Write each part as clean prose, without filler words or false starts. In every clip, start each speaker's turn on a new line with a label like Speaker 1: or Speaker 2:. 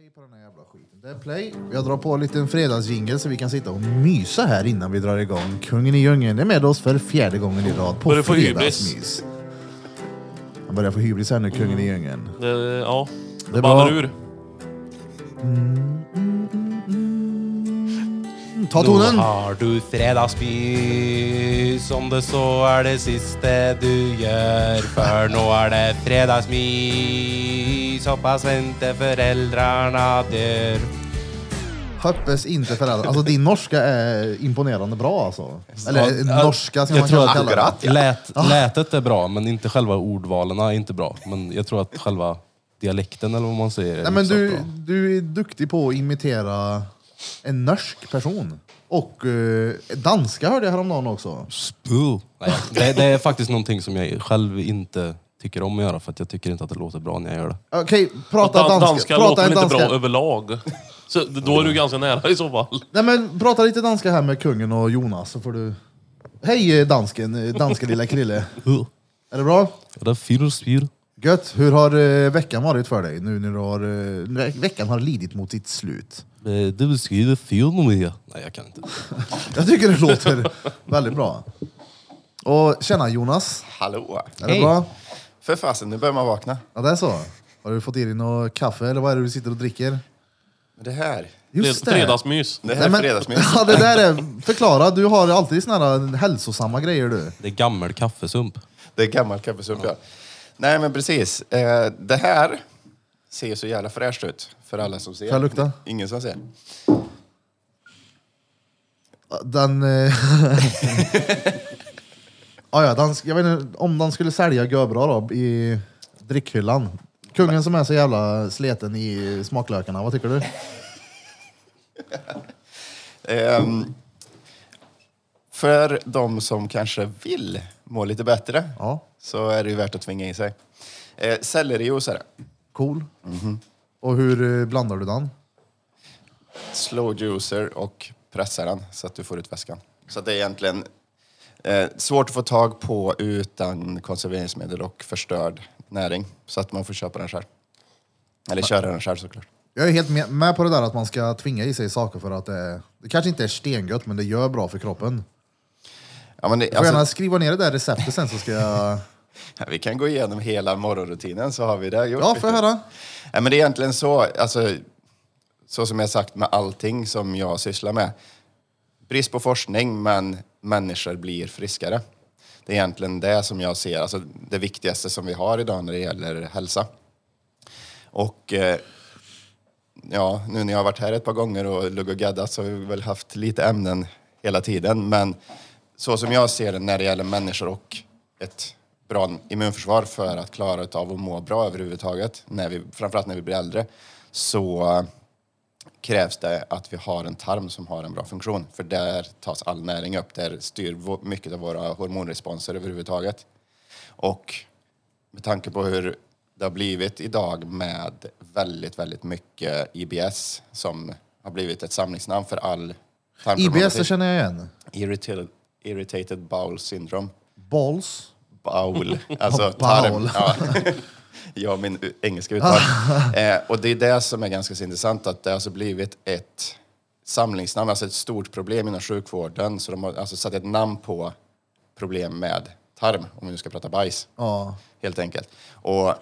Speaker 1: play på den här jävla skiten. Det är play. Jag drar på lite en fredagsjingel så vi kan sitta och mysa här innan vi drar igång. Kungen i djungeln är med oss för 4:e gången i rad på fredagsmys. Han börjar få hybris här nu, kungen i djungeln.
Speaker 2: Ja,
Speaker 1: det ballar
Speaker 2: ur.
Speaker 1: Ta tonen.
Speaker 3: Nu har du fredagsmys, om det så är det sista du gör. För nu är det fredagsmys, hoppas inte föräldrarna dör.
Speaker 1: Hoppas inte föräldrar. Alltså din norska är imponerande bra alltså. Eller norska som man kan kalla det.
Speaker 3: Lätet är bra, men inte själva ordvalen är inte bra. Men jag tror att själva dialekten eller vad man säger är.
Speaker 1: Nej, men du är duktig på att imitera en norsk person. Och danska hörde jag häromdagen också.
Speaker 3: Nej, det är faktiskt någonting som jag själv inte tycker om att göra. För att jag tycker inte att det låter bra när jag gör det.
Speaker 1: Okej, prata danska.
Speaker 2: Danska låter inte bra överlag. Så då är du ganska nära i så fall.
Speaker 1: Nej, men prata lite danska här med kungen och Jonas så får du... Hej dansken, danska lilla krille. Är det bra?
Speaker 3: Det är fyr.
Speaker 1: Gött. Hur har veckan varit för dig? Nu när du har... veckan har lidit mot sitt slut.
Speaker 3: Du beskriver fyr. Nej, jag kan inte.
Speaker 1: Jag tycker det låter väldigt bra. Och tjena Jonas.
Speaker 4: Hallå.
Speaker 1: Är det bra?
Speaker 4: För fasen, nu börjar man vakna.
Speaker 1: Ja, det är så. Har du fått i dig något kaffe eller vad är det du sitter och dricker?
Speaker 4: Det här.
Speaker 1: Just det.
Speaker 2: Fredagsmys.
Speaker 4: Det här är fredagsmys.
Speaker 1: Ja, det där är... Förklara, du har alltid såna här hälsosamma grejer du.
Speaker 3: Det är gammal kaffesump.
Speaker 4: Det är gammal kaffesump, ja. Nej, men precis. Det här ser så jävla fräscht ut för alla som ser.
Speaker 1: Får jag lukta?
Speaker 4: Ingen som ser.
Speaker 1: Den... jag vet inte om den skulle sälja görbra då i drickhyllan. Kungen som är så jävla sleten i smaklökarna, vad tycker du?
Speaker 4: För de som kanske vill må lite bättre så är det ju värt att tvinga i sig. Sellerijuice är det.
Speaker 1: Cool. Och hur blandar du den?
Speaker 4: Slow juicer och pressar den så att du får ut väskan. Så det är egentligen svårt att få tag på utan konserveringsmedel och förstörd näring. Så att man får köpa den själv. Eller köra den själv såklart.
Speaker 1: Jag är helt med på det där att man ska tvinga i sig saker för att det kanske inte är stengött men det gör bra för kroppen.
Speaker 4: Ja, men det,
Speaker 1: jag får gärna skriva ner det där receptet sen så ska jag...
Speaker 4: Vi kan gå igenom hela morgonrutinen så har vi det gjort.
Speaker 1: Ja, får jag höra?
Speaker 4: Ja, men det är egentligen så, alltså, så som jag sagt med allting som jag sysslar med. Brist på forskning, men människor blir friskare. Det är egentligen det som jag ser, alltså det viktigaste som vi har idag när det gäller hälsa. Och ja, nu när jag har varit här ett par gånger och lugg och gaddat så har vi väl haft lite ämnen hela tiden. Men så som jag ser det när det gäller människor och ett bra immunförsvar för att klara av att må bra överhuvudtaget, framförallt när vi blir äldre, så krävs det att vi har en tarm som har en bra funktion. För där tas all näring upp, där styr mycket av våra hormonresponser överhuvudtaget. Och med tanke på hur det har blivit idag med väldigt, väldigt mycket IBS som har blivit ett samlingsnamn för all tarmproblematik.
Speaker 1: IBS känner jag igen.
Speaker 4: Irritated Bowel Syndrome.
Speaker 1: Balls?
Speaker 4: Bowel. Alltså tarm. Ja, min engelska uttal. Och det är det som är ganska så intressant, att det har alltså blivit ett samlingsnamn, alltså ett stort problem inom sjukvården. Så de har alltså satt ett namn på problem med tarm, om vi nu ska prata bajs.
Speaker 1: Ja.
Speaker 4: Helt enkelt. Och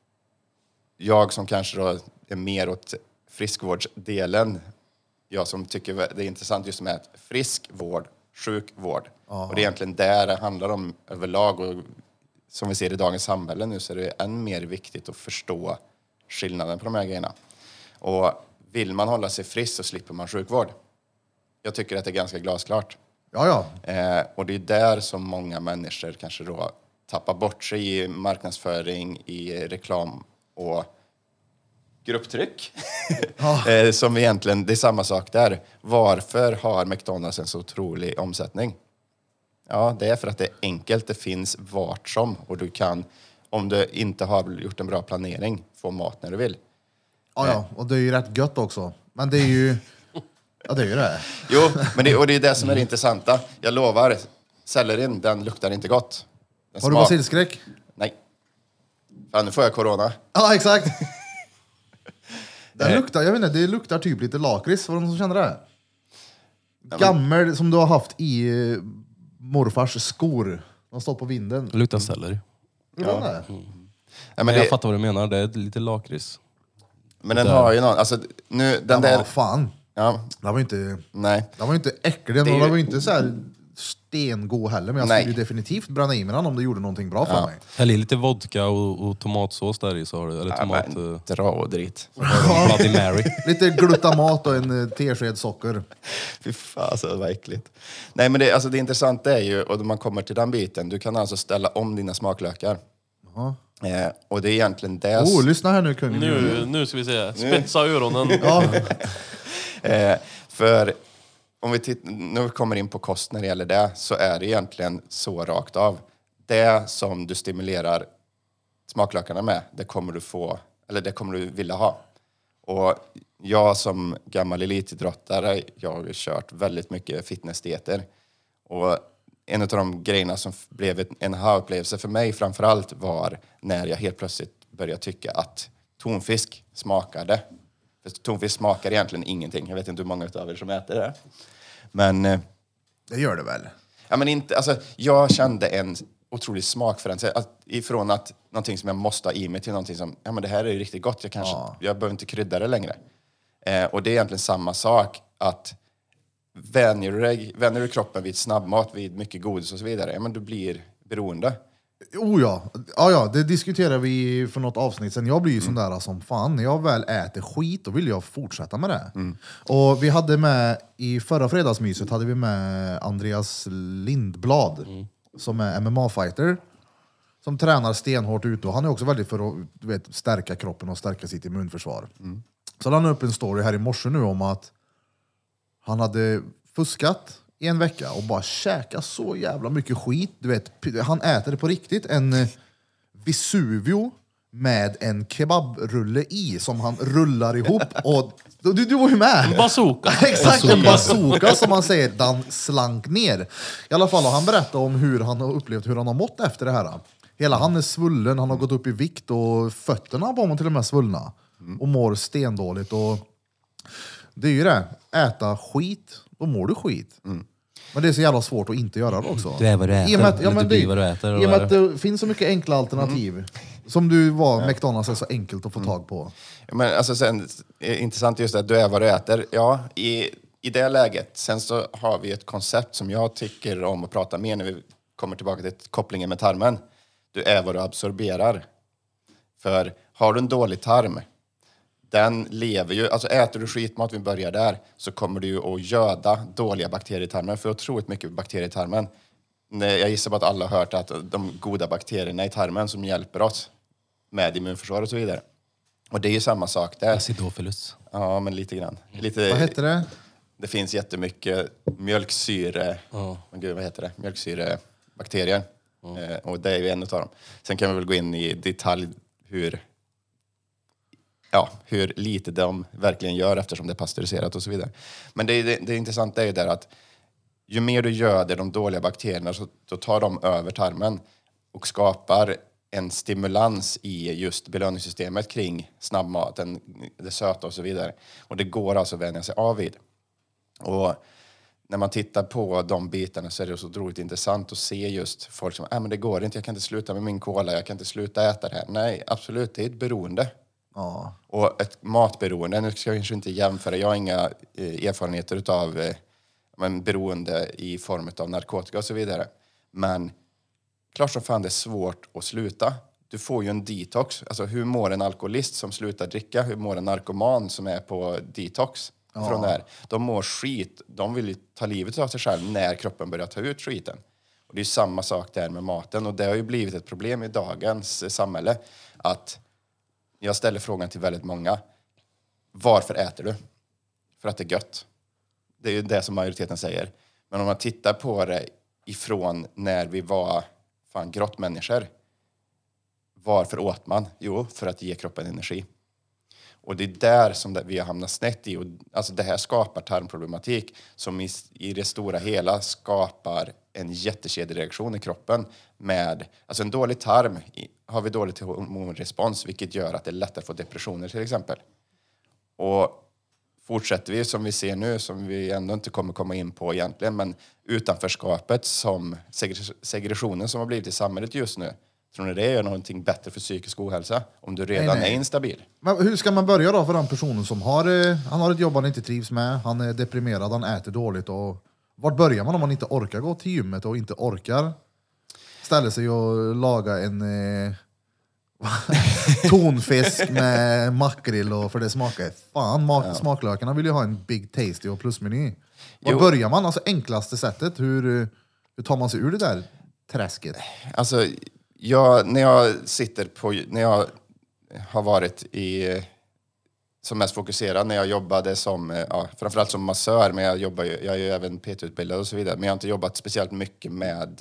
Speaker 4: jag som kanske då är mer åt friskvårdsdelen, jag som tycker det är intressant just med friskvård, sjukvård. Och det är egentligen där det handlar om överlag, och som vi ser i dagens samhälle nu så är det än mer viktigt att förstå skillnaden på de här grejerna. Och vill man hålla sig frisk så slipper man sjukvård. Jag tycker att det är ganska glasklart.
Speaker 1: Ja.
Speaker 4: Och det är där som många människor kanske då tappar bort sig i marknadsföring, i reklam och grupptryck. Som egentligen, det är samma sak där. Varför har McDonalds en så otrolig omsättning? Ja, det är för att det är enkelt. Det finns vart som. Och du kan, om du inte har gjort en bra planering, få mat när du vill.
Speaker 1: Ja, och det är ju rätt gött också. Men det är ju... Ja, det är ju det.
Speaker 4: Jo, men det är det som är det intressanta. Jag lovar, sellerin, den luktar inte gott.
Speaker 1: Har du basilskräck?
Speaker 4: Nej. Fan, nu får jag corona.
Speaker 1: Ja, exakt. Det luktar, jag vet inte, det luktar typ lite lakrits. Var det någon som känner det? Gammel som du har haft i morfars skor. De stått på vinden.
Speaker 3: Det luktar selleri.
Speaker 1: Ja.
Speaker 3: Ja, men jag fattar vad du menar, det är lite lakrits.
Speaker 4: Men den har ju någon, alltså nu, den där...
Speaker 1: fan.
Speaker 4: Ja.
Speaker 1: Den var inte...
Speaker 4: Nej.
Speaker 1: Den var inte äcklig, den var inte så här stengod heller. Men jag skulle ju definitivt bränna i mig den om det gjorde någonting bra för mig.
Speaker 3: Häll i lite vodka och tomatsås där i så har du, eller tomat...
Speaker 4: Dra och drit.
Speaker 3: Bloody Mary.
Speaker 1: Lite glutamat och en tesked socker.
Speaker 4: Fy fan, så det var äckligt. Nej, men det intressanta är ju, och när man kommer till den biten, du kan alltså ställa om dina smaklökar. Och det är egentligen det...
Speaker 1: lyssna här nu kungen.
Speaker 2: Nu ska vi se. Spetsa öronen.
Speaker 4: För om vi nu kommer in på kost när det gäller det, så är det egentligen så rakt av. Det som du stimulerar smaklökarna med, det kommer du få, eller det kommer du vilja ha. Och jag som gammal elitidrottare, jag har ju kört väldigt mycket fitnessdieter. Och en av de grejerna som blev en aha-upplevelse för mig framförallt var när jag helt plötsligt började tycka att tonfisk smakade. För tonfisk smakar egentligen ingenting. Jag vet inte hur många av er som äter det. Men...
Speaker 1: Det gör det väl?
Speaker 4: Ja, men inte... Alltså, jag kände en otrolig smakförändring. Ifrån att någonting som jag måste ha i mig till någonting som... Ja, men det här är ju riktigt gott. Jag behöver inte krydda det längre. Och det är egentligen samma sak. Att vänjer du kroppen vid snabbmat, vid mycket godis och så vidare. Ja, men du blir beroende.
Speaker 1: Ja, det diskuterade vi för något avsnitt sen. Jag blir ju sån där som fan. När jag väl äter skit, då vill jag fortsätta med det. Och vi hade med, i förra fredagsmyset hade vi med Andreas Lindblad, som är MMA-fighter. Som tränar stenhårt ute. Och han är också väldigt för att stärka kroppen och stärka sitt immunförsvar. Så han la upp en story här i morse nu om att han hade fuskat i en vecka och bara käka så jävla mycket skit. Du vet, han äter det på riktigt. En Vesuvio med en kebabrulle i som han rullar ihop. Och du var ju med!
Speaker 2: En bazooka.
Speaker 1: Exakt, en bazooka som man säger, den slank ner. I alla fall har han berättat om hur han har upplevt, hur han har mått efter det här. Hela han är svullen, han har gått upp i vikt och fötterna på honom till och med svullna. Och mår stendåligt. Och det är ju det, äta skit, då mår du skit. Men det är så jävla svårt att inte göra det också.
Speaker 3: Du är vad du äter,
Speaker 1: I och med att,
Speaker 3: eller du blir vad du äter.
Speaker 1: I och med att det finns så mycket enkla alternativ. Som du var, McDonalds är så enkelt att få tag på.
Speaker 4: Ja, men alltså sen, intressant just det, att du är vad du äter. Ja, i det läget. Sen så har vi ett koncept som jag tycker om att prata mer när vi kommer tillbaka till kopplingen med tarmen. Du är vad du absorberar. För har du en dålig tarm, den lever ju, alltså äter du skitmat, vi börjar där, så kommer du ju att göda dåliga bakterier i tarmen. För otroligt mycket bakterier i tarmen. Jag gissar på att alla har hört att de goda bakterierna i tarmen som hjälper oss med immunförsvar och så vidare. Och det är ju samma sak där.
Speaker 3: Acidophilus.
Speaker 4: Ja, men lite grann.
Speaker 1: Vad heter det?
Speaker 4: Det finns jättemycket mjölksyre... Gud, vad heter det? Mjölksyrebakterier. Och det är ju en av dem. Sen kan vi väl gå in i detalj hur lite de verkligen gör eftersom det är pasteuriserat och så vidare. Men det intressanta är ju där att ju mer du göder de dåliga bakterierna, så då tar de över tarmen och skapar en stimulans i just belöningssystemet kring snabbmaten, det söta och så vidare. Och det går alltså att vänja sig av vid. Och när man tittar på de bitarna så är det så otroligt intressant att se just folk som, men det går inte, jag kan inte sluta med min cola, jag kan inte sluta äta det här. Nej, absolut, det är ett beroende.
Speaker 1: Ja.
Speaker 4: Och ett matberoende, nu ska jag kanske inte jämföra, jag har inga erfarenheter utav beroende i form av narkotika och så vidare. Men klart som fan det är svårt att sluta. Du får ju en detox. Alltså hur mår en alkoholist som slutar dricka? Hur mår en narkoman som är på detox från det här? De mår skit. De vill ju ta livet av sig själv när kroppen börjar ta ut skiten. Och det är ju samma sak där med maten. Och det har ju blivit ett problem i dagens samhälle. Att jag ställer frågan till väldigt många. Varför äter du? För att det är gött. Det är ju det som majoriteten säger. Men om man tittar på det ifrån när vi var grottmänniskor. Varför åt man? Jo, för att ge kroppen energi. Och det är där som vi har hamnat snett i. Och, alltså det här skapar tarmproblematik som i det stora hela skapar en jättekedjereaktion i kroppen. Med, alltså en dålig tarm har vi dålig hormonrespons, vilket gör att det är lättare att få depressioner till exempel. Och fortsätter vi som vi ser nu, som vi ändå inte kommer komma in på egentligen, men utanförskapet som segregationen som har blivit i samhället just nu, tror ni det är någonting bättre för psykisk ohälsa om du redan är instabil?
Speaker 1: Men hur ska man börja då för den personen som har ett jobb han inte trivs med, han är deprimerad, han äter dåligt, och vart börjar man om man inte orkar gå till gymmet och inte orkar ställa sig och laga en tonfisk med makrill, och för det smakar fan, smaklökarna vill ju ha en big tasty och plusmeny. Var börjar man? Alltså enklaste sättet, hur tar man sig ur det där träsket?
Speaker 4: Alltså, när jag har varit som mest fokuserad, när jag jobbade som, framförallt som massör, men jag är ju även PT-utbildad och så vidare, men jag har inte jobbat speciellt mycket med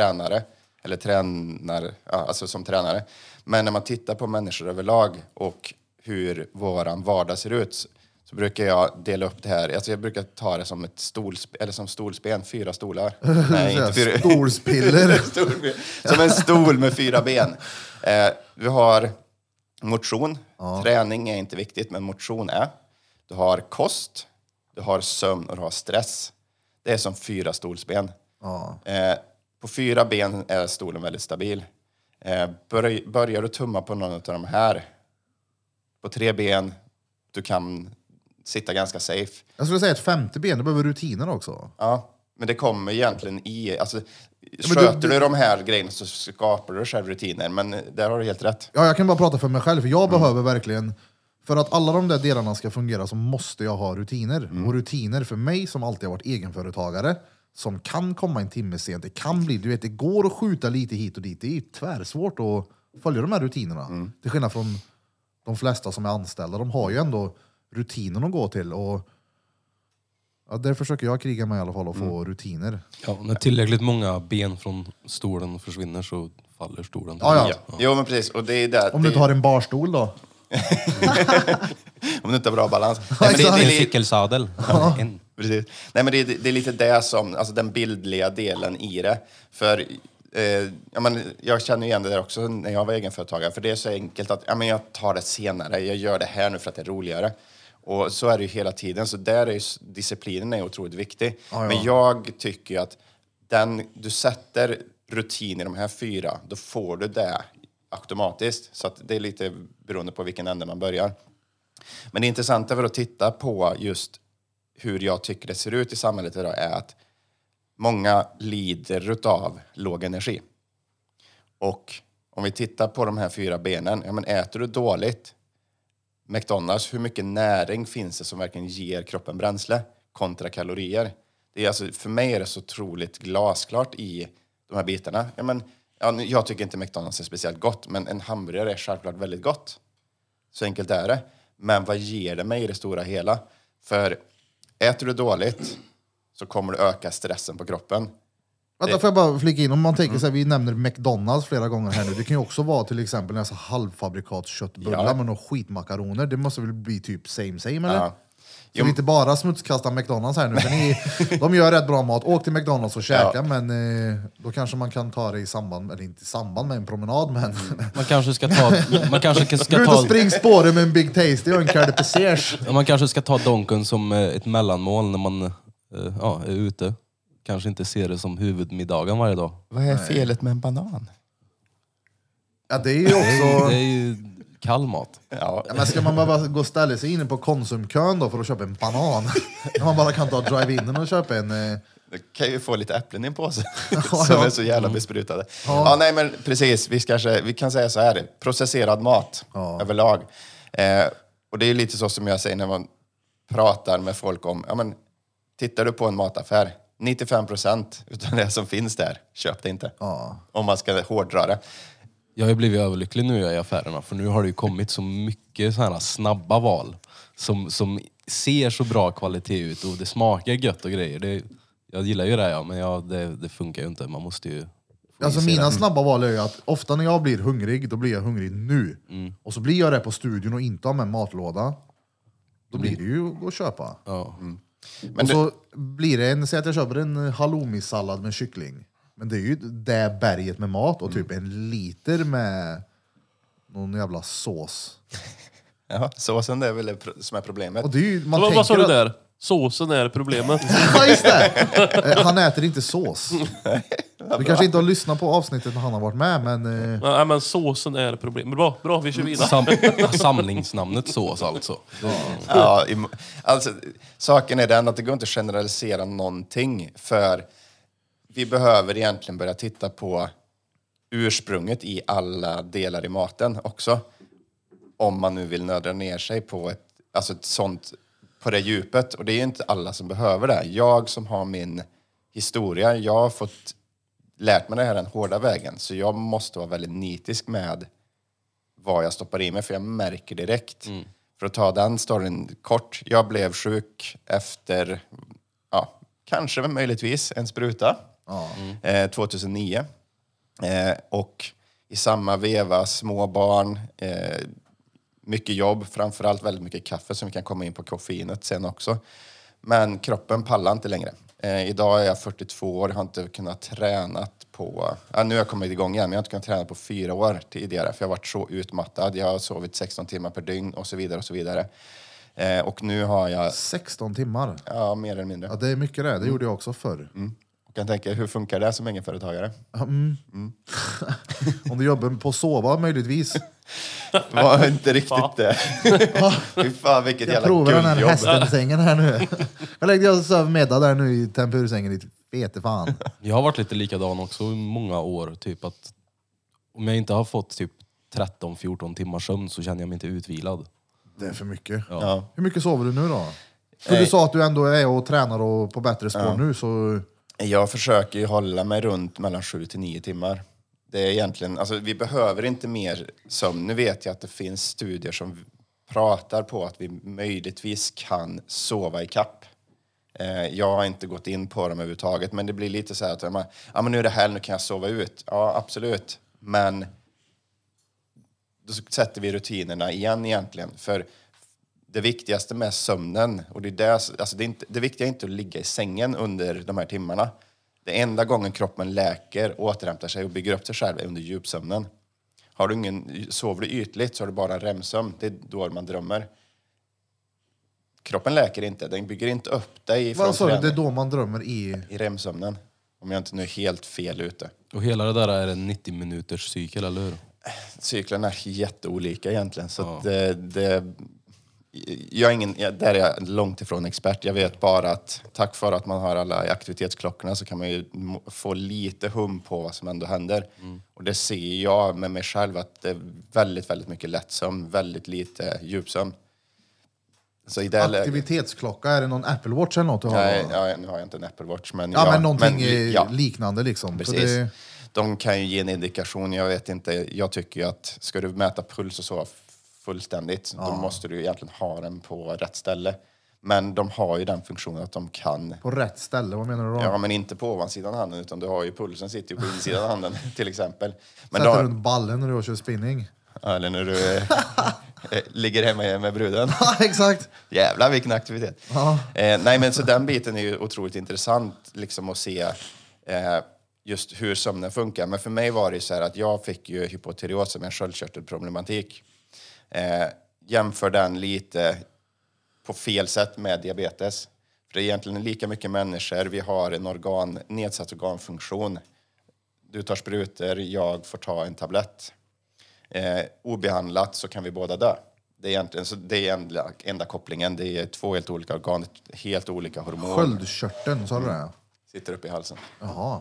Speaker 4: alltså som tränare. Men när man tittar på människor överlag och hur våran vardag ser ut, så brukar jag dela upp det här. Alltså jag brukar ta det som ett som stolsben, 4 stolar. Nej, inte 4.
Speaker 1: Stolspiller.
Speaker 4: Som en stol med 4 ben. Vi har motion. Träning är inte viktigt, men motion är. Du har kost, du har sömn och du har stress. Det är som 4 stolsben. På 4 ben är stolen väldigt stabil. Börjar du tumma på någon av de här, på 3 ben, du kan sitta ganska safe.
Speaker 1: Jag skulle säga ett 5:e ben, du behöver rutiner också.
Speaker 4: Ja, men det kommer egentligen sköter du de här grejerna så skapar du själv rutiner, men där har du helt rätt.
Speaker 1: Ja, jag kan bara prata för mig själv, för jag behöver verkligen, för att alla de där delarna ska fungera så måste jag ha rutiner. Och rutiner för mig som alltid har varit egenföretagare, som kan komma en timme sent, det kan bli, du vet, det går att skjuta lite hit och dit, det är tvärsvårt att följa de här rutinerna. Till skillnad från de flesta som är anställda, de har ju ändå rutinen att gå till, och där försöker jag kriga med i alla fall att få rutiner.
Speaker 3: Ja, när tillräckligt många ben från stolen försvinner så faller stolen.
Speaker 1: Ja.
Speaker 4: Jo, men precis. Och det är där,
Speaker 1: om du inte har en barstol då?
Speaker 4: Om du inte har bra balans.
Speaker 3: Nej, men det är en cykelsadel.
Speaker 4: Precis. Nej, men det är lite det som, alltså den bildliga delen i det. För jag känner igen det där också när jag var egenföretagare. För det är så enkelt att jag tar det senare. Jag gör det här nu för att det är roligare. Och så är det ju hela tiden. Så där är ju disciplinen är otroligt viktig. Ja. Men jag tycker att du sätter rutin i de här 4, då får du det automatiskt. Så att det är lite beroende på vilken ände man börjar. Men det intressanta för att titta på just hur jag tycker det ser ut i samhället idag är att många lider av låg energi. Och om vi tittar på de här 4 benen, äter du dåligt, McDonalds, hur mycket näring finns det som verkligen ger kroppen bränsle kontra kalorier? Det är alltså, för mig är det så otroligt glasklart i de här bitarna. Jag tycker inte McDonalds är speciellt gott, men en hamburgare är självklart väldigt gott. Så enkelt är det. Men vad ger det mig i det stora hela? För äter du dåligt så kommer det öka stressen på kroppen.
Speaker 1: Vänta, får jag bara flika in, om man tänker sig, vi nämner McDonalds flera gånger här nu. Det kan ju också vara till exempel en halvfabrikatsköttbullar med några skitmakaroner. Det måste väl bli typ same eller? Ja. Så vi inte bara smutskasta McDonalds här nu, för de gör rätt bra mat. Åk till McDonalds och käka, men då kanske man kan ta det i samband, eller inte i samband med en promenad, men...
Speaker 3: Man kanske ska ta...
Speaker 1: Gå ut och spring spåren med en Big Tasty och en Carde Pesers.
Speaker 3: Man kanske ska ta donken som ett mellanmål när man är ute. Kanske inte ser det som huvudmiddagen varje dag.
Speaker 4: Vad är felet med en banan?
Speaker 1: Ja, det är ju också...
Speaker 3: Det är ju kall mat.
Speaker 1: Ja, men ska man bara gå och ställa sig inne på Konsumkön då för att köpa en banan? När man bara kan ta drive-in och köpa en...
Speaker 4: Då kan ju få lite äpplen i en påse som är så jävla besprutade. Ja, nej men precis. Vi kan säga så här. Processerad mat överlag. Och det är lite så som jag säger när man pratar med folk om... tittar du på en mataffär, 95% utav det som finns där, köp det inte. Om man ska hårdra det.
Speaker 3: Jag har ju blivit överlycklig nu i affärerna, för nu har det ju kommit så mycket sådana här snabba val som ser så bra kvalitet ut och det smakar gött och grejer. Jag gillar ju det, men det funkar ju inte. Man måste ju...
Speaker 1: Alltså mina snabba val är ju att ofta när jag blir hungrig, då blir jag hungrig nu. Och så blir jag det på studion och inte har med matlåda. Då blir det ju att köpa. Men så blir det säg att jag köper en halloumi-sallad med kyckling. Men det är ju det berget med mat och typ en liter med någon jävla sås.
Speaker 4: Ja, såsen det är väl det som är problemet.
Speaker 1: Och det är ju, man
Speaker 2: Vad sa du
Speaker 1: att...
Speaker 2: där? Såsen är problemet.
Speaker 1: Ja, just det! Han äter inte sås. Du kanske inte har lyssnat på avsnittet när han har varit med, men...
Speaker 2: Nej, men såsen är problemet. Bra, vi kör vidare.
Speaker 3: Samlingsnamnet sås alltså.
Speaker 4: Ja, alltså, saken är den att det går inte att generalisera någonting, för vi behöver egentligen börja titta på ursprunget i alla delar i maten också. Om man nu vill nödra ner sig på ett sånt, på det djupet. Och det är ju inte alla som behöver det. Jag som har min historia, jag har fått lärt mig det här den hårda vägen. Så jag måste vara väldigt nitisk med vad jag stoppar i mig, för jag märker direkt. För att ta den storyn kort. Jag blev sjuk efter, kanske möjligtvis en spruta. 2009. Och i samma veva, små barn, mycket jobb, framförallt väldigt mycket kaffe, som vi kan komma in på koffeinet sen också. Men kroppen pallar inte längre. Idag är jag 42 år, har inte kunnat träna på... nu har jag kommit igång igen, men jag har inte kunnat träna på 4 år tidigare. För jag har varit så utmattad. Jag har sovit 16 timmar per dygn och så vidare och så vidare. Och nu har jag...
Speaker 1: 16 timmar?
Speaker 4: Ja, mer eller mindre.
Speaker 1: Ja, det är mycket det. Det gjorde jag också förr.
Speaker 4: Jag kan tänka, hur funkar det som egenföretagare?
Speaker 1: Om du jobbar på sova möjligtvis.
Speaker 4: Det var inte riktigt det. Fy fan, vilket
Speaker 1: Jag
Speaker 4: jävla
Speaker 1: provar den här
Speaker 4: guldjobb.
Speaker 1: hästensängen här nu. Jag lägger och söv middag där nu i tempursängen i vete fan.
Speaker 3: Jag har varit lite likadan också i många år. Typ att om jag inte har fått typ 13-14 timmars sömn så känner jag mig inte utvilad.
Speaker 1: Det är för mycket.
Speaker 4: Ja.
Speaker 1: Hur mycket sover du nu då? För du sa att du ändå är och tränar och på bättre spår nu, så...
Speaker 4: Jag försöker ju hålla mig runt mellan 7 till 9 timmar. Det är egentligen, vi behöver inte mer sömn. Nu vet jag att det finns studier som pratar på att vi möjligtvis kan sova i kapp. Jag har inte gått in på dem överhuvudtaget, men det blir lite så här att men nu är det här, nu kan jag sova ut. Ja, absolut. Men då sätter vi rutinerna igen egentligen. För det viktigaste med sömnen, och det är det viktiga är inte att ligga i sängen under de här timmarna. Det enda gången kroppen läker, återhämtar sig och bygger upp sig själv är under djupsömnen. Sover du ytligt så har du bara REM-sömn. Det är då man drömmer. Kroppen läker inte, den bygger inte upp dig från
Speaker 1: Vad sa du?
Speaker 4: träning.
Speaker 1: Det är då man drömmer i
Speaker 4: REM-sömnen. Om jag inte nu är helt fel ute.
Speaker 3: Och hela det där är en 90 minuters cykel, eller hur?
Speaker 4: Cyklerna är jätteolika egentligen. Så att där är jag långt ifrån expert. Jag vet bara att tack vare att man har alla aktivitetsklockorna så kan man ju få lite hum på vad som ändå händer. Och det ser jag med mig själv, att det är väldigt, väldigt mycket lättsömn, väldigt lite djupsömn. Så i det
Speaker 1: aktivitetsklocka, är det någon Apple Watch eller något du har?
Speaker 4: Nej, nu har jag inte en Apple Watch. Men
Speaker 1: men någonting liknande liksom.
Speaker 4: Precis. De kan ju ge en indikation, jag vet inte. Jag tycker ju att ska du mäta puls och så fullständigt, då måste du egentligen ha den på rätt ställe. Men de har ju den funktionen att de kan...
Speaker 1: På rätt ställe, vad menar du då?
Speaker 4: Ja, men inte på ovansidan av handen, utan du har ju pulsen sitter ju på insidan av handen till exempel. Men
Speaker 1: sätter runt ballen när du kör spinning.
Speaker 4: Eller när du ligger hemma med bruden.
Speaker 1: Ja, exakt.
Speaker 4: Jävlar vilken aktivitet.
Speaker 1: Ja.
Speaker 4: Nej, men så den biten är ju otroligt intressant liksom att se just hur sömnen funkar. Men för mig var det så här att jag fick ju hypotyreos som en sköldkörtelproblematik. Jämför den lite på fel sätt med diabetes. För det är egentligen lika mycket människor. Vi har en nedsatt organfunktion. Du tar sprutor, jag får ta en tablett. Obehandlat så kan vi båda dö. Det är egentligen så det är enda kopplingen. Det är 2 helt olika organ, helt olika hormoner.
Speaker 1: Sköldkörteln, sa du det?
Speaker 4: Sitter uppe i halsen.
Speaker 1: Jaha.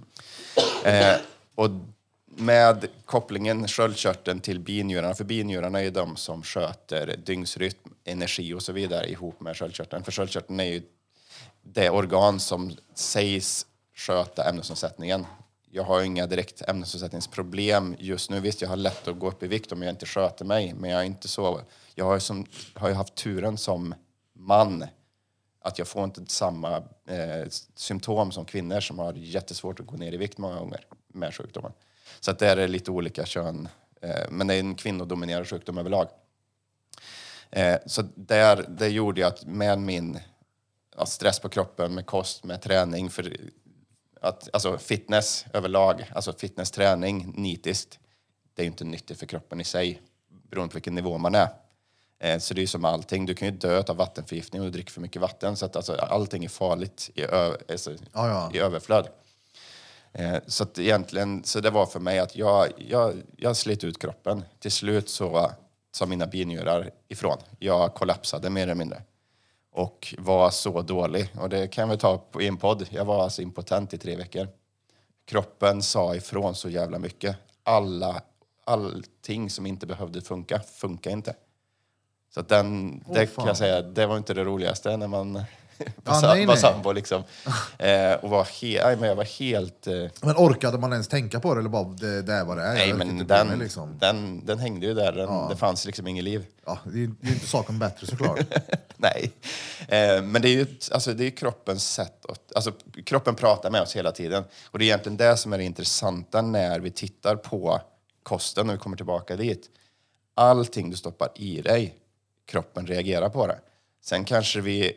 Speaker 4: Och med kopplingen sköldkörteln till binjurarna, för binjurarna är ju de som sköter dygnsrytm, energi och så vidare ihop med sköldkörteln. För sköldkörteln är ju det organ som sägs sköta ämnesomsättningen. Jag har inga direkt ämnesomsättningsproblem just nu. Visst, jag har lätt att gå upp i vikt om jag inte sköter mig, men jag är inte så... Jag har ju haft turen som man att jag får inte samma symptom som kvinnor som har jättesvårt att gå ner i vikt många gånger med sjukdomen. Så att det är lite olika kön. Men det är en kvinnodominerad sjukdom överlag. Så det gjorde jag att med min stress på kroppen, med kost, med träning, alltså fitness överlag, alltså fitnessträning nitiskt, det är ju inte nyttigt för kroppen i sig, beroende på vilken nivå man är. Så det är som allting. Du kan ju dö av vattenförgiftning om du dricker för mycket vatten. Så att alltså, allting är farligt i överflöd. Så att egentligen, så det var för mig att jag slet ut kroppen. Till slut så sa mina binjurar ifrån. Jag kollapsade mer eller mindre. Och var så dålig. Och det kan vi ta i en podd. Jag var alltså impotent i 3 veckor. Kroppen sa ifrån så jävla mycket. Allting som inte behövde funkar inte. Så att det kan jag säga, det var inte det roligaste när man var sambo liksom. Och jag var helt...
Speaker 1: Men orkade man ens tänka på det eller bara det är vad det är?
Speaker 4: Nej, men den hängde ju där. Det fanns liksom inget liv.
Speaker 1: Ja, det är ju inte saken bättre såklart.
Speaker 4: Nej. Men det är ju det är kroppens sätt att... Alltså, kroppen pratar med oss hela tiden. Och det är egentligen det som är det intressanta när vi tittar på kosten och vi kommer tillbaka dit. Allting du stoppar i dig, kroppen reagerar på det. Sen kanske vi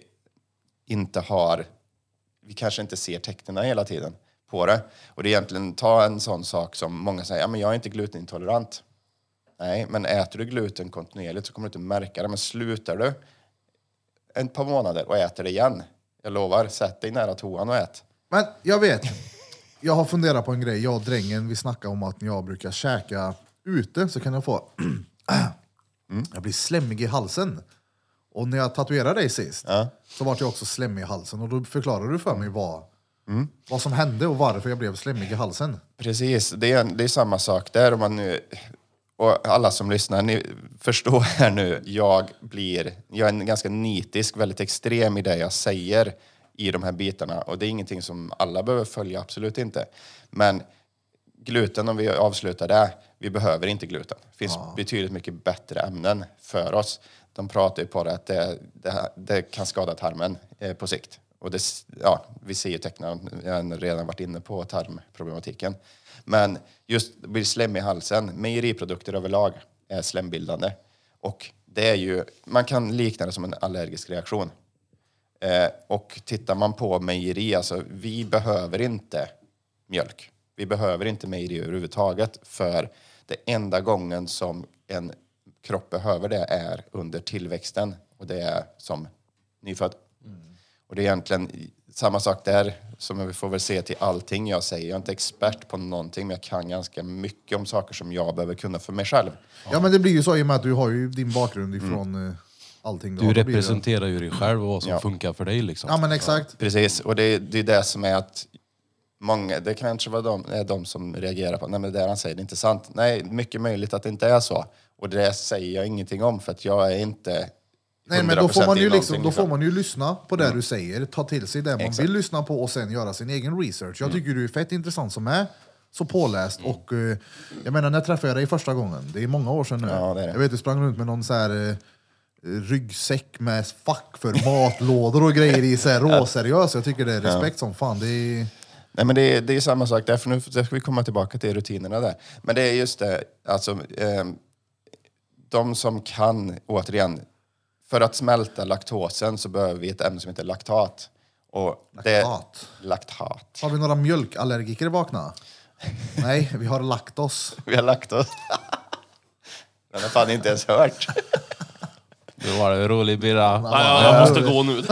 Speaker 4: kanske inte ser tecknen hela tiden på det. Och det är egentligen, ta en sån sak som många säger, ja men jag är inte glutenintolerant. Nej, men äter du gluten kontinuerligt så kommer du inte märka det. Men slutar du ett par månader och äter det igen, jag lovar, sätt dig nära toan och ät.
Speaker 1: Men jag vet, jag har funderat på en grej. Jag och drängen, vi snackar om att när jag brukar käka ute så kan jag få jag blir slemmig i halsen. Och när jag tatuerade dig sist så var jag också slemmig i halsen. Och då förklarade du för mig vad som hände och varför jag blev slemmig i halsen.
Speaker 4: Precis, det är samma sak där. Om man nu, och alla som lyssnar, ni förstår här nu, jag är en ganska nitisk, väldigt extrem i det jag säger i de här bitarna. Och det är ingenting som alla behöver följa, absolut inte. Men gluten, om vi avslutar det, vi behöver inte gluten. Det finns betydligt mycket bättre ämnen för oss. De pratar ju på det att det kan skada tarmen på sikt. Och vi ser ju tecknen, jag har redan varit inne på tarmproblematiken. Men just det blir slem i halsen. Mejeriprodukter överlag är slembildande. Och det är ju, man kan likna det som en allergisk reaktion. Och tittar man på mejeri, alltså vi behöver inte mjölk. Vi behöver inte mejeri överhuvudtaget, för det enda gången som en kropp behöver det är under tillväxten, och det är som nyfödd. Och det är egentligen samma sak där, som vi får väl se till allting jag säger. Jag är inte expert på någonting, men jag kan ganska mycket om saker som jag behöver kunna för mig själv.
Speaker 1: Ja, men det blir ju så i och med att du har ju din bakgrund ifrån allting.
Speaker 3: Du representerar ju dig själv och vad som funkar för dig liksom.
Speaker 1: Ja, men exakt.
Speaker 4: Precis, och det är det som är att många, det kanske var de som reagerar på, nej men det där han säger, det är inte sant. Nej, mycket möjligt att det inte är så. Och det säger jag ingenting om, för att jag är inte...
Speaker 1: Nej, men då får man ju lyssna på det du säger, ta till sig det man vill lyssna på och sen göra sin egen research. Jag tycker du är fett intressant som är så påläst. Och jag menar, när träffade jag dig första gången? Det är många år sedan nu.
Speaker 4: Ja, det är det.
Speaker 1: Jag vet, du sprang runt med någon så här ryggsäck med fack för matlådor och grejer i, så här råseriös. Jag tycker det är respekt som fan. Det är...
Speaker 4: Nej, men det är samma sak där, för nu ska vi komma tillbaka till rutinerna där. Men det är just det, alltså de som kan, återigen, för att smälta laktosen så behöver vi ett ämne som heter laktat. Och laktat.
Speaker 1: Har vi några mjölkallergiker vakna? Nej, vi har laktos.
Speaker 4: Vi har laktos. Den har fan inte ens hört.
Speaker 3: Det var en rolig birra.
Speaker 2: Nej, jag måste gå nu.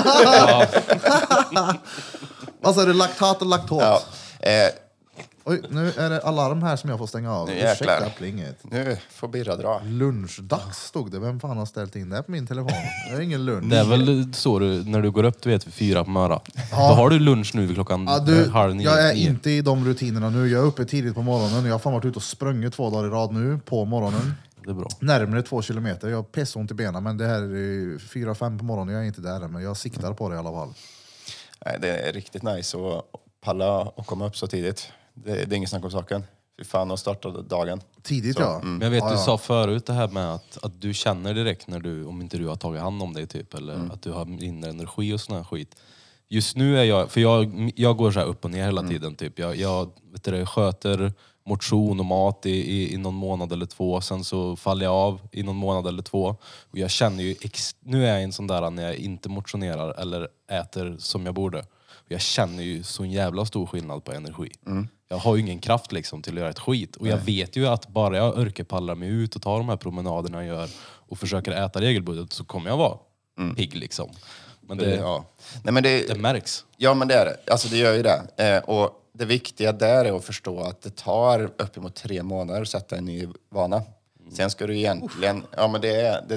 Speaker 1: Vad sa du, laktat och laktot?
Speaker 4: Ja.
Speaker 1: Oj, nu är det alarm här som jag får stänga av.
Speaker 4: Nu jäklar.
Speaker 1: Nu
Speaker 4: får Birra dra.
Speaker 1: Lunchdags stod det. Vem fan har ställt in det på min telefon? Det är ingen lunch.
Speaker 3: Det är väl så du, när du går upp, du vet, vid 4 på morgonen. Ja. Då har du lunch nu vid klockan 8:30.
Speaker 1: Jag är inte i de rutinerna nu. Jag är uppe tidigt på morgonen. Jag har fan varit ute och sprungit 2 dagar i rad nu på morgonen.
Speaker 3: Det är bra.
Speaker 1: Närmare 2 kilometer. Jag har pessont i benen, men det här är 4-5 på morgonen. Jag är inte där, men jag siktar på det i alla fall.
Speaker 4: Nej, det är riktigt nice att palla och komma upp så tidigt. Det är ingen snack om saken. Fy fan, att starta dagen.
Speaker 1: Tidigt,
Speaker 4: så,
Speaker 1: ja.
Speaker 3: Men jag vet, du sa förut det här med att du känner direkt när du, om inte du har tagit hand om dig typ, eller att du har mindre energi och sån här skit. Just nu är jag, för jag går så här upp och ner hela tiden typ. Jag sköter motion och mat i någon månad eller 2. Sen så faller jag av i någon månad eller 2. Och jag känner ju, nu är jag en sån där när jag inte motionerar eller äter som jag borde. Och jag känner ju så en jävla stor skillnad på energi. Jag har ju ingen kraft liksom till att göra ett skit. Och jag vet ju att bara jag pallar mig ut och tar de här promenaderna jag gör och försöker äta regelbundet så kommer jag vara pigg liksom. Men det märks.
Speaker 4: Ja, men det är det. Alltså det gör ju det. Och det viktiga där är att förstå att det tar uppemot 3 månader att sätta en ny vana. Sen ska du egentligen... Ja, men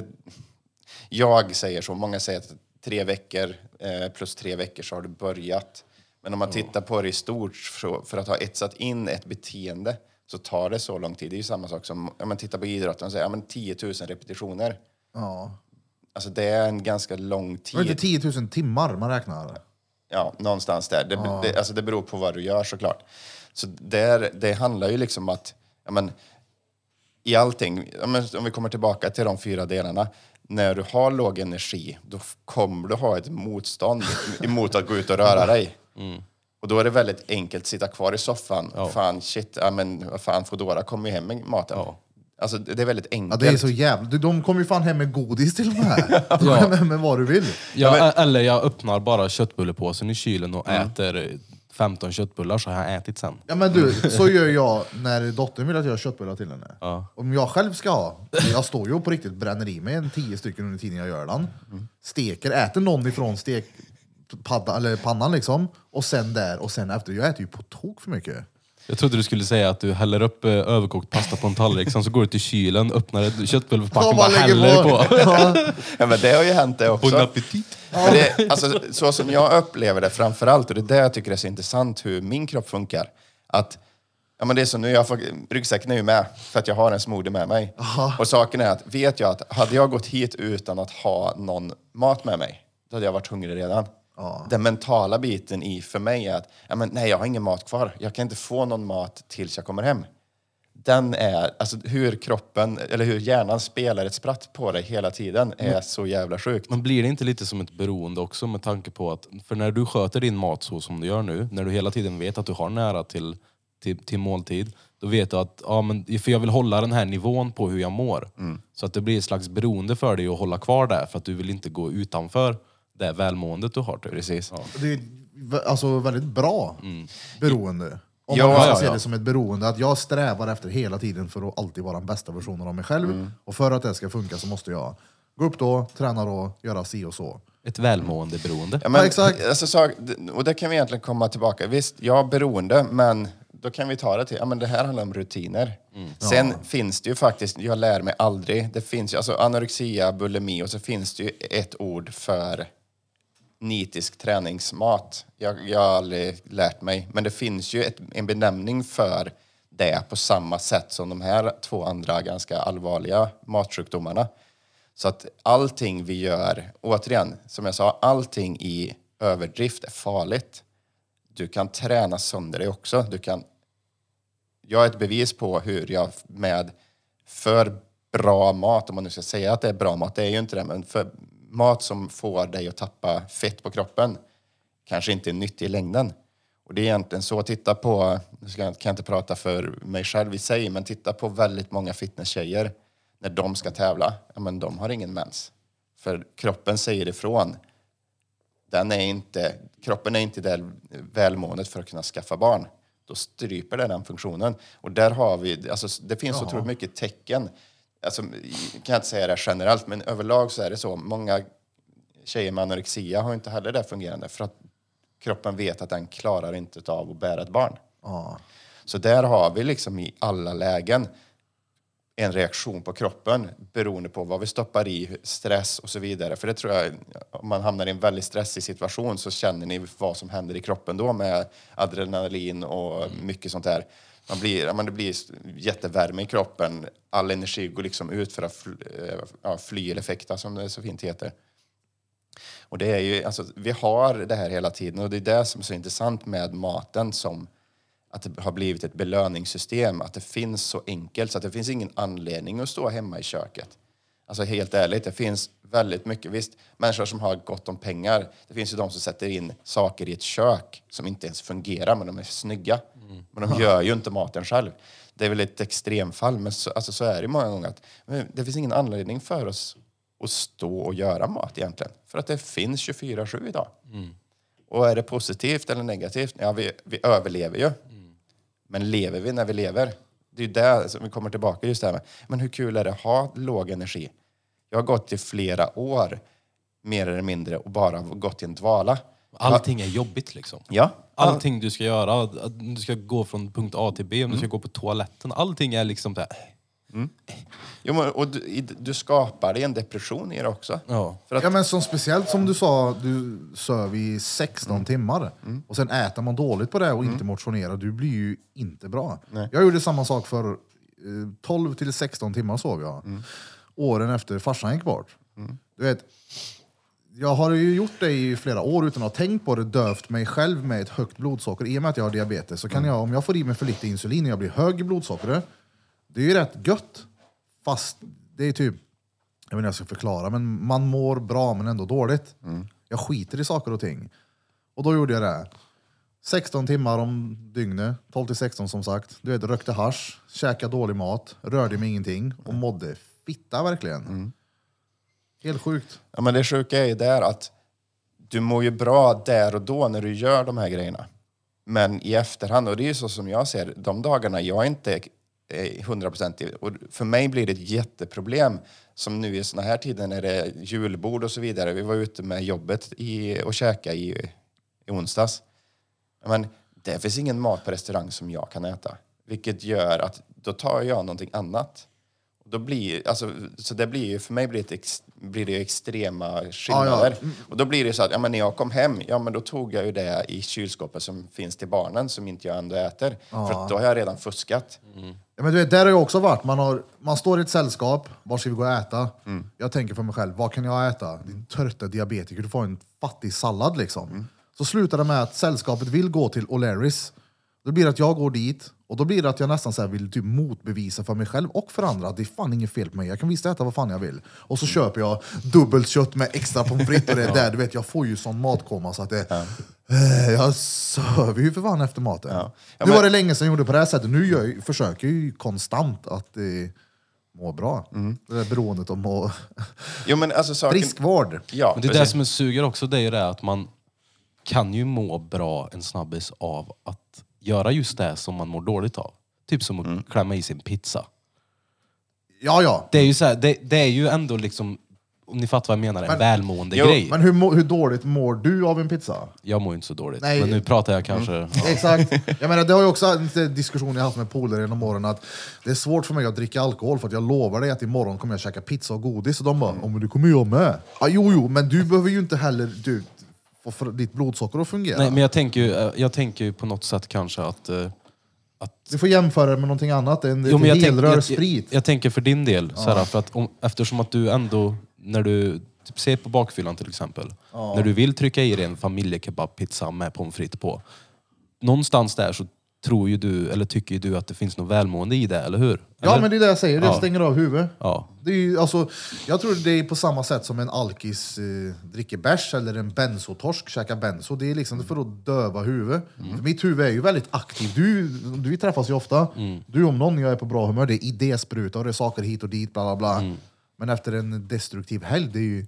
Speaker 4: jag säger så. Många säger att 3 veckor plus 3 veckor så har du börjat. Men om man tittar på det i stort, för att ha etsat in ett beteende så tar det så lång tid. Det är ju samma sak som om man tittar på idrotten och säger 10 000 repetitioner.
Speaker 1: Ja.
Speaker 4: Alltså det är en ganska lång tid.
Speaker 1: Det är inte 10 000 timmar man räknar.
Speaker 4: Ja, någonstans där. Det beror på vad du gör såklart. Så det handlar ju liksom att i allting, om vi kommer tillbaka till de 4 delarna. När du har låg energi, då kommer du ha ett motstånd emot att gå ut och röra dig. Och då är det väldigt enkelt att sitta kvar i soffan.
Speaker 3: Ja.
Speaker 4: Foodora kommer ju hem med maten. Ja. Alltså det är väldigt enkelt.
Speaker 1: Ja, det är så jävla... De kommer ju fan hem med godis till och med. Men vad du vill.
Speaker 3: Eller jag öppnar bara köttbullepåsen i kylen och äter 15 köttbullar så har jag ätit sen.
Speaker 1: Ja men du, så gör jag när dottern vill att jag gör köttbullar till henne.
Speaker 3: Ja.
Speaker 1: Om jag själv ska ha, jag står ju på riktigt bränner i mig 10 stycken under tiden jag gör den. Steker, äter någon ifrån stekpadda eller pannan liksom. Och sen där, och sen efter. Jag äter ju på tok för mycket.
Speaker 3: Jag trodde du skulle säga att du häller upp överkokt pasta på en tallrik, sen så går du till kylen, öppnar ett köttbulleförpackning och bara häller på.
Speaker 4: Ja, men det har ju hänt det också.
Speaker 3: Bon appetit.
Speaker 4: Men det, alltså, så som jag upplever det framförallt, och det är det jag tycker är så intressant hur min kropp funkar. Att, men det är så nu, ryggsäcken är ju med för att jag har en smoothie med mig. Aha. Och saken är att, vet jag att hade jag gått hit utan att ha någon mat med mig, då hade jag varit hungrig redan. Den mentala biten i för mig är att nej, jag har ingen mat kvar. Jag kan inte få någon mat tills jag kommer hem. Den är, alltså hur kroppen, eller hur hjärnan spelar ett spratt på dig hela tiden är så jävla sjukt.
Speaker 3: Men blir det inte lite som ett beroende också med tanke på att, för när du sköter din mat så som du gör nu, när du hela tiden vet att du har nära till måltid, då vet du att, för jag vill hålla den här nivån på hur jag mår. Så att det blir ett slags beroende för dig att hålla kvar där, för att du vill inte gå utanför det välmåendet du har.
Speaker 4: Precis.
Speaker 1: Ja. Det är alltså väldigt bra beroende. Om man ser det som ett beroende, att jag strävar efter hela tiden för att alltid vara den bästa versionen av mig själv. Och för att det ska funka så måste jag gå upp då, träna då, göra si och så.
Speaker 3: Ett välmående beroende.
Speaker 4: Ja, exakt. Alltså, och det kan vi egentligen komma tillbaka. Visst, jag beroende, men då kan vi ta det till, det här handlar om rutiner. Sen finns det ju faktiskt, jag lär mig aldrig, det finns ju, alltså anorexia, bulimi, och så finns det ju ett ord för nitisk träningsmat. Jag har aldrig lärt mig. Men det finns ju en benämning för det på samma sätt som de här 2 andra ganska allvarliga matsjukdomarna. Så att allting vi gör, återigen, som jag sa, allting i överdrift är farligt. Du kan träna sönder dig också. Jag är ett bevis på hur jag med för bra mat, om man nu ska säga att det är bra mat, det är ju inte det, men för mat som får dig att tappa fett på kroppen kanske inte är nyttig i längden. Och det är egentligen så, titta på, nu kan jag inte prata för mig själv i sig, men titta på väldigt många fitnesstjejer när de ska tävla, de har ingen mens. För kroppen säger ifrån. Kroppen är inte det välmåendet för att kunna skaffa barn. Då stryper det den funktionen. Och där har vi, alltså det finns så otroligt mycket tecken. Alltså, kan jag inte säga det generellt, men överlag så är det så. Många tjejer med anorexia har inte heller det fungerande. För att kroppen vet att den klarar inte av att bära ett barn. Så där har vi liksom i alla lägen en reaktion på kroppen beroende på vad vi stoppar i, stress och så vidare. För det tror jag, om man hamnar i en väldigt stressig situation så känner ni vad som händer i kroppen då med adrenalin och mycket sånt där. Det blir jättevärme i kroppen. All energi går liksom ut för att fly eller fäkta, som det så fint heter. Och det är ju, alltså, vi har det här hela tiden, och det är det som är så intressant med maten, som att det har blivit ett belöningssystem, att det finns så enkelt så att det finns ingen anledning att stå hemma i köket. Alltså helt ärligt, det finns väldigt mycket, visst, människor som har gott om pengar, det finns ju de som sätter in saker i ett kök som inte ens fungerar, men de är snygga. Men de gör ju inte maten själv. Det är väl ett extremfall, men så är det många gånger att det finns ingen anledning för oss att stå och göra mat egentligen. För att det finns 24/7 idag. Och är det positivt eller negativt? Ja, vi överlever ju. Men lever vi när vi lever? Det är ju där som vi kommer tillbaka just det här med. Men hur kul är det att ha låg energi? Jag har gått i flera år, mer eller mindre, och bara gått i en dvala.
Speaker 3: Allting är jobbigt liksom.
Speaker 4: Ja.
Speaker 3: Allting du ska göra, du ska gå från punkt A till B, om du ska gå på toaletten. Allting är liksom där.
Speaker 4: Jo, och du skapar en depression i det också.
Speaker 3: Ja.
Speaker 4: För att,
Speaker 1: Ja, men speciellt som du sa, du söv i 16 timmar. Och sen äter man dåligt på det och inte motionerar. Du blir ju inte bra.
Speaker 4: Nej.
Speaker 1: Jag gjorde samma sak för 12 till 16 timmar sov jag. Åren efter farsan gick bort. Du vet, jag har ju gjort det i flera år utan att ha tänkt på det, dövt mig själv med ett högt blodsocker. I och med att jag har diabetes så kan jag, om jag får i mig för lite insulin och jag blir hög i blodsockret, det är ju rätt gött. Fast det är typ, jag vet inte jag ska förklara, men man mår bra men ändå dåligt. Jag skiter i saker och ting. Och då gjorde jag det. 16 timmar om dygnet, 12 till 16 som sagt. Du vet, rökte hasch, käkade dålig mat, rörde mig ingenting och mådde fitta verkligen. Helt sjukt.
Speaker 4: ja, men det sjuka är ju där att du mår ju bra där och då när du gör de här grejerna. Men i efterhand, och det är ju så som jag ser, de dagarna jag inte är 100%, och för mig blir det ett jätteproblem som nu i såna här tider när det är julbord och så vidare. Vi var ute med jobbet och käka i onsdags. Men det finns ingen mat på restaurang som jag kan äta. Vilket gör att då tar jag någonting annat. Då blir, alltså, så det blir ju, för mig blir det extrema skillnader.
Speaker 1: Ja.
Speaker 4: Och då blir det så att när jag kom hem, men då tog jag ju det i kylskåpet som finns till barnen som inte jag ändå äter. För att då har jag redan fuskat.
Speaker 1: Ja, men du vet, där har jag också varit. Man står i ett sällskap, var ska vi gå och äta? Jag tänker för mig själv, vad kan jag äta? Din törta diabetiker, du får en fattig sallad liksom. Så slutar det med att sällskapet vill gå till O'Larrys. Då blir det att jag går dit och då blir det att jag nästan så här vill typ motbevisa för mig själv och för andra att det är fan inget fel på mig. Jag kan visst äta vad fan jag vill. Och så köper jag dubbelt kött med extra pommes frites och det är där. Du vet, jag får ju sån matkoma så att det... Jag söver ju för fan efter maten. Nu var det länge sedan jag gjorde på det här sättet. Nu försöker jag ju konstant att må bra. Det där beroendet om att...
Speaker 4: Jo, men alltså,
Speaker 1: friskvård.
Speaker 4: Ja,
Speaker 3: Men det är det som är suger också, det är ju det att man kan ju må bra en snabbis av att göra just det som man mår dåligt av. Typ som att klämma i sin pizza.
Speaker 1: Ja.
Speaker 3: Det är ju så här, det är ju ändå liksom, om ni fattar vad jag menar, en välmående grej.
Speaker 1: Men hur dåligt mår du av en pizza?
Speaker 3: Jag mår ju inte så dåligt.
Speaker 1: Nej.
Speaker 3: Men nu pratar jag kanske...
Speaker 1: Exakt. Jag menar, det har ju också en diskussion jag haft med polare genom åren att det är svårt för mig att dricka alkohol för att jag lovar dig att imorgon kommer jag käka pizza och godis och de bara, men du kommer jag med. Jo, men du behöver ju inte heller få ditt blodsocker att fungera.
Speaker 3: Nej, men jag tänker ju på något sätt kanske att
Speaker 1: du får jämföra det med någonting annat än sprit.
Speaker 3: Jag tänker för din del, såhär, för att eftersom att du ändå, när du typ ser på bakfyllan till exempel, när du vill trycka i dig en familjekebabpizza med pommes frites på, någonstans där så tror ju du, eller tycker ju du att det finns något välmående i det, eller hur? Eller?
Speaker 1: Ja, men det är det jag säger, det stänger av huvudet.
Speaker 3: Ja.
Speaker 1: Det är ju, alltså, jag tror det är på samma sätt som en alkis dricker bärs eller en benzotorsk käkar benzo. Det är liksom för att döva huvudet. För mitt huvud är ju väldigt aktivt. Vi träffas ju ofta. Du om någon, jag är på bra humör. Det är idéspruta och det är saker hit och dit, bla bla bla. Men efter en destruktiv helg, det är ju...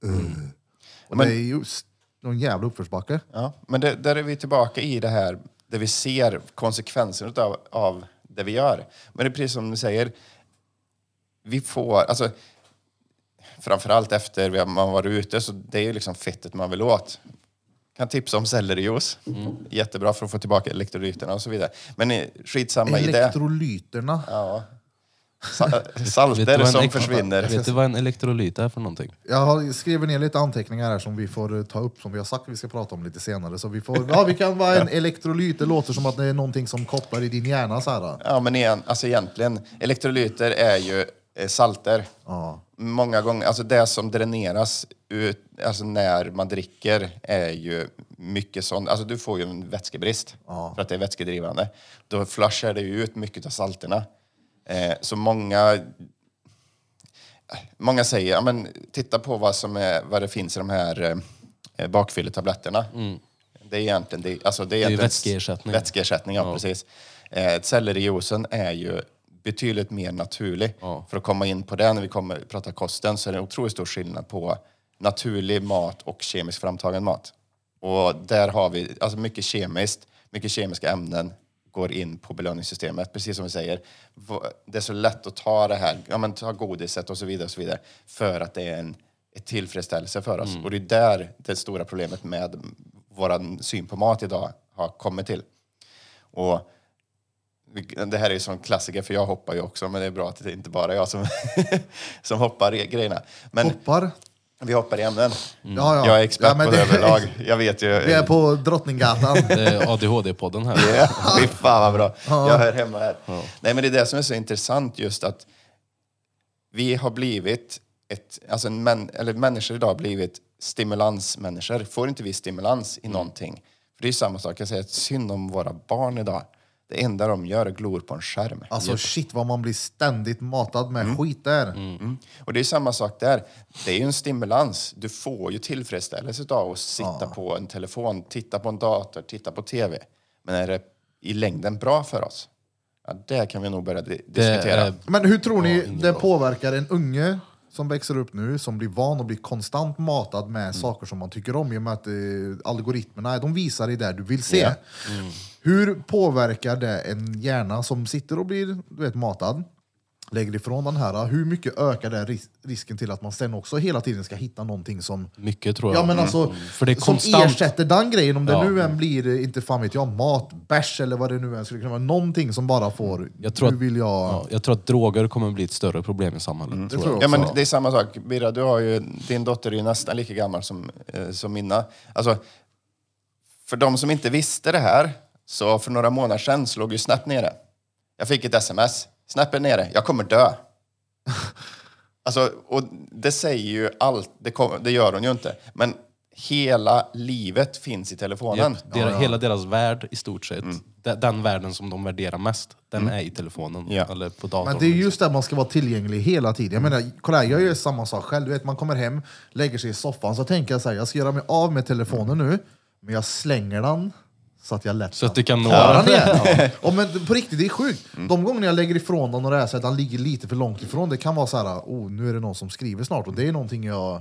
Speaker 1: Och det är ju någon jävla uppförsbacke.
Speaker 4: Ja, men där är vi tillbaka i det här där vi ser konsekvenserna av det vi gör. Men det är precis som du säger, vi får, alltså framförallt efter man var ute, så det är ju liksom fettet man vill åt. Kan tipsa om sellerijuice. Jättebra för att få tillbaka elektrolyterna och så vidare. Men skitsamma i det.
Speaker 1: Elektrolyterna?
Speaker 4: Ja. Salter som försvinner.
Speaker 3: Vet du vad en elektrolyt är för någonting?
Speaker 1: Jag har skrivit ner lite anteckningar här som vi får ta upp, som vi har sagt att vi ska prata om lite senare. Så vi kan vara en elektrolyt. Det låter som att det är någonting som kopplar i din hjärna så här.
Speaker 4: Ja, men egentligen, elektrolyter är ju salter.
Speaker 1: Ja.
Speaker 4: Många gånger, alltså det som dräneras ut, alltså när man dricker, är ju mycket sånt. Alltså du får ju en vätskebrist för att det är vätskedrivande. Då flushar det ut mycket av salterna. Så många säger, ja, men titta på vad det finns i de här bakfylletabletterna. Det är egentligen
Speaker 3: vätskeersättning.
Speaker 4: Vätskeersättning, ja, precis. Sellerijuicen är ju betydligt mer naturlig. För att komma in på det när vi kommer att prata kosten, så är det en otroligt stor skillnad på naturlig mat och kemiskt framtagen mat. Och där har vi alltså mycket kemiskt, mycket kemiska ämnen, går in på belöningssystemet. Precis som vi säger. Det är så lätt att ta det här. Ja, men ta godiset och så vidare. Och så vidare för att det är ett tillfredsställelse för oss. Och det är där det stora problemet med vår syn på mat idag har kommit till. Och det här är ju sån klassiker, för jag hoppar ju också, men det är bra att det inte bara är jag som, som hoppar grejerna. Men
Speaker 1: Hoppar?
Speaker 4: vi hoppar i ämnen.
Speaker 1: Ja.
Speaker 4: Jag är expert på det överlag. Jag vet ju.
Speaker 1: Vi är på Drottninggatan.
Speaker 3: Det är ADHD-podden här.
Speaker 4: Ja, fy fan vad bra. Jag hör hemma här. Nej, men det är det som är så intressant, just att vi har blivit människor idag har blivit stimulansmänniskor. Får inte vi stimulans i någonting? För det är samma sak, jag säger att synd om våra barn idag. Det enda de gör är glor på en skärm.
Speaker 1: Alltså shit vad man blir ständigt matad med skit där.
Speaker 4: Och det är samma sak där. Det är ju en stimulans. Du får ju tillfredsställelse av att sitta på en telefon, titta på en dator, titta på tv. Men är det i längden bra för oss? Ja, det kan vi nog börja diskutera.
Speaker 1: Men hur tror ni det påverkar en unge som växer upp nu, som blir van och blir konstant matad med saker som man tycker om, i och med att algoritmerna, de visar dig där du vill se. Hur påverkar det en hjärna som sitter och blir matad, lägger ifrån den här, hur mycket ökar det risken till att man sen också hela tiden ska hitta någonting som...
Speaker 3: Mycket tror jag.
Speaker 1: Ja, men alltså,
Speaker 3: för det är
Speaker 1: som
Speaker 3: konstant...
Speaker 1: ersätter den grejen, om det nu än blir, inte fan vet jag, mat, bärs eller vad det nu än skulle kunna vara, någonting som bara får...
Speaker 3: Jag tror att droger kommer att bli ett större problem i samhället.
Speaker 1: Det tror jag
Speaker 4: Ja,
Speaker 1: också.
Speaker 4: men det är samma sak. Birra, du har ju, din dotter är ju nästan lika gammal som mina. Alltså, för de som inte visste det här, så för några månader sedan slog ju Snap nere. Jag fick ett sms. Snap är nere, jag kommer dö. Alltså, och det säger ju allt. Det gör hon ju inte. Men hela livet finns i telefonen.
Speaker 3: Hela deras värld i stort sett. Den världen som de värderar mest, den är i telefonen. Eller på datorn.
Speaker 1: Men det är just där man ska vara tillgänglig hela tiden. Jag menar, kolla här, jag gör samma sak själv. Du vet, man kommer hem, lägger sig i soffan, så tänker jag så här, jag ska göra mig av med telefonen nu, men jag slänger den så att jag lätt
Speaker 3: så att du kan nå
Speaker 1: den igen. Och men på riktigt, det är sjukt. De gånger jag lägger ifrån den och det är så att den ligger lite för långt ifrån, det kan vara så här, nu är det någon som skriver snart, och det är någonting jag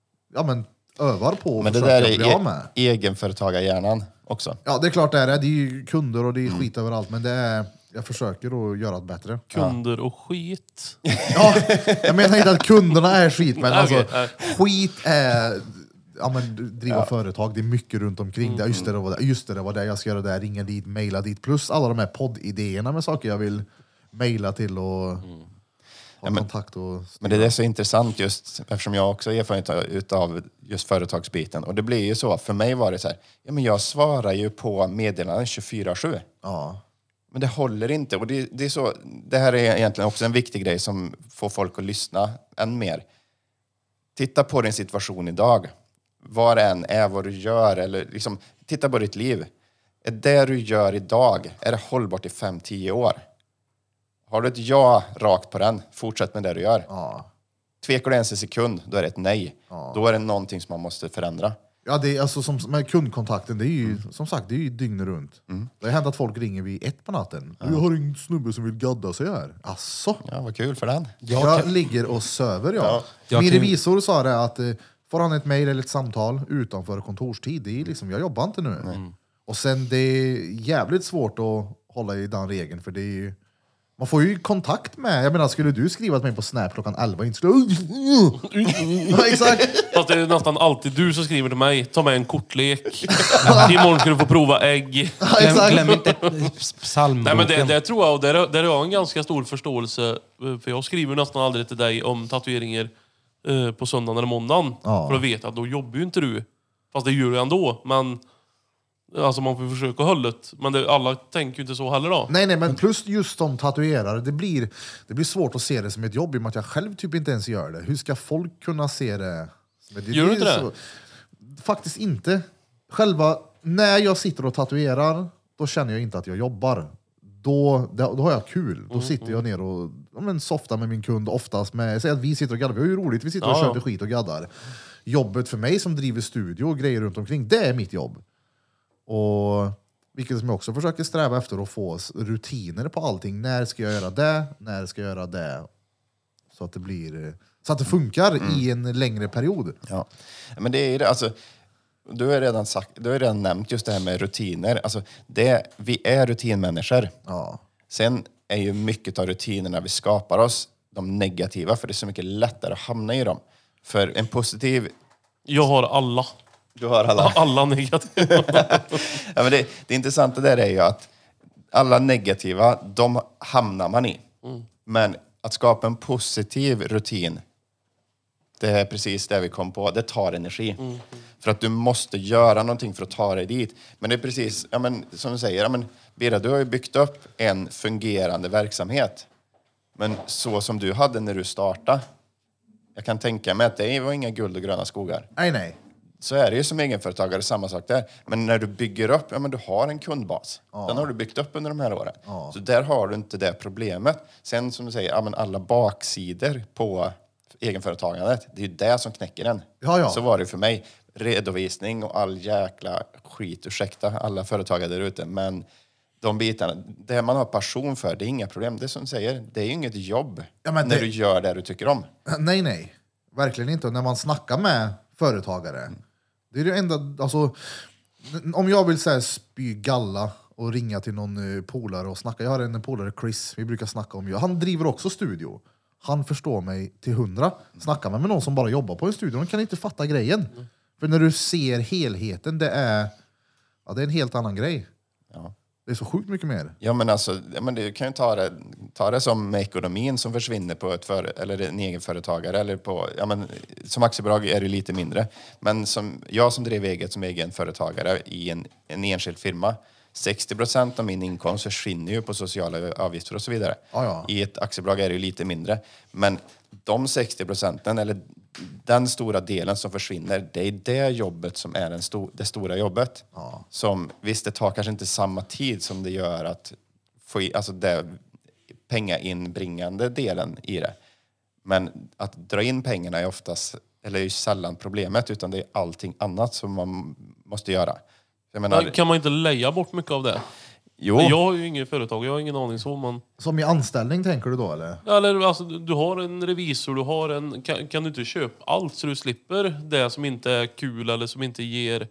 Speaker 1: övar på.
Speaker 4: Men det där är egenföretagarhjärnan också.
Speaker 1: Ja, det är klart det är. Det är ju kunder och det är skit överallt, men det är, jag försöker att göra det bättre.
Speaker 2: Kunder och skit.
Speaker 1: Ja, jag menar inte att kunderna är skit, men alltså,
Speaker 2: Okej.
Speaker 1: skit är... Ja, men driva företag, det är mycket runt omkring. Just det var det jag ska göra där, ringa dit, mejla dit. Plus alla de här poddidéerna med saker jag vill mejla till och ha kontakt.
Speaker 4: Men det är så intressant just eftersom jag också har erfarenhet av just företagsbiten. Och det blir ju så, för mig var det så här, men jag svarar ju på meddelanden 24/7.
Speaker 1: Ja.
Speaker 4: Men det håller inte. Och det är så, det här är egentligen också en viktig grej som får folk att lyssna än mer. Titta på din situation idag. Vad det än är, vad du gör, eller liksom, titta på ditt liv. Är det du gör idag, är det hållbart i 5-10 år? Har du ett ja rakt på den, fortsätt med det du gör.
Speaker 1: Ja.
Speaker 4: Tvekar du ens en sekund, då är det ett nej. Då är det någonting som man måste förändra.
Speaker 1: Ja, det är alltså som med kundkontakten, det är ju som sagt, det är ju dygnet runt. Det har hänt att folk ringer vid 1 på natten. Jag har en snubbe som vill gadda sig här. Asså?
Speaker 4: Ja, vad kul för den.
Speaker 1: Jag ligger och söver, Min revisor sa det att får han ett mejl eller ett samtal utanför kontorstid, det är liksom, jag jobbar inte nu. Och sen det är jävligt svårt att hålla i den regeln, för det är ju, man får ju kontakt med, jag menar, skulle du skriva till mig på Snap klockan 11 inte skulle... Ja, exakt.
Speaker 2: Fast det är nästan alltid du som skriver till mig. Ta med en kortlek. Imorgon ska du få prova ägg.
Speaker 1: Ja, exakt.
Speaker 3: Glöm inte psalmboken.
Speaker 2: Nej, men det tror jag, och där har jag en ganska stor förståelse. För jag skriver nästan aldrig till dig om tatueringar på söndagen eller måndagen.
Speaker 1: Ja.
Speaker 2: För att veta att då jobbar ju inte du. Fast det gör du ändå. Men alltså man får försöka hålla det. Men alla tänker ju inte så heller då.
Speaker 1: Nej, men plus just som tatuerare, det blir svårt att se det som ett jobb i och med att jag själv typ inte ens gör det. Hur ska folk kunna se det?
Speaker 2: Gör du inte det?
Speaker 1: Faktiskt inte. Själva, när jag sitter och tatuerar, då känner jag inte att jag jobbar. Då har jag kul. Då sitter jag ner och softar med min kund oftast. Säg att vi sitter och gaddar. Vi har ju roligt. Vi sitter och köper skit och gaddar. Jobbet för mig som driver studio och grejer runt omkring, det är mitt jobb. Och vilket som jag också försöker sträva efter, att få rutiner på allting. När ska jag göra det? När ska jag göra det? Så att det funkar i en längre period.
Speaker 4: Ja, men det är det. Alltså, Du har redan nämnt just det här med rutiner. Alltså, vi är rutinmänniskor.
Speaker 1: Ja.
Speaker 4: Sen är ju mycket av rutinerna vi skapar oss de negativa, för det är så mycket lättare att hamna i dem. För en positiv...
Speaker 2: Jag har alla.
Speaker 4: Du har alla?
Speaker 2: Alla negativa.
Speaker 4: Ja, men det intressanta där är ju att alla negativa, de hamnar man i. Men att skapa en positiv rutin, det är precis det vi kom på. Det tar energi. För att du måste göra någonting för att ta dig dit. Men det är precis, som du säger, Birra, du har ju byggt upp en fungerande verksamhet. Men så som du hade när du startade, jag kan tänka mig att det var inga guld och gröna skogar.
Speaker 1: Nej.
Speaker 4: Så är det ju som egenföretagare, samma sak där. Men när du bygger upp, du har en kundbas. Den har du byggt upp under de här åren. Så där har du inte det problemet. Sen som du säger, alla baksidor på egenföretagandet, det är ju det som knäcker den.
Speaker 1: Ja.
Speaker 4: Så var det för mig. Redovisning och all jäkla skit, ursäkta alla företagare där ute. Men de bitarna, det man har passion för, det är inga problem. Det är som du säger, det är ju inget jobb när du gör det du tycker om.
Speaker 1: Nej. Verkligen inte. Och när man snackar med företagare, det är det enda, alltså, om jag vill säga spy galla och ringa till någon polare och snacka. Jag har en polare, Chris, vi brukar snacka om. Han driver också studio. Han förstår mig till 100. Snackar man med någon som bara jobbar på en studio, de kan inte fatta grejen. För när du ser helheten, det är en helt annan grej.
Speaker 4: Ja.
Speaker 1: Det är så sjukt mycket mer.
Speaker 4: Ja, men du kan ju ta det som med ekonomin som försvinner på eller en egenföretagare eller på, som aktiebolag är det lite mindre. Men jag som drev eget som egenföretagare i en enskild firma, 60% av min inkomst försvinner ju på sociala avgifter och så vidare.
Speaker 1: Ja.
Speaker 4: I ett aktiebolag är det ju lite mindre. Men de 60% eller den stora delen som försvinner, det är det jobbet som är det stora jobbet.
Speaker 1: Ja.
Speaker 4: Som, visst, det tar kanske inte samma tid som det gör att få det pengainbringande delen i det. Men att dra in pengarna är oftast, eller är ju sällan problemet, utan det är allting annat som man måste göra. Jag menar,
Speaker 2: kan man inte leja bort mycket av det?
Speaker 4: Jo.
Speaker 2: Jag har ju inget företag, jag har ingen aning så, men...
Speaker 1: Som i anställning tänker du då, eller?
Speaker 2: Eller alltså, du har en revisor, du har kan du inte köpa allt så du slipper det som inte är kul eller som inte ger...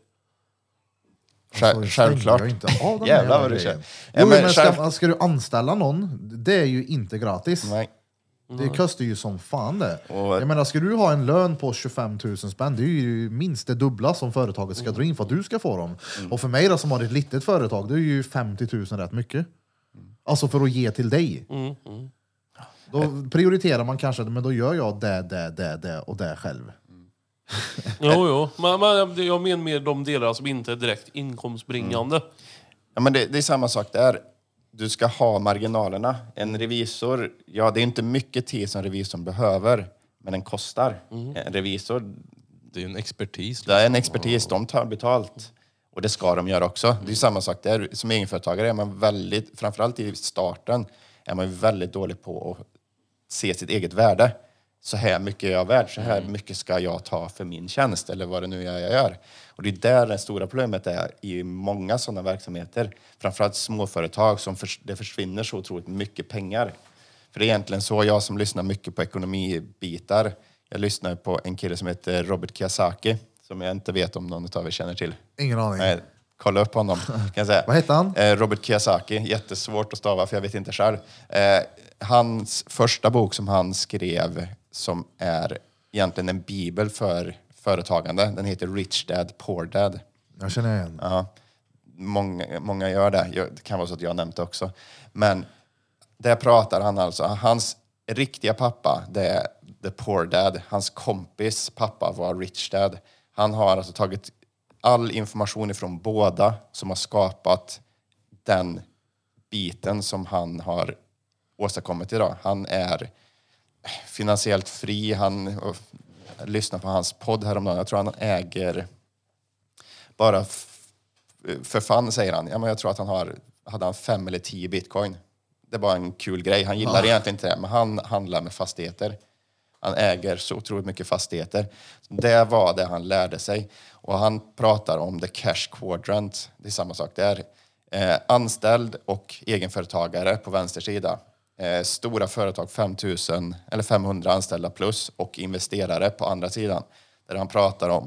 Speaker 4: Självklart.
Speaker 1: Jävlar vad du kör. Ska du anställa någon, det är ju inte gratis.
Speaker 4: Nej.
Speaker 1: Det kostar ju som fan det. Jag menar, ska du ha en lön på 25 000 spänn, det är ju minst det dubbla som företaget ska dra in för att du ska få dem. Och för mig då, som har ett litet företag, det är ju 50 000 rätt mycket. Alltså för att ge till dig. Då prioriterar man kanske, men då gör jag det och det själv.
Speaker 2: Jo. Men jag menar mer de delar som inte är direkt inkomstbringande.
Speaker 4: Ja, men det är samma sak där. Du ska ha marginalerna. En revisor, det är inte mycket tid som revisorn behöver, men den kostar. En revisor,
Speaker 3: det är ju en expertis.
Speaker 4: Det är en expertis, de tar betalt. Och det ska de göra också. Det är samma sak där. Som egenföretagare är man väldigt, framförallt i starten, är man väldigt dålig på att se sitt eget värde. Så här mycket är jag värd, så här mycket ska jag ta för min tjänst eller vad det nu är jag gör. Och det är där det stora problemet är i många sådana verksamheter. Framförallt småföretag som det försvinner så otroligt mycket pengar. För det är egentligen så, jag som lyssnar mycket på ekonomibitar. Jag lyssnar på en kille som heter Robert Kiyosaki, som jag inte vet om någon av er känner till.
Speaker 1: Ingen aning.
Speaker 4: Nej, kolla upp honom, kan jag säga.
Speaker 1: Vad heter han?
Speaker 4: Robert Kiyosaki, jättesvårt att stava för jag vet inte själv. Hans första bok som han skrev, som är egentligen en bibel för företagande, den heter Rich Dad, Poor Dad.
Speaker 1: Jag känner igen.
Speaker 4: Ja, många gör det. Det kan vara så att jag har nämnt det också. Men där pratar han alltså, hans riktiga pappa, det är the poor dad. Hans kompis pappa var rich dad. Han har alltså tagit all information ifrån båda som har skapat den biten som han har åstadkommit idag. Han är finansiellt fri. Han lyssnar på hans podd häromdagen. Jag tror han äger, bara för fan säger han, jag tror att hade han 5 eller 10 bitcoin. Det var en kul grej. Han gillar egentligen inte det, men han handlar med fastigheter. Han äger så otroligt mycket fastigheter. Det var det han lärde sig. Och han pratar om the cash quadrant. Det är samma sak där. Anställd och egenföretagare på vänster sida. Stora företag 500 anställda plus och investerare på andra sidan. Där han pratar om att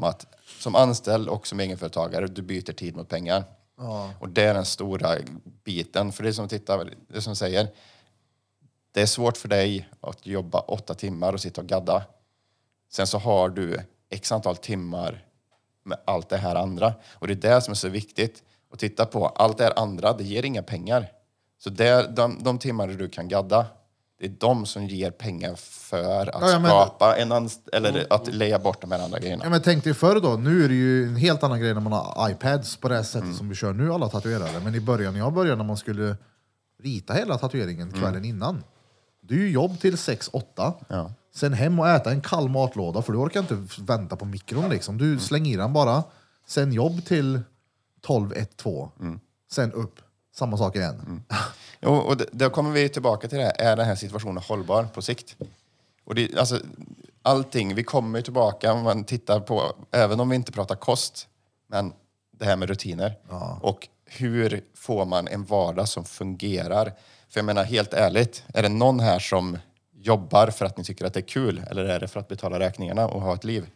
Speaker 4: som anställd och som egenföretagare, du byter tid mot pengar. Ja. Och det är den stora biten. För det som säger, det är svårt för dig att jobba 8 timmar och sitta och gadda. Sen så har du x antal timmar med allt det här andra. Och det är det som är så viktigt att titta på. Allt det här andra, det ger inga pengar. Så det är de timmar du kan gadda, det är de som ger pengar för att skapa eller att leja bort de här andra grejerna.
Speaker 1: Ja, men tänk dig förr då, nu är det ju en helt annan grej när man har iPads på det här sättet som vi kör nu, alla tatuerare. Men i början, när jag började, när man skulle rita hela tatueringen kvällen innan. Det är ju jobb till 6-8. Ja. Sen hem och äta en kall matlåda, för du orkar inte vänta på mikron liksom. Du slänger i den bara. Sen jobb till 12-1-2. Sen upp. Samma sak igen.
Speaker 4: Jo, och då kommer vi tillbaka till det. Är den här situationen hållbar på sikt? Och det, alltså, allting, vi kommer tillbaka om man tittar på, även om vi inte pratar kost, men det här med rutiner. Ja. Och hur får man en vardag som fungerar? För jag menar, helt ärligt, är det någon här som jobbar för att ni tycker att det är kul? Eller är det för att betala räkningarna och ha ett liv?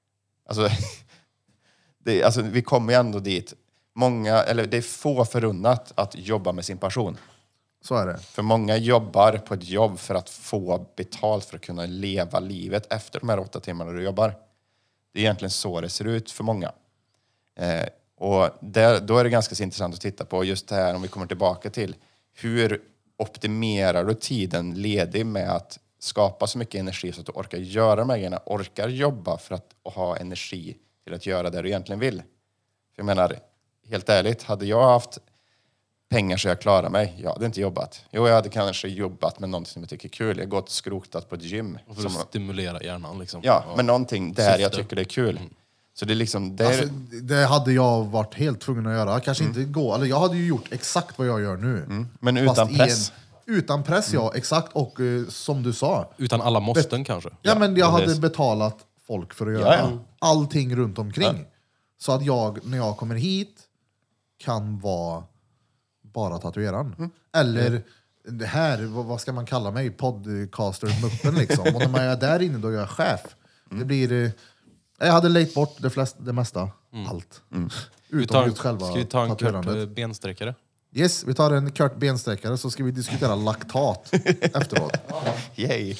Speaker 4: Alltså, vi kommer ju ändå dit. Det är få förunnat att jobba med sin passion.
Speaker 1: Så är det.
Speaker 4: För många jobbar på ett jobb för att få betalt för att kunna leva livet efter de här 8 timmarna du jobbar. Det är egentligen så det ser ut för många. Och då är det ganska intressant att titta på just det här, om vi kommer tillbaka till hur optimerar du tiden ledig med att skapa så mycket energi så att du orkar göra de här grejerna, orkar jobba för att ha energi till att göra det du egentligen vill. För jag menar, helt ärligt, hade jag haft pengar så jag klarar mig, jag hade inte jobbat. Jo, jag hade kanske jobbat med någonting som jag tycker är kul. Jag har gått skrotat på ett gym.
Speaker 3: För att stimulera hjärnan liksom.
Speaker 4: Ja, men någonting där jag tycker det är kul. Så det är liksom...
Speaker 1: det hade jag varit helt tvungen att göra. Kanske inte gå, eller jag hade ju gjort exakt vad jag gör nu.
Speaker 4: Men utan press.
Speaker 1: Utan press, ja, exakt. Och som du sa.
Speaker 3: Utan alla måsten kanske.
Speaker 1: Ja, men jag hade betalat folk för att göra allting runt omkring. Ja. Så att jag, när jag kommer hit, kan vara bara tatueraren. Eller det här, vad ska man kalla mig? Podcaster-muppen liksom. Och när man är där inne, då är jag chef. Det blir... Jag hade lejt bort det mesta. Allt. Utom just själva.
Speaker 3: Ska vi ta en kort bensträckare?
Speaker 1: Yes, vi tar en kort bensträckare, så ska vi diskutera laktat efteråt.
Speaker 4: Yay!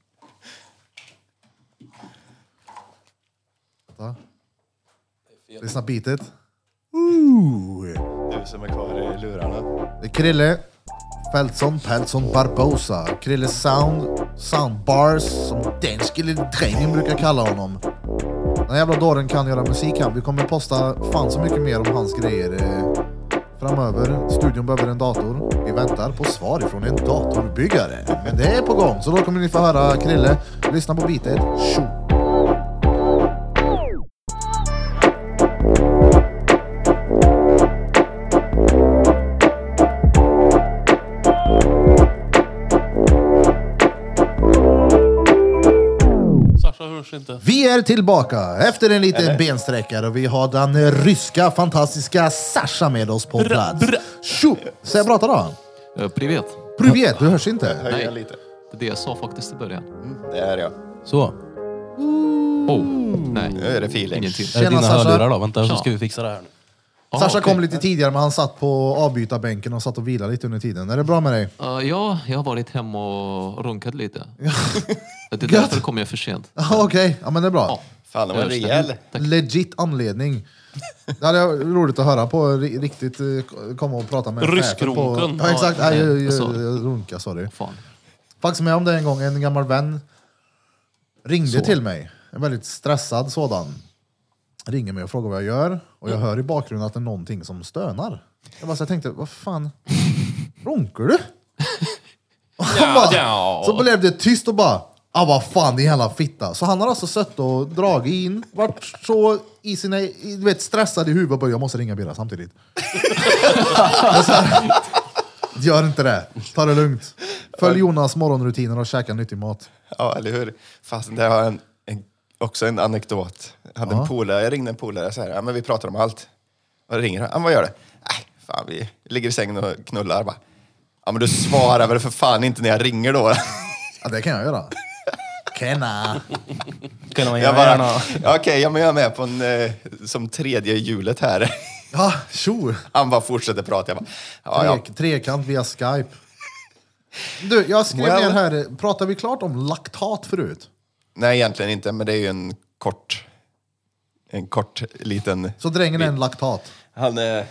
Speaker 1: Lyssna bitet.
Speaker 4: Du som är kvar i lurarna.
Speaker 1: Det är Krille Peltson Barbosa. Krille Soundbars, som dansk lille drängen brukar kalla honom. Den jävla dåren kan göra musik här. Vi kommer posta fan så mycket mer om hans grejer framöver. Studion behöver en dator. Vi väntar på svar ifrån en datorbyggare. Men det är på gång, så då kommer ni få höra Krille. Lyssna på bitet. Tjo!
Speaker 2: Inte.
Speaker 1: Vi är tillbaka efter en liten bensträckare och vi har den ryska fantastiska Sasha med oss på plats. Tjo! Säg bra då.
Speaker 5: Privet.
Speaker 1: Privet, du hörs inte.
Speaker 5: Nej, lite. Det är det jag sa faktiskt i början.
Speaker 4: Det är jag.
Speaker 3: Så.
Speaker 5: Nej.
Speaker 4: Nu är det feeling.
Speaker 5: Ingenting.
Speaker 3: Är det dina hörlurar då? Vänta, så ska vi fixa det här nu.
Speaker 1: Sasha kom lite tidigare, men han satt på avbytarbänken och satt och vilade lite under tiden. Är det bra med dig?
Speaker 5: Ja, jag har varit hem och runkat lite. Det är därför kom jag för sent.
Speaker 1: Okej, ja men det är bra.
Speaker 4: Fan, det var rejäl.
Speaker 1: Legit anledning. Det hade jag roligt att höra på, riktigt komma och prata med
Speaker 2: Ryskrunken.
Speaker 1: Ja, exakt. Runka, sorry.
Speaker 5: Fan.
Speaker 1: Faktiskt med om det en gång, en gammal vän ringde till mig. En väldigt stressad sådan. Ringer mig och frågar vad jag gör. Och jag hör i bakgrunden att det är någonting som stönar. Jag tänkte, vad fan? Runkar du? Och han bara, så blev det tyst och bara, vad fan, din jävla fitta. Så han har alltså sött och dragit in, vart så i sina, du vet, stressad i huvudet, bara, jag måste ringa Birra samtidigt. Gör inte det. Ta det lugnt. Följ Jonas morgonrutiner och käka nyttig mat.
Speaker 4: Ja, eller hur? Fast det har också en anekdot. Jag ringde en polare och sa, men vi pratar om allt. Och ringer han, vad gör du? Nej, fan, vi ligger i sängen och knullar bara. Ja, men du svarar väl för fan inte när jag ringer då?
Speaker 1: Ja, det kan jag göra. Tjena.
Speaker 4: Jag bara, okej, jag är med på en, som tredje hjulet här.
Speaker 1: Ja, tjo.
Speaker 4: Han bara fortsätter prata. Jag bara,
Speaker 1: Trekant via Skype. Du, jag skrev ner här, pratade vi klart om laktat förut?
Speaker 4: Nej, egentligen inte, men det är ju en kort liten...
Speaker 1: Så drängen är en laktat.
Speaker 4: Han är...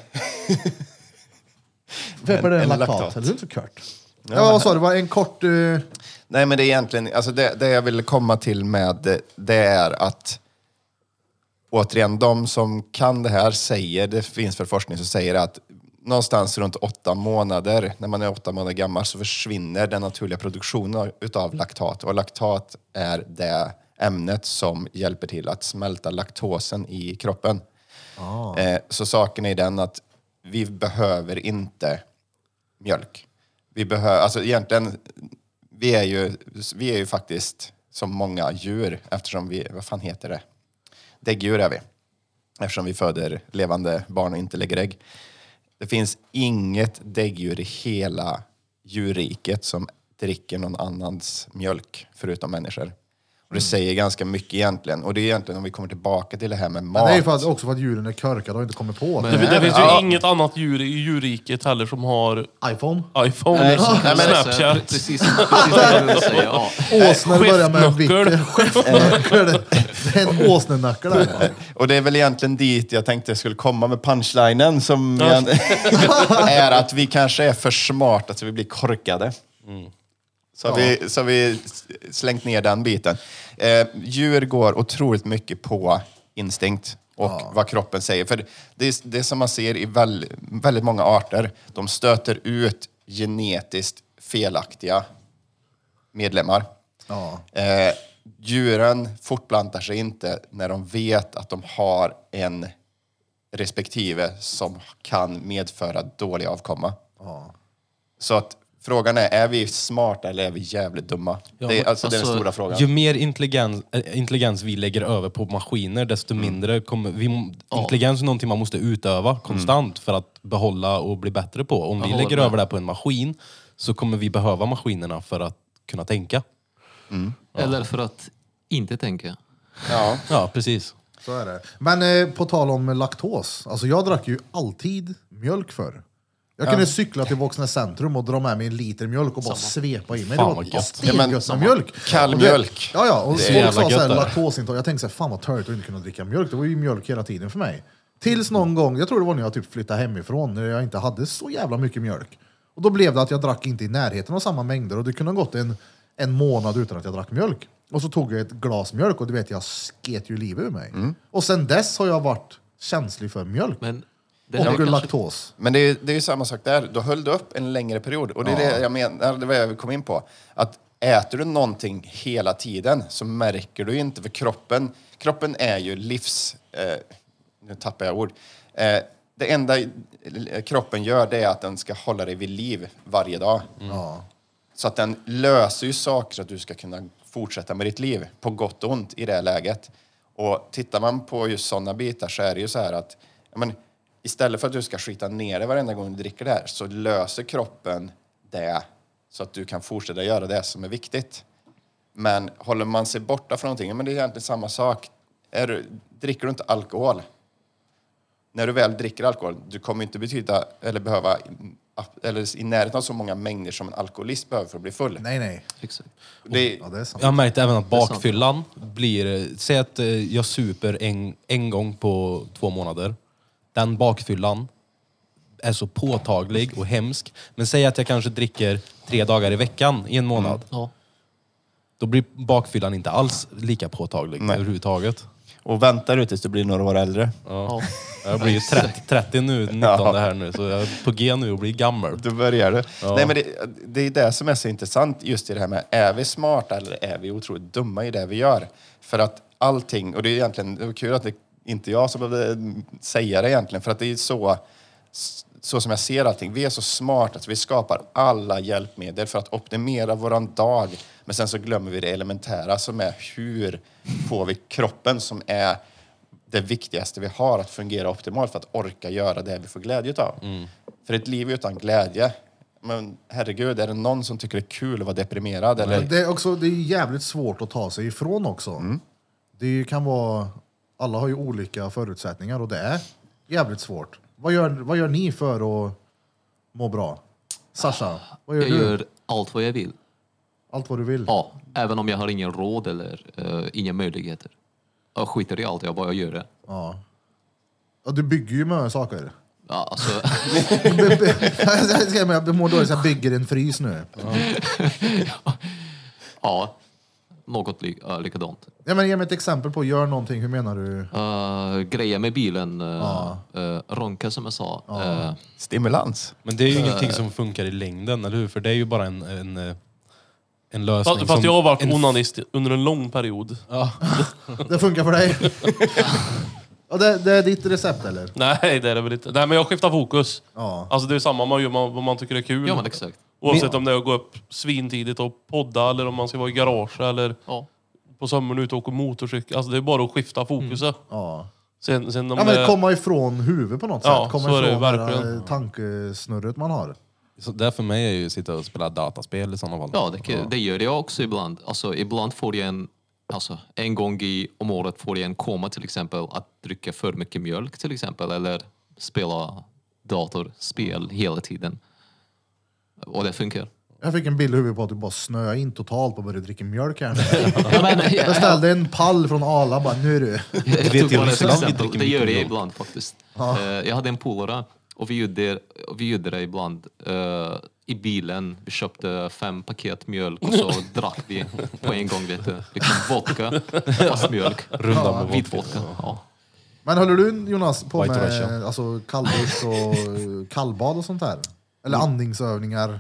Speaker 1: Vem är det en laktat? Eller hur så kort? Ja, vad sa du? Det var en kort...
Speaker 4: Nej, men det är egentligen... Alltså det jag vill komma till med det är att återigen, de som kan det här säger, det finns för forskning som säger att någonstans runt 8 månader, när man är 8 månader gammal, så försvinner den naturliga produktionen utav laktat. Och laktat är det ämnet som hjälper till att smälta laktosen i kroppen. Så saken är den att vi behöver inte mjölk. Vi behöver, alltså egentligen, vi är ju faktiskt som många djur, eftersom vi, vad fan heter det? Däggdjur är vi. Eftersom vi föder levande barn och inte lägger ägg. Det finns inget däggdjur i hela djurriket som dricker någon annans mjölk förutom människor. Och det säger ganska mycket egentligen. Och det är egentligen om vi kommer tillbaka till det här med mat.
Speaker 1: Men det är ju också för att djuren är körkade och inte kommer på
Speaker 2: det. Det finns ju inget annat djur i djurriket heller som har
Speaker 1: iPhone.
Speaker 2: Nej, Snapchat.
Speaker 5: Precis det jag vill säga. Ja.
Speaker 1: Åsnor börjar med en det är en åsnenöckel där.
Speaker 4: Och det är väl egentligen dit jag tänkte jag skulle komma med punchlinen som är att vi kanske är för smarta så vi blir korkade. Så har vi slängt ner den biten. Djur går otroligt mycket på instinkt och vad kroppen säger. För det som man ser i väldigt många arter, de stöter ut genetiskt felaktiga medlemmar. Djuren fortplantar sig inte när de vet att de har en respektive som kan medföra dålig avkomma. Så att frågan är vi smarta eller är vi jävligt dumma?
Speaker 3: Ja,
Speaker 4: det är den stora frågan.
Speaker 3: Ju mer intelligens vi lägger över på maskiner, desto mindre kommer intelligens är någonting man måste utöva konstant för att behålla och bli bättre på. Om vi lägger över det på en maskin så kommer vi behöva maskinerna för att kunna tänka.
Speaker 5: Eller för att inte tänka.
Speaker 3: Ja, precis.
Speaker 1: Så är det. Men på tal om laktos. Alltså jag drack ju alltid mjölk förr. Jag kunde cykla till Våxnäs centrum och dra med mig en liter mjölk och bara svepa i mig.
Speaker 3: Fan,
Speaker 1: det var
Speaker 3: gött.
Speaker 1: stengött med mjölk.
Speaker 4: Kall mjölk.
Speaker 1: Och folk sa såhär, laktosintag. Jag tänkte såhär, fan vad törligt att inte kunna dricka mjölk. Det var ju mjölk hela tiden för mig. Tills någon gång, jag tror det var när jag typ flyttade hemifrån, när jag inte hade så jävla mycket mjölk. Och då blev det att jag drack inte i närheten av samma mängder. Och det kunde ha gått en månad utan att jag drack mjölk. Och så tog jag ett glas mjölk och du vet, jag sket ju livet ur mig. Och sen dess har jag varit känslig för mjölk.
Speaker 5: Men
Speaker 1: och laktos.
Speaker 4: Men det är ju samma sak där. Då höll du upp en längre period. Och det är det jag menar, det var jag kom in på. Att äter du någonting hela tiden så märker du inte, för kroppen är ju nu tappar jag ord. Det enda kroppen gör, det är att den ska hålla dig vid liv varje dag. Så att den löser ju saker så att du ska kunna fortsätta med ditt liv på gott och ont i det läget. Och tittar man på just sådana bitar så är det ju så här att istället för att du ska skita ner det varenda gång du dricker det här, så löser kroppen det så att du kan fortsätta göra det som är viktigt. Men håller man sig borta från någonting, men det är egentligen samma sak. Dricker du inte alkohol, när du väl dricker alkohol, du kommer inte behöva eller i närheten av så många mängder som en alkoholist behöver för att bli full.
Speaker 1: Nej.
Speaker 5: Exakt.
Speaker 1: Det är sant.
Speaker 3: Jag har märkt även att bakfyllan blir... Säg att jag super en gång på 2 månader. Den bakfyllan är så påtaglig och hemsk. Men säg att jag kanske dricker 3 dagar i veckan i en månad. Då blir bakfyllan inte alls lika påtaglig överhuvudtaget.
Speaker 4: Och väntar du tills du blir några år äldre.
Speaker 3: Jag blir ju 30 nu, 19 här nu. Så jag är på G nu och blir gammal.
Speaker 4: Du börjar du. Nej, men det är det som är så intressant just i det här med, är vi smarta eller är vi otroligt dumma i det vi gör? För att allting, och det är egentligen det är kul att det inte jag som behöver säga det egentligen, för att det är så som jag ser allting. Vi är så smarta att vi skapar alla hjälpmedel för att optimera våran dag. Men sen så glömmer vi det elementära som är hur får vi kroppen som är det viktigaste vi har att fungera optimalt för att orka göra det vi får glädje av. För ett liv utan glädje, Men herregud, är det någon som tycker det är kul att vara deprimerad? Eller?
Speaker 1: Det är jävligt svårt att ta sig ifrån också. Det kan vara... Alla har ju olika förutsättningar och det är jävligt svårt. Vad gör ni för att må bra? Sasha, vad gör
Speaker 5: Jag
Speaker 1: du?
Speaker 5: gör allt vad jag vill.
Speaker 1: Allt vad du vill?
Speaker 5: Ja, även om jag har ingen råd eller inga möjligheter. Jag skiter i allt, jag bara gör det.
Speaker 1: Ja. Och du bygger ju med saker.
Speaker 5: Ja, alltså,
Speaker 1: Jag mår dåligt så jag bygger en frys nu.
Speaker 5: ja, något likadant.
Speaker 1: Ja, men ge mig ett exempel på, gör någonting, hur menar du?
Speaker 5: Grejer med bilen, ronka som jag sa.
Speaker 4: Stimulans.
Speaker 3: Men det är ju ingenting som funkar i längden, eller hur? För det är ju bara en lösning.
Speaker 2: Fast jag har varit onanist under en lång period.
Speaker 3: Ja.
Speaker 1: Det funkar för dig? Och det är ditt recept eller?
Speaker 2: Nej, det är det väl inte. Nej, men jag skiftar fokus.
Speaker 1: Ja.
Speaker 2: Alltså det är samma, man gör vad man tycker är kul.
Speaker 5: Ja, men exakt.
Speaker 2: Oavsett om det är att gå upp svintidigt och podda eller om man ska vara i garage eller
Speaker 5: Ja.
Speaker 2: på sommaren ute och åka motorcykel. Alltså det är bara att skifta fokuset.
Speaker 1: Ja.
Speaker 2: Sen om
Speaker 1: Ja,
Speaker 2: det...
Speaker 1: men komma ifrån huvudet på något
Speaker 2: Ja,
Speaker 1: sätt. Komma
Speaker 2: så är det
Speaker 1: ifrån
Speaker 2: verkligen.
Speaker 1: tankesnurret man har.
Speaker 3: Så där för mig är ju att sitta och spela dataspel i sådana fall.
Speaker 5: Ja, det gör jag också ibland. Alltså, ibland får jag en gång om året får jag en koma till exempel att dricka för mycket mjölk till exempel eller spela datorspel hela tiden. Och det funkar.
Speaker 1: Jag fick en bild i huvudet på att du bara snöade in totalt och började dricka mjölk här.
Speaker 5: Ja, men,
Speaker 1: Jag ställde en pall från Arla bara, nu är du.
Speaker 5: jag
Speaker 3: vet
Speaker 5: tog
Speaker 3: i
Speaker 5: bara ett
Speaker 3: Ryssland vi
Speaker 5: exempel.
Speaker 3: dricker
Speaker 5: Det gör
Speaker 3: mycket
Speaker 5: jag
Speaker 3: mjölk.
Speaker 5: ibland faktiskt. Jag hade en polare och vi gjorde det ibland i bilen. Vi köpte 5 paket mjölk och så drack vi på en gång, vet du. Liksom vodka, fast mjölk.
Speaker 3: Runda med
Speaker 5: Vit vodka. Ja.
Speaker 1: Men håller du, Jonas, på
Speaker 3: White
Speaker 1: med
Speaker 3: Russian.
Speaker 1: alltså, kalldusch och kallbad och sånt här? Eller andningsövningar?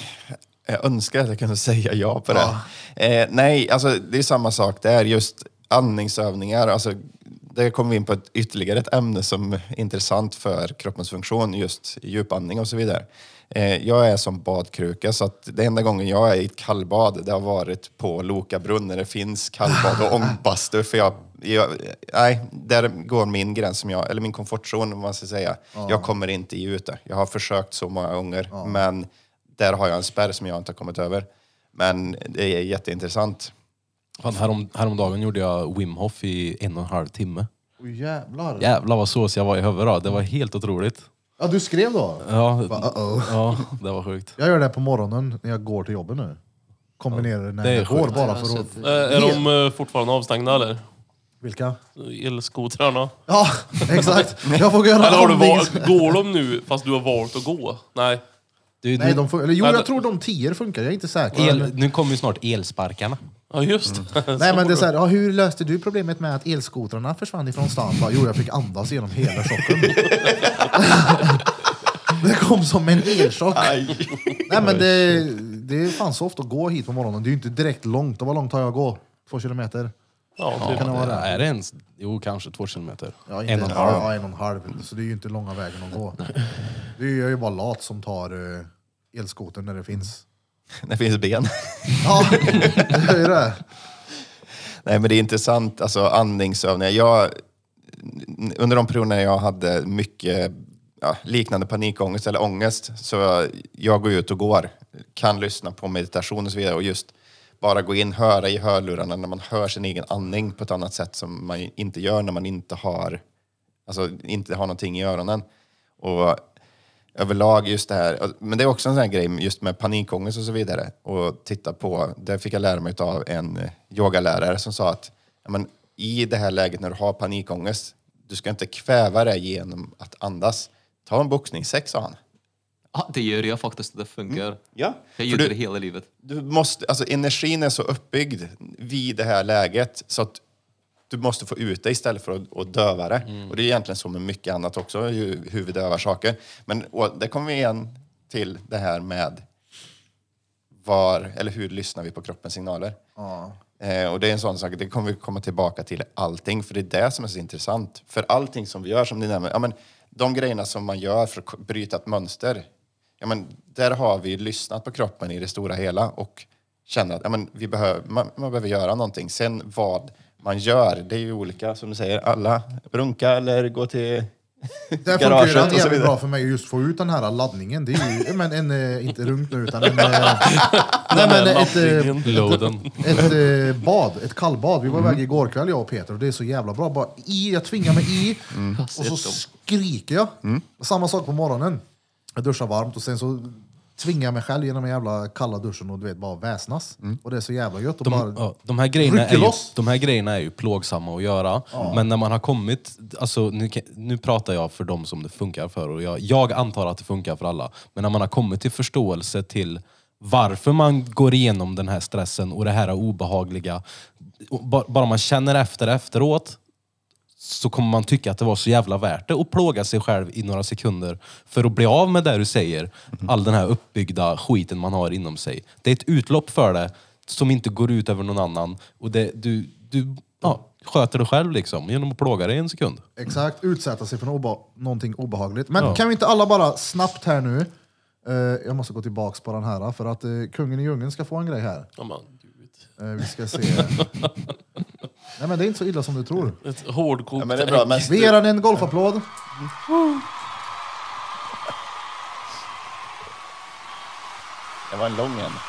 Speaker 4: Jag önskar att jag kunde säga ja på det. Nej, alltså det är samma sak. Det är just andningsövningar. Alltså, det kommer vi in på ytterligare ett ämne som är intressant för kroppens funktion. Just djupandning och så vidare. Jag är som badkruka så att det enda gången jag är i ett kallbad det har varit på Loka brunn när det finns kallbad och ångbastu. För nej, där går min gräns eller min komfortzon om man ska säga. Jag kommer inte i ute. Jag har försökt så många gånger men där har jag en spärr som jag inte har kommit över. Men det är jätteintressant.
Speaker 3: Fan, häromdagen gjorde jag Wim Hof i 1,5 timme.
Speaker 1: Jävlar.
Speaker 3: Jävlar vad sås jag var i huvudet då. Det var helt otroligt.
Speaker 1: Ja, du skrev då?
Speaker 3: Ja,
Speaker 1: Uh-oh.
Speaker 3: ja, det var sjukt.
Speaker 1: Jag gör det på morgonen när jag går till jobbet nu. Kombinerar det när
Speaker 3: det är
Speaker 1: jag går
Speaker 3: sjukt.
Speaker 1: bara för att...
Speaker 2: Är de fortfarande avstängda eller?
Speaker 1: Vilka?
Speaker 2: Elskotrarna?
Speaker 1: Ja, exakt. Jag får göra
Speaker 2: Eller har du
Speaker 1: andnings...
Speaker 2: går de nu fast du har valt att gå? Nej.
Speaker 1: Nej, jag tror de 10 funkar, jag är inte säker.
Speaker 3: Nu kommer ju snart elsparkarna.
Speaker 2: Ja, just det.
Speaker 1: Nej, men det är så här, hur löste du problemet med att elskotrarna försvann ifrån stan? Jo, jag fick andas genom hela chocken. Det kom som en elchock. Nej, men det fanns så ofta att gå hit på morgonen. Det är ju inte direkt långt. Vad långt har jag att gå? 2 kilometer?
Speaker 2: Ja, typ.
Speaker 1: Kan det vara det?
Speaker 3: Är det ens? Jo, kanske 2 kilometer.
Speaker 1: Ja, inte
Speaker 3: 1,5.
Speaker 1: Ja, 1,5. Så det är ju inte långa vägen att gå. Det är ju bara lat som tar elskotern när det finns.
Speaker 4: Det finns ben.
Speaker 1: Ja, det är det.
Speaker 4: Nej, men det är intressant. Alltså andningsövningar. Under de perioderna jag hade mycket liknande panikångest eller ångest så jag går ut och går. Kan lyssna på meditation och så vidare och just bara gå in, höra i hörlurarna när man hör sin egen andning på ett annat sätt som man inte gör när man inte har någonting i öronen. Och överlag just det här, men det är också en sån här grej just med panikångest och så vidare. Och titta på, det fick jag lära mig av en yogalärare som sa att i det här läget när du har panikångest, du ska inte kväva det genom att andas. Ta en boxningssex, sa han.
Speaker 5: Ja, det gör jag faktiskt, det funkar.
Speaker 4: Ja.
Speaker 5: Jag gjorde det hela livet.
Speaker 4: Du måste, alltså energin är så uppbyggd vid det här läget så att du måste få ut det istället för att döva det. Och det är egentligen så med mycket annat också, hur vi dövar saker. Men det kommer vi igen till det här med hur lyssnar vi på kroppens signaler. Och det är en sån sak, det kommer vi komma tillbaka till allting, för det är det som är så intressant. För allting som vi gör, som ni nämner, de grejerna som man gör för att bryta ett mönster, där har vi lyssnat på kroppen i det stora hela och känner att man behöver göra någonting. Sen vad man gör, det är ju olika, som du säger, alla runka eller gå till
Speaker 1: Det funkar ju
Speaker 4: garaget och så
Speaker 1: jävligt
Speaker 4: vidare.
Speaker 1: bra för mig just få ut den här laddningen. Det är ju men inte runk nu utan
Speaker 3: Loaden.
Speaker 1: ett bad, ett kallbad. Vi var iväg igår kväll jag och Peter och det är så jävla bra. Bara jag tvingar mig i och så skriker jag. Samma sak på morgonen. Jag duschar varmt och sen så tvingar jag mig själv genom en jävla kalla duschen och du vet bara väsnas. Och det är så jävla gött. Och
Speaker 3: De här grejerna är ju plågsamma att göra. Men när man har kommit, alltså nu pratar jag för dem som det funkar för och jag antar att det funkar för alla. Men när man har kommit till förståelse till varför man går igenom den här stressen och det här obehagliga. Bara man känner efteråt så kommer man tycka att det var så jävla värt det och plåga sig själv i några sekunder för att bli av med det du säger. All den här uppbyggda skiten man har inom sig. Det är ett utlopp för det som inte går ut över någon annan. Och du sköter det själv liksom genom att plåga dig en sekund.
Speaker 1: Exakt, utsätta sig för någonting obehagligt. Men kan vi inte alla bara snabbt här nu, jag måste gå tillbaks på den här för att kungen i djungeln ska få en grej här.
Speaker 2: Ja, man,
Speaker 1: Vi ska se. Nej men det är inte så illa som du tror.
Speaker 2: ett hårdkokt
Speaker 4: Men det är bra. Men
Speaker 1: Vi ger han en golfapplåd.
Speaker 4: det var en lång en.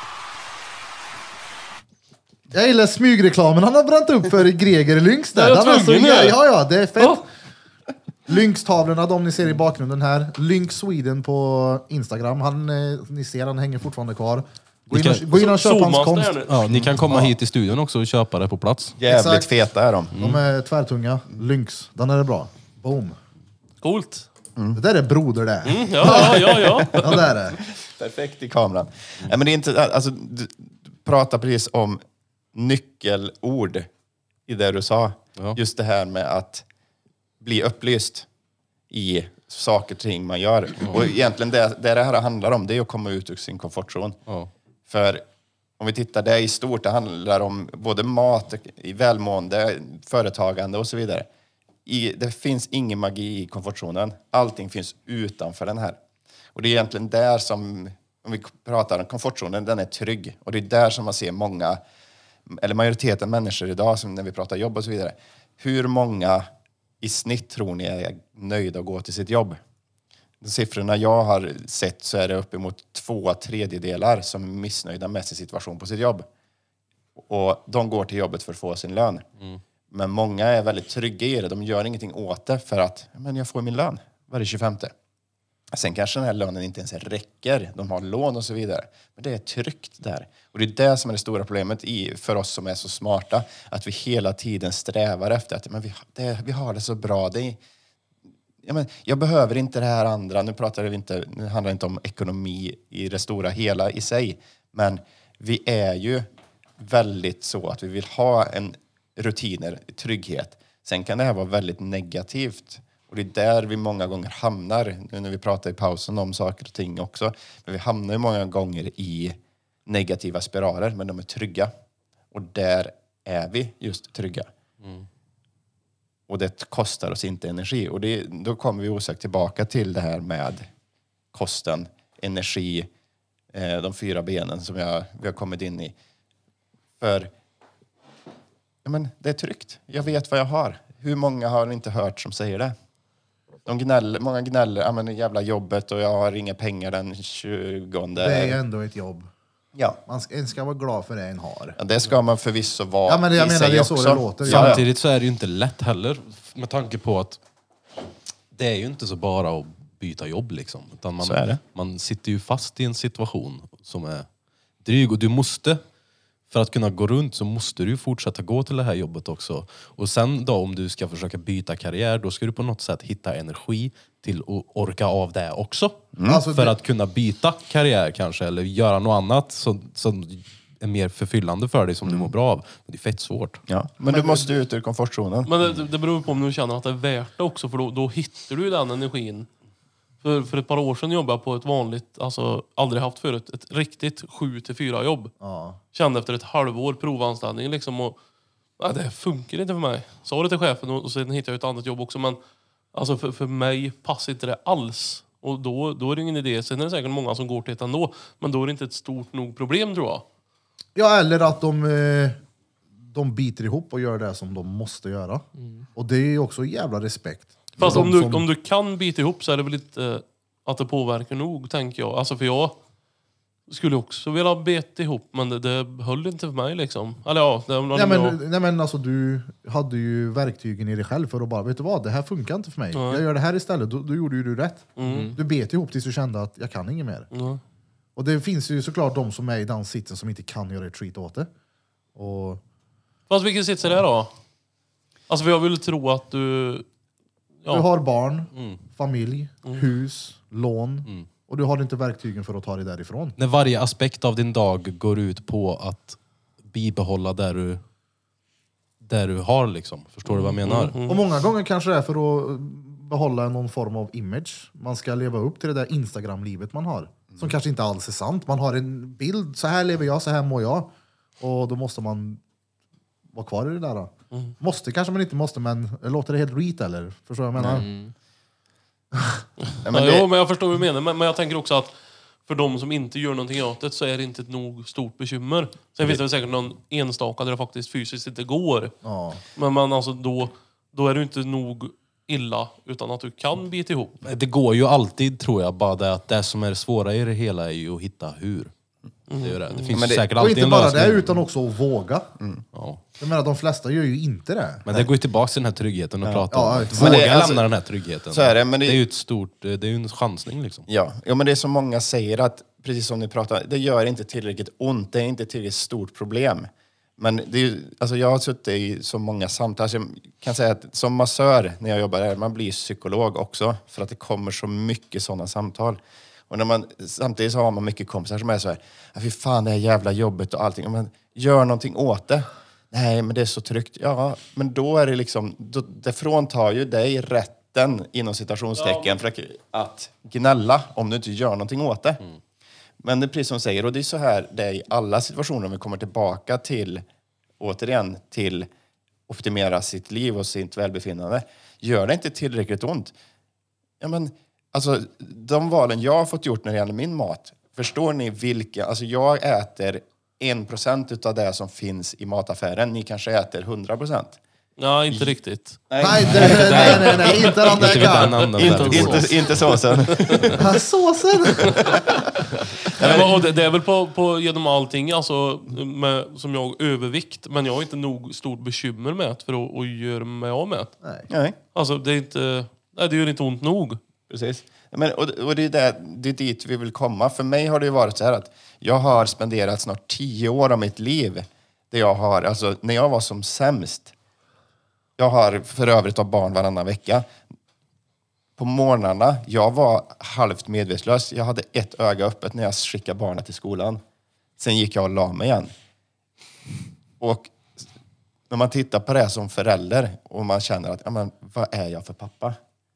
Speaker 1: Jag gillar smygreklamen han har bränt upp för Greger Lynx där.
Speaker 2: Jag är
Speaker 1: Den är så
Speaker 2: tvungen,
Speaker 1: jävla-
Speaker 2: ja.
Speaker 1: ja, det är fett.
Speaker 2: Ja.
Speaker 1: Lynx-tavlorna, de ni ser i bakgrunden här. Lynx Sweden på Instagram. Ni ser, han hänger fortfarande kvar. Gå in och köp hans konst.
Speaker 3: Ja, ni kan komma hit till studion också och köpa det på plats.
Speaker 4: Jävligt
Speaker 1: Exakt.
Speaker 4: feta är de.
Speaker 1: De är tvärtunga. Lynx, den är det bra. Boom.
Speaker 2: Coolt.
Speaker 1: Det där är broder det.
Speaker 2: Ja.
Speaker 1: Ja, det är det.
Speaker 4: Perfekt i kameran. Nej, men det är inte, alltså, du pratar precis om nyckelord i det du sa.
Speaker 3: Ja.
Speaker 4: Just det här med att bli upplyst i saker och ting man gör. Och egentligen det här handlar om, det är att komma ut ur sin komfortzon.
Speaker 3: Ja.
Speaker 4: För om vi tittar det i stort, det handlar om både mat, välmående, företagande och så vidare. Det finns ingen magi i komfortzonen. Allting finns utanför den här. Och det är egentligen där som, om vi pratar om komfortzonen, den är trygg. Och det är där som man ser många, eller majoriteten människor idag, som när vi pratar jobb och så vidare. Hur många i snitt tror ni är nöjda att gå till sitt jobb? De siffrorna jag har sett så är det uppemot 2/3 som är missnöjda med sin situation på sitt jobb. Och de går till jobbet för att få sin lön. Men många är väldigt trygga i det. De gör ingenting åt det för att men jag får min lön varje 25:e. Sen kanske den här lönen inte ens räcker. De har lån och så vidare. Men det är tryggt där. Och det är det som är det stora problemet för oss som är så smarta. Att vi hela tiden strävar efter att men vi har det så bra. Jag behöver inte det här andra. Nu handlar det inte om ekonomi i det stora hela i sig. Men vi är ju väldigt så att vi vill ha en rutiner, trygghet. Sen kan det här vara väldigt negativt. Och det är där vi många gånger hamnar. Nu när vi pratar i pausen om saker och ting också. Men vi hamnar ju många gånger i negativa spiraler. Men de är trygga. Och där är vi just trygga. Och det kostar oss inte energi. Och då kommer vi osökt tillbaka till det här med kosten, energi, de 4 benen som vi har kommit in i. För men det är tryggt. Jag vet vad jag har. Hur många har inte hört som säger det? Många gnäller, men jävla jobbet och jag har inga pengar den 20.
Speaker 1: Det är ändå ett jobb.
Speaker 4: Ja.
Speaker 1: En ska vara glad för det en har.
Speaker 4: Ja, det ska man förvisso vara.
Speaker 1: Ja, men jag menar, det är så det låter.
Speaker 3: Samtidigt så är det ju inte lätt heller. Med tanke på att det är ju inte så bara att byta jobb liksom. Utan
Speaker 4: Så är det.
Speaker 3: man sitter ju fast i en situation som är dryg. Och du måste, för att kunna gå runt så måste du fortsätta gå till det här jobbet också. Och sen då om du ska försöka byta karriär, då ska du på något sätt hitta energi till att orka av det också.
Speaker 1: Alltså
Speaker 3: för att kunna byta karriär kanske, eller göra något annat som är mer förfyllande för dig som du mår bra av. Men det är fett svårt.
Speaker 4: Ja. Men du måste ut ur komfortzonen.
Speaker 2: Men det beror på om du känner att det är värt det också. För då hittar du den energin. För ett par år sedan jobbade jag på ett vanligt, alltså aldrig haft förut, ett riktigt 7-4 jobb.
Speaker 1: Ja.
Speaker 2: Kände efter ett halvår provanställning liksom och nej, det funkar inte för mig. Sa det till chefen och sen hittade jag ett annat jobb också, men alltså för mig passar inte det alls. Och då är det ingen idé. Sen är det säkert många som går till det ändå, men då är det inte ett stort nog problem tror jag.
Speaker 1: Ja, eller att de biter ihop och gör det som de måste göra. Och det är ju också jävla respekt.
Speaker 2: Fast om du kan bita ihop så är det väl inte att det påverkar nog, tänker jag. Alltså för jag skulle också vilja beta ihop, men det höll inte för mig liksom. Eller ja,
Speaker 1: nej men alltså du hade ju verktygen i dig själv för att bara, vet du vad, det här funkar inte för mig. Jag gör det här istället. Då gjorde ju du rätt. Du bet ihop tills du kände att jag kan inget mer. Och det finns ju såklart de som är i den sitsen som inte kan göra ett treat åt det.
Speaker 2: Fast vilken sits är det då? Alltså för jag vill tro att du...
Speaker 1: Ja. Du har barn, familj, hus, lån. Och du har inte verktygen för att ta dig därifrån.
Speaker 3: När varje aspekt av din dag går ut på att bibehålla där du har liksom. Förstår du vad jag menar?
Speaker 1: Och många gånger kanske det är för att behålla någon form av image. Man ska leva upp till det där Instagram-livet man har. Som kanske inte alls är sant. Man har en bild, så här lever jag, så här mår jag. Och då måste man vara kvar i det där. Måste kanske man inte måste, men låter det helt reet eller? Förstår jag vad jag menar?
Speaker 2: Men jag förstår vad du menar. Men jag tänker också att för de som inte gör någonting åt det så är det inte ett nog stort bekymmer. Sen finns det väl säkert någon enstaka där det faktiskt fysiskt inte går.
Speaker 1: Ja.
Speaker 2: Men alltså då är du inte nog illa utan att du kan bita ihop.
Speaker 3: Det går ju alltid, tror jag, bara det att det som är svåra i det hela är ju att hitta hur. Det finns säkert alltid
Speaker 1: och inte bara det, utan också att våga.
Speaker 3: Ja.
Speaker 1: Jag menar, de flesta gör ju inte det.
Speaker 3: Men det går ju tillbaka till den här tryggheten och prata om.
Speaker 4: Men
Speaker 3: Våga lämna den här tryggheten.
Speaker 4: Så är det, men
Speaker 3: det är ju ett stort, det är ju en chansning liksom.
Speaker 4: Ja, men det är som många säger att, precis som ni pratar, det gör inte tillräckligt ont, det är inte tillräckligt stort problem. Men det är ju, alltså jag har suttit i så många samtal, så jag kan säga att som massör när jag jobbar där, man blir psykolog också, för att det kommer så mycket sådana samtal. Och samtidigt så har man mycket kompisar som är så här, fy fan det här jävla jobbet och allting, men gör någonting åt det. Nej, men det är så tryggt. Ja, men då är det liksom, det fråntar ju dig rätten inom citationstecken för att gnälla om du inte gör någonting åt det. Men det är precis som du säger, och det är så här det är i alla situationer om vi kommer tillbaka till, återigen, till optimera sitt liv och sitt välbefinnande. Gör det inte tillräckligt ont? Ja, men alltså, de valen jag har fått gjort när det gäller min mat, förstår ni vilka? Alltså jag äter 1% utav det som finns i mataffären. Ni kanske äter 100%.
Speaker 2: Ja, inte riktigt.
Speaker 1: Nej, inte den där
Speaker 4: Inte såsen.
Speaker 1: Såsen!
Speaker 2: Det är väl på genom allting, alltså, som jag övervikt. Men jag har inte nog stort bekymmer med för att göra mig av med.
Speaker 4: Nej.
Speaker 2: Alltså, det gör inte ont nog.
Speaker 4: Precis. Men, och det är dit vi vill komma. För mig har det ju varit så här att jag har spenderat snart 10 år av mitt liv där jag har, alltså när jag var som sämst, jag har för övrigt av barn varannan vecka. På morgnarna, jag var halvt medvetslös. Jag hade ett öga öppet när jag skickade barnen till skolan. Sen gick jag och la mig igen. Och när man tittar på det som förälder och man känner att, ja, men, vad är jag för pappa?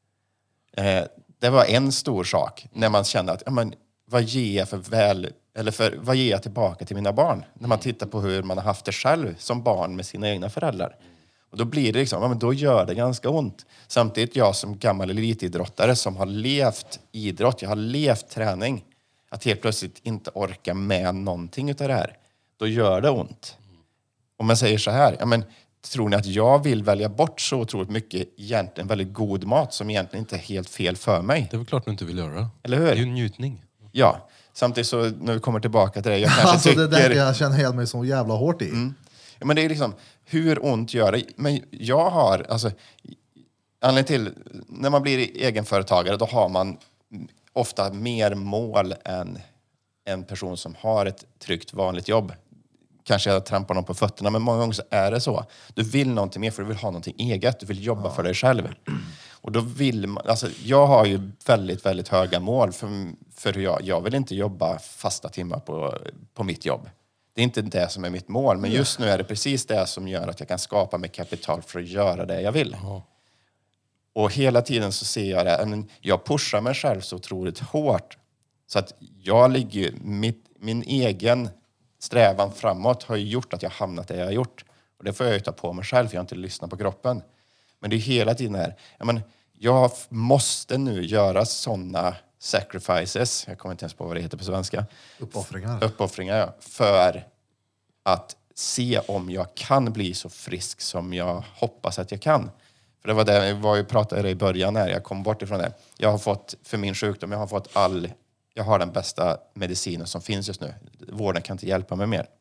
Speaker 4: Det var en stor sak när man kände att, ja, men, vad ger jag vad ger jag tillbaka till mina barn? När man tittar på hur man har haft det själv som barn med sina egna föräldrar. Och då blir det liksom, ja, men då gör det ganska ont. Samtidigt jag som gammal elitidrottare som har levt idrott, jag har levt träning. Att helt plötsligt inte orka med någonting utav det här. Då gör det ont. Om man säger så här, ja, men tror ni att jag vill välja bort så otroligt mycket egentligen väldigt god mat som egentligen inte är helt fel för mig?
Speaker 3: Det är väl klart du inte vill göra.
Speaker 4: Eller hur?
Speaker 3: Det är ju en njutning.
Speaker 4: Ja, samtidigt så när vi kommer tillbaka till det, jag kanske
Speaker 1: alltså,
Speaker 4: tycker...
Speaker 1: det där jag känner helt mig så jävla hårt i.
Speaker 4: Ja, men det är liksom, hur ont gör det? Men jag har, alltså, anledningen till, när man blir egenföretagare, då har man ofta mer mål än en person som har ett tryggt vanligt jobb. Kanske jag trampar någon på fötterna, men många gånger så är det så. Du vill någonting mer för du vill ha någonting eget. Du vill jobba för dig själv. Och då vill man, alltså jag har ju väldigt, väldigt höga mål för jag vill inte jobba fasta timmar på mitt jobb. Det är inte det som är mitt mål, men just nu är det precis det som gör att jag kan skapa mig kapital för att göra det jag vill. Och hela tiden så ser jag det, jag pushar mig själv så otroligt hårt. Så att jag ligger, min egen strävan framåt har ju gjort att jag hamnat där jag har gjort. Och det får jag ju ta på mig själv, för jag har inte lyssnat på kroppen. Men det är hela tiden här, jag måste nu göra sådana sacrifices, jag kommer inte ens på vad det heter på svenska. Uppoffringar, ja. För att se om jag kan bli så frisk som jag hoppas att jag kan. För det var det jag pratade i början när jag kom bort ifrån det. Jag har fått, för min sjukdom, jag har den bästa medicinen som finns just nu. Vården kan inte hjälpa mig mer.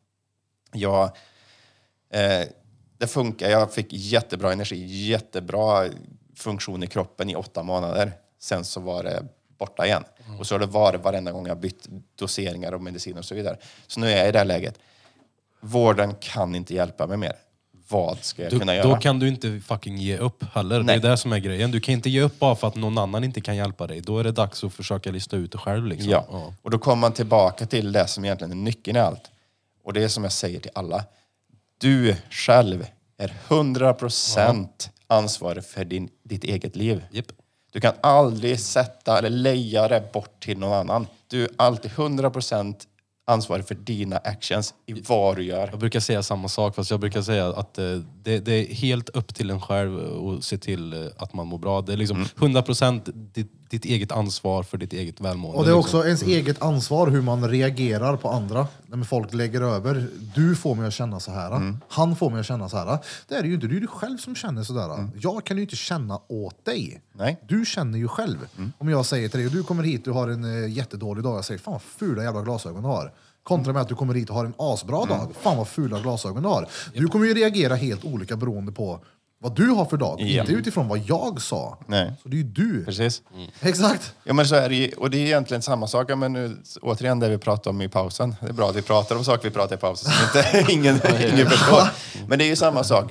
Speaker 4: Det funkar, jag fick jättebra energi, jättebra funktion i kroppen i 8 månader. Sen så var det borta igen. Och så har det varit varenda gång jag bytt doseringar och medicin och så vidare. Så nu är jag i det här läget. Vården kan inte hjälpa mig mer. Vad ska jag kunna göra?
Speaker 3: Då kan du inte fucking ge upp heller. Nej. Det är det som är grejen. Du kan inte ge upp bara för att någon annan inte kan hjälpa dig. Då är det dags att försöka lista ut det själv. Liksom.
Speaker 4: Ja. Och då kommer man tillbaka till det som egentligen är nyckeln i allt. Och det är som jag säger till alla. Du själv är 100% ansvarig för ditt eget liv.
Speaker 3: Yep.
Speaker 4: Du kan aldrig sätta eller leja det bort till någon annan. Du är alltid 100% ansvarig för dina actions i vad du gör.
Speaker 3: Jag brukar säga samma sak, fast jag brukar säga att det är helt upp till en själv att se till att man mår bra. Det är liksom 100% ditt eget ansvar för ditt eget välmående.
Speaker 1: Och det är
Speaker 3: liksom.
Speaker 1: också ens eget ansvar hur man reagerar på andra. När folk lägger över. Du får mig att känna så här. Han får mig att känna så här. Det är det ju inte. Det är du själv som känner så där. Jag kan ju inte känna åt dig.
Speaker 4: Nej.
Speaker 1: Du känner ju själv. Om jag säger till dig, du kommer hit, du har en jättedålig dag. Jag säger, fan vad fula jävla glasögon du har. Kontra med att du kommer hit och har en asbra dag. Fan vad fula glasögon du har. Du kommer ju reagera helt olika beroende på vad du har för dag. Inte utifrån vad jag sa.
Speaker 4: Nej.
Speaker 1: Så det är ju du.
Speaker 4: Precis.
Speaker 1: Exakt.
Speaker 4: Ja, men så är det ju, och det är egentligen samma sak. Men nu, återigen det vi pratade om i pausen. Det är bra att vi pratar om saker vi pratar i pausen så inte ingen förstår. Men det är ju samma sak.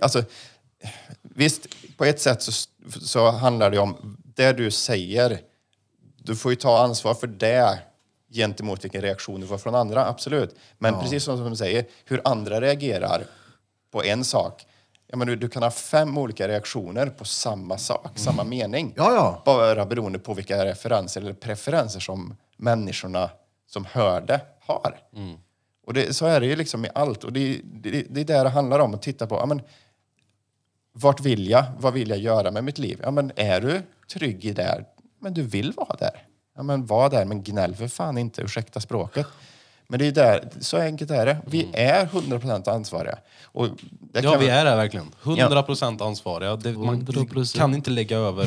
Speaker 4: Visst, på ett sätt så handlar det om det du säger. Du får ju ta ansvar för det gentemot vilken reaktion du får från andra, absolut. Men precis som du säger, hur andra reagerar på en sak. Ja, men du kan ha 5 olika reaktioner på samma sak, samma mening.
Speaker 1: Ja.
Speaker 4: Bara beroende på vilka referenser eller preferenser som människorna som hör det har. Och så är det ju liksom i allt. Och det är där det handlar om att titta på. Ja, men, vart vill jag? Vad vill jag göra med mitt liv? Ja, men är du trygg i det? Men du vill vara där. Ja, men var där, men gnäll för fan inte, ursäkta språket. Men det är där, så enkelt är det. Vi är 100% ansvariga. Och det
Speaker 3: vi är det verkligen. 100% ansvariga. Man kan inte lägga över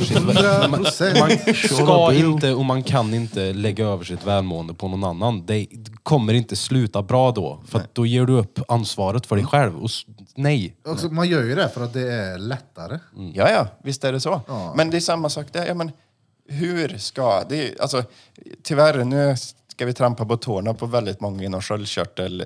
Speaker 3: man kan inte lägga över sitt välmående på någon annan. Det kommer inte sluta bra då. För att då ger du upp ansvaret för dig själv. Och nej.
Speaker 1: Alltså, man gör ju det för att det är lättare.
Speaker 4: Ja, visst är det så. Ja. Men det är samma sak där. Ja, men hur ska det, alltså tyvärr nu ska vi trampa på tårna på väldigt många inom sköldkörtel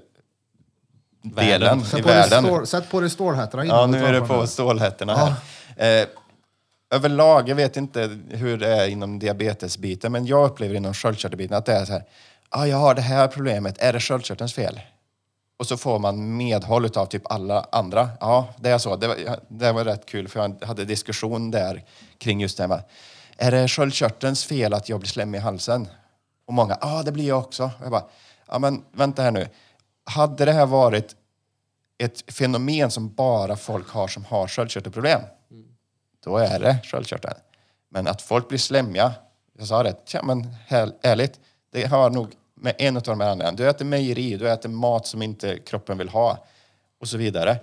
Speaker 4: delen i världen.
Speaker 1: Sätt på dig stålhätterna.
Speaker 4: Ja, nu är det på stålhätterna här. Överlag, jag vet inte hur det är inom diabetesbiten, men jag upplever inom sköldkörtelbiten att det är så här, jag har det här problemet, är det sköldkörtelns fel? Och så får man medhåll av typ alla andra. Ja, det är så. Det var rätt kul för jag hade diskussion där kring just det här. Är det sköldkörtelns fel att jag blir slemmig i halsen? Och många, det blir jag också. Och jag bara, men vänta här nu. Hade det här varit ett fenomen som bara folk har som har sköldkörtelproblem, då är det sköldkörteln. Men att folk blir slemmiga, jag sa det, men ärligt, det har nog med en av de här andra. Du äter mejeri, du äter mat som inte kroppen vill ha och så vidare.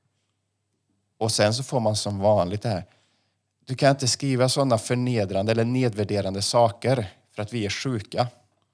Speaker 4: Och sen så får man som vanligt det här. Du kan inte skriva sådana förnedrande eller nedvärderande saker för att vi är sjuka.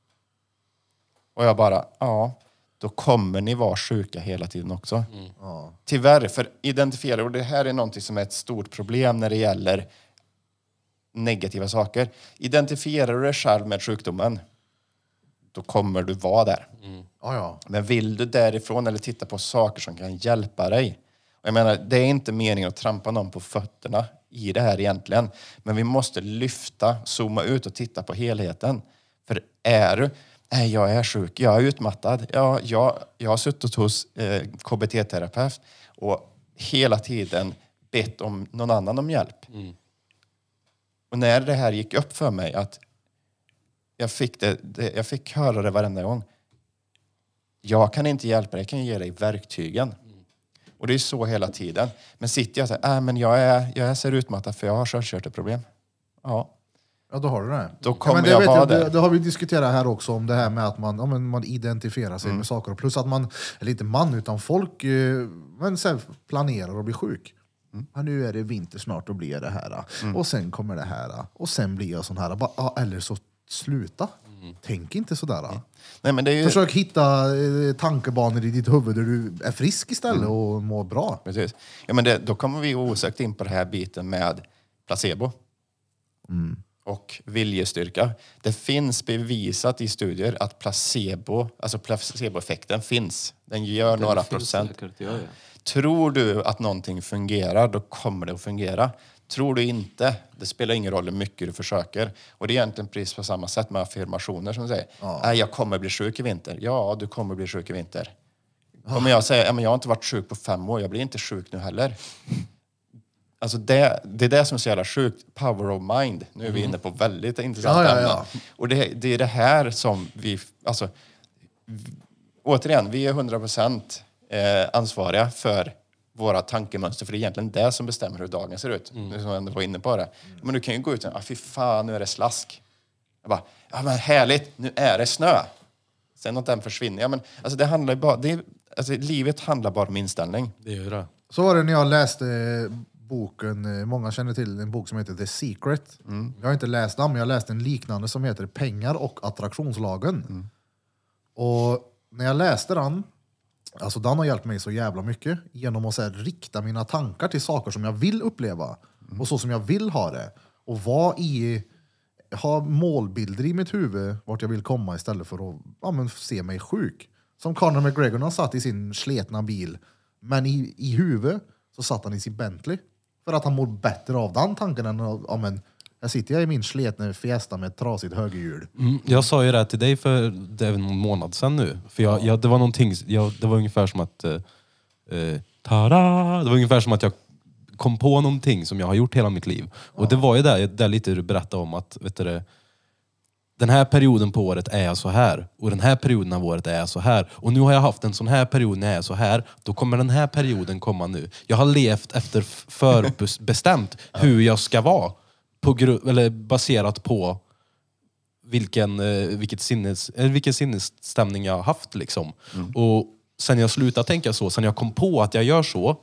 Speaker 4: Och jag bara, då kommer ni vara sjuka hela tiden också. Tyvärr, för identifiera, och det här är någonting som är ett stort problem när det gäller negativa saker. Identifierar du dig själv med sjukdomen, då kommer du vara där. Men vill du därifrån eller titta på saker som kan hjälpa dig. Och jag menar, det är inte meningen att trampa någon på fötterna i det här egentligen. Men vi måste zooma ut och titta på helheten. För jag är sjuk, jag är utmattad. Jag har suttit hos KBT-terapeut och hela tiden bett om någon annan om hjälp. Och när det här gick upp för mig att jag fick höra det varenda gång. Jag kan inte hjälpa dig, jag kan ge dig verktygen. Och det är så hela tiden. Men sitter jag och säger, men jag ser utmattad för jag har sköldkörtelproblem. Ja,
Speaker 1: då har du det.
Speaker 4: Då kommer jag vara där.
Speaker 1: Det har vi diskuterat här också om det här med att man identifierar sig med saker. Plus att eller inte man, utan folk planerar att bli sjuk. Ja, nu är det vinter snart och blir det här. Och sen kommer det här. Och sen blir jag sån här. Bara, eller så sluta. Tänk inte sådär.
Speaker 4: Nej, men det är ju...
Speaker 1: Försök hitta tankebanor i ditt huvud där du är frisk istället och mår bra.
Speaker 4: Precis. Ja, men då kommer vi osökt in på det här biten med placebo. Och viljestyrka. Det finns bevisat i studier att placeboeffekten finns. Den gör några procent. Tror du att någonting fungerar, då kommer det att fungera. Tror du inte, det spelar ingen roll hur mycket du försöker. Och det är egentligen precis på samma sätt med affirmationer som säger. Jag kommer bli sjuk i vinter. Ja, du kommer bli sjuk i vinter. Kommer jag säga, men jag har inte varit sjuk på 5 år, jag blir inte sjuk nu heller. Alltså det är det som är så jävla sjukt. Power of mind. Nu är vi inne på väldigt intressant ämne. Och det är det här som vi... Alltså, återigen, vi är 100% ansvariga för våra tankemönster. För det är egentligen det som bestämmer hur dagen ser ut. Nu som jag ändå var inne på det. Men du kan ju gå ut och fy fan, nu är det slask. Jag bara, ja men härligt, nu är det snö. Sen att den försvinner. Ja, men, alltså, det handlar ju bara... livet handlar bara om inställning.
Speaker 3: Det gör det.
Speaker 1: Så var det när jag läste boken, många känner till en bok som heter The Secret. Jag har inte läst den, men jag läste en liknande som heter Pengar och attraktionslagen. Och när jag läste den, alltså den har hjälpt mig så jävla mycket genom att så här, rikta mina tankar till saker som jag vill uppleva och så som jag vill ha det. Och ha målbilder i mitt huvud vart jag vill komma istället för att se mig sjuk. Som Conor McGregor, han satt i sin sletna bil, men i huvudet så satt han i sin Bentley. För att han mår bättre av den tanken än jag sitter i min sletna Fiesta med ett trasigt högerhjul.
Speaker 3: Jag sa ju det till dig för det är en månad sedan nu. För det var någonting, det var ungefär som att tada! Det var ungefär som att jag kom på någonting som jag har gjort hela mitt liv. Och det var ju där lite du berättade om att, vet du, den här perioden på året är jag så här. Och den här perioden av året är jag så här. Och nu har jag haft en sån här period när jag är så här. Då kommer den här perioden komma nu. Jag har levt efter förbestämt hur jag ska vara. Eller baserat på vilken sinnesstämning jag har haft. Liksom. Och sen jag slutade tänka så, sen jag kom på att jag gör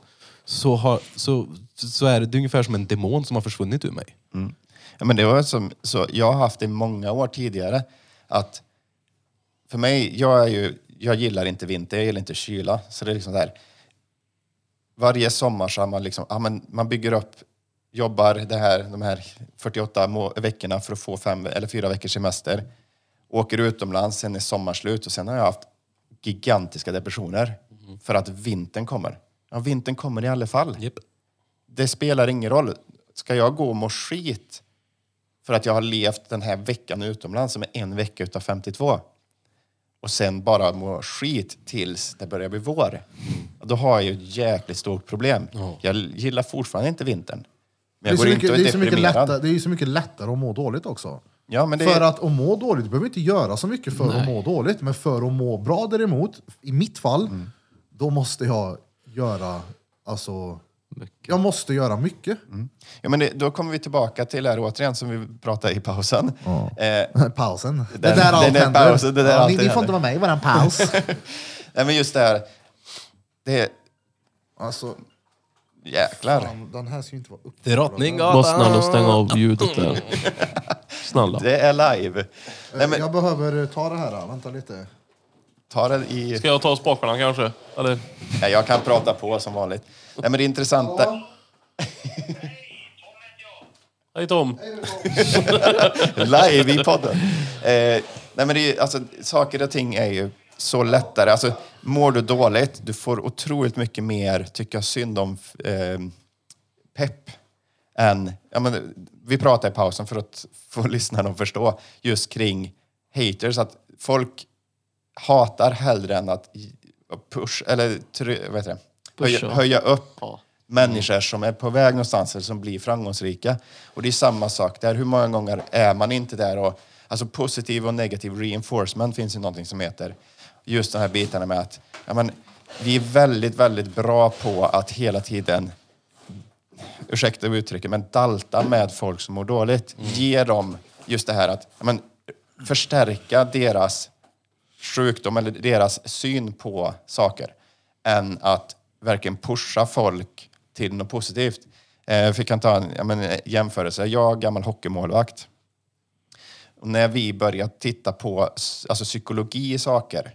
Speaker 3: så är det ungefär som en demon som har försvunnit ur mig.
Speaker 4: Ja, men det var så jag har haft det många år tidigare att för mig, jag gillar inte vinter, jag gillar inte kyla, så det är liksom där. Varje sommar så har man liksom, man bygger upp, jobbar de här 48 veckorna för att få 5 eller 4 veckors semester, åker utomlands, sen är sommarslut och sen har jag haft gigantiska depressioner för att vintern kommer. Ja, vintern kommer i alla fall.
Speaker 3: Yep.
Speaker 4: Det spelar ingen roll. Ska jag gå och må skit för att jag har levt den här veckan utomlands som är 1 vecka utav 52 och sen bara må skit tills det börjar bli vår. Då har jag ju ett jäkligt stort problem. Jag gillar fortfarande inte vintern. Men jag går inte och är deprimerad.
Speaker 1: Det är ju så mycket lättare att må dåligt också.
Speaker 4: Ja, men
Speaker 1: för att må dåligt, du behöver inte göra så mycket för att må dåligt. Men för att må bra däremot, i mitt fall, då måste jag göra mycket. Jag måste göra mycket.
Speaker 4: Ja, men då kommer vi tillbaka till det här återigen som vi pratade i pausen.
Speaker 1: Pausen. Det där allt händer. Ni får inte vara med i våran paus.
Speaker 4: Nej, men just det här. Det
Speaker 1: alltså,
Speaker 4: jäklar.
Speaker 1: Fan, den här ska ju inte vara uppe.
Speaker 3: Drottninggatan.
Speaker 2: Var snälla stänga av ljudet där. Snälla.
Speaker 4: Det är live. Nej, men,
Speaker 1: jag behöver ta det här. Vänta lite.
Speaker 4: Ta det i...
Speaker 2: Ska jag ta spakarna kanske? Eller?
Speaker 4: Nej, jag kan prata på som vanligt. Nej, men det är intressanta...
Speaker 2: Hej Tom.
Speaker 4: Live i podden. Nej, men det är, alltså, saker och ting är ju så lättare. Alltså, mår du dåligt, du får otroligt mycket mer tycka synd om pepp än... Ja, men, vi pratar i pausen för att få lyssnarna att förstå just kring haters. Att folk hatar hellre än att höja upp människor som är på väg någonstans eller som blir framgångsrika. Och det är samma sak där. Hur många gånger är man inte där? Och, alltså positiv och negativ reinforcement finns ju någonting som heter. Just de här bitarna med att vi är väldigt, väldigt bra på att hela tiden, ursäkta uttrycket, men dalta med folk som mår dåligt. Ge dem just det här att förstärka deras sjukdom eller deras syn på saker än att verkligen pusha folk till något positivt. Vi kan ta en jämförelse. Jag är gammal hockeymålvakt. Och när vi börjar titta på alltså psykologi i saker.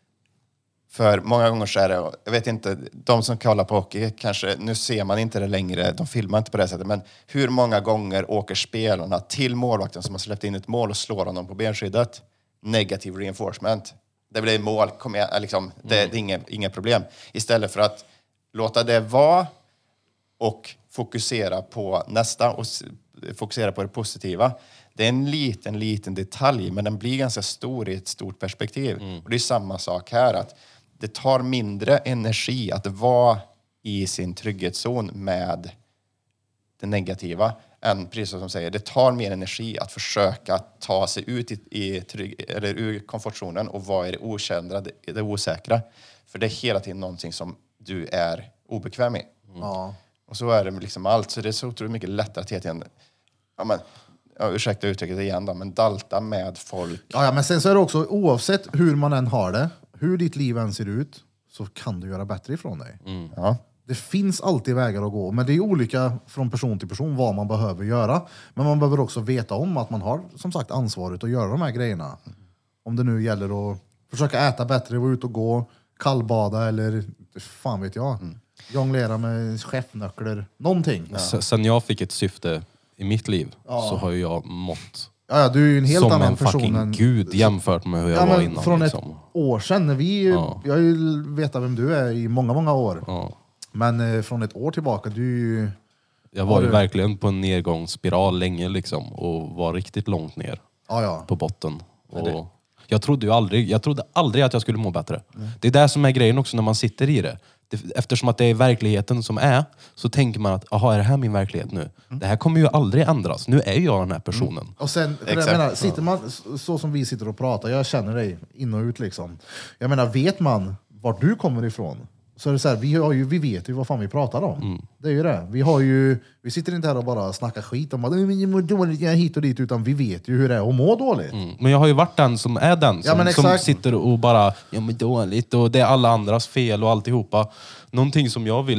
Speaker 4: För många gånger så är det, jag vet inte, de som kollar på hockey kanske, nu ser man inte det längre, de filmar inte på det sättet, men hur många gånger åker spelarna till målvakten som har släppt in ett mål och slår honom på benskyddet? Negativ reinforcement. Det blir mål, det är inga problem. Istället för att låta det vara och fokusera på nästa och fokusera på det positiva. Det är en liten detalj, men den blir ganska stor i ett stort perspektiv. Och det är samma sak här, att det tar mindre energi att vara i sin trygghetszon med det negativa än, precis som säger, det tar mer energi att försöka ta sig ut ur komfortzonen och vara i det okända, det osäkra. För det är hela tiden någonting som du är obekväm i.
Speaker 1: Ja.
Speaker 4: Och så är det liksom allt. Så det är så otroligt mycket lättare att hela tiden, ursäkta uttrycket igen då, men dalta med folk.
Speaker 1: Ja, men sen så är det också, oavsett hur man än har det, hur ditt liv än ser ut, så kan du göra bättre ifrån dig.
Speaker 4: Ja.
Speaker 1: Det finns alltid vägar att gå, men det är olika från person till person vad man behöver göra. Men man behöver också veta om att man har, som sagt, ansvaret att göra de här grejerna. Om det nu gäller att försöka äta bättre, vara ut och gå, kallbada eller fan vet jag. Jonglera med chefnöcklar, någonting.
Speaker 3: Ja. Sen jag fick ett syfte i mitt liv så har jag mått
Speaker 1: Ja, du är ju en helt
Speaker 3: som
Speaker 1: annan
Speaker 3: en
Speaker 1: person
Speaker 3: fucking
Speaker 1: än...
Speaker 3: gud jämfört med hur jag var innan.
Speaker 1: Från
Speaker 3: liksom.
Speaker 1: ett år sedan, när vi... Jag har ju vetat vem du är i många år.
Speaker 3: Ja.
Speaker 1: Men från ett år tillbaka, du är ju...
Speaker 3: Jag var ju verkligen på en nedgångsspiral länge liksom, och var riktigt långt ner på botten. Och jag trodde aldrig att jag skulle må bättre. Det är det som är grejen också när man sitter i det. Eftersom att det är verkligheten som är, så tänker man att, är det här min verklighet nu? Det här kommer ju aldrig ändras. Nu är jag den här personen.
Speaker 1: Och sen, jag menar, sitter man så som vi sitter och pratar, jag känner dig in och ut liksom. Jag menar, vet man vart du kommer ifrån, så är det så här, vi vet ju vad fan vi pratar om. Det är ju det. Vi sitter inte här och bara snackar skit om att jag mår dåligt, jag är hit och dit, utan vi vet ju hur det är att må dåligt.
Speaker 3: Men jag har ju varit den som är den som sitter och bara, jag mår dåligt och det är alla andras fel och alltihopa. Någonting som jag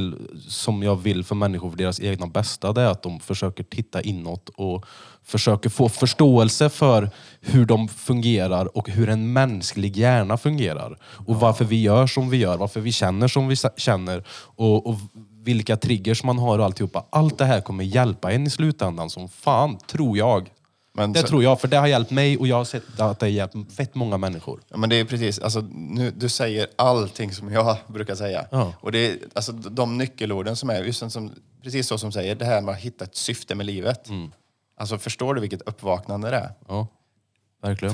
Speaker 3: vill för människor för deras egna bästa, det är att de försöker titta inåt och försöker få förståelse för hur de fungerar och hur en mänsklig hjärna fungerar. Och varför vi gör som vi gör, varför vi känner som vi känner och vilka triggers man har och alltihopa. Allt det här kommer hjälpa en i slutändan som fan, tror jag. Tror jag, för det har hjälpt mig och jag har sett att det har hjälpt fett många människor.
Speaker 4: Ja, men det är precis, alltså, nu, du säger allting som jag brukar säga. Ja. Och det är alltså, de nyckelorden som är, just som, precis så som säger, det här med att hitta ett syfte med livet. Alltså förstår du vilket uppvaknande det är?
Speaker 3: Ja, verkligen.
Speaker 4: För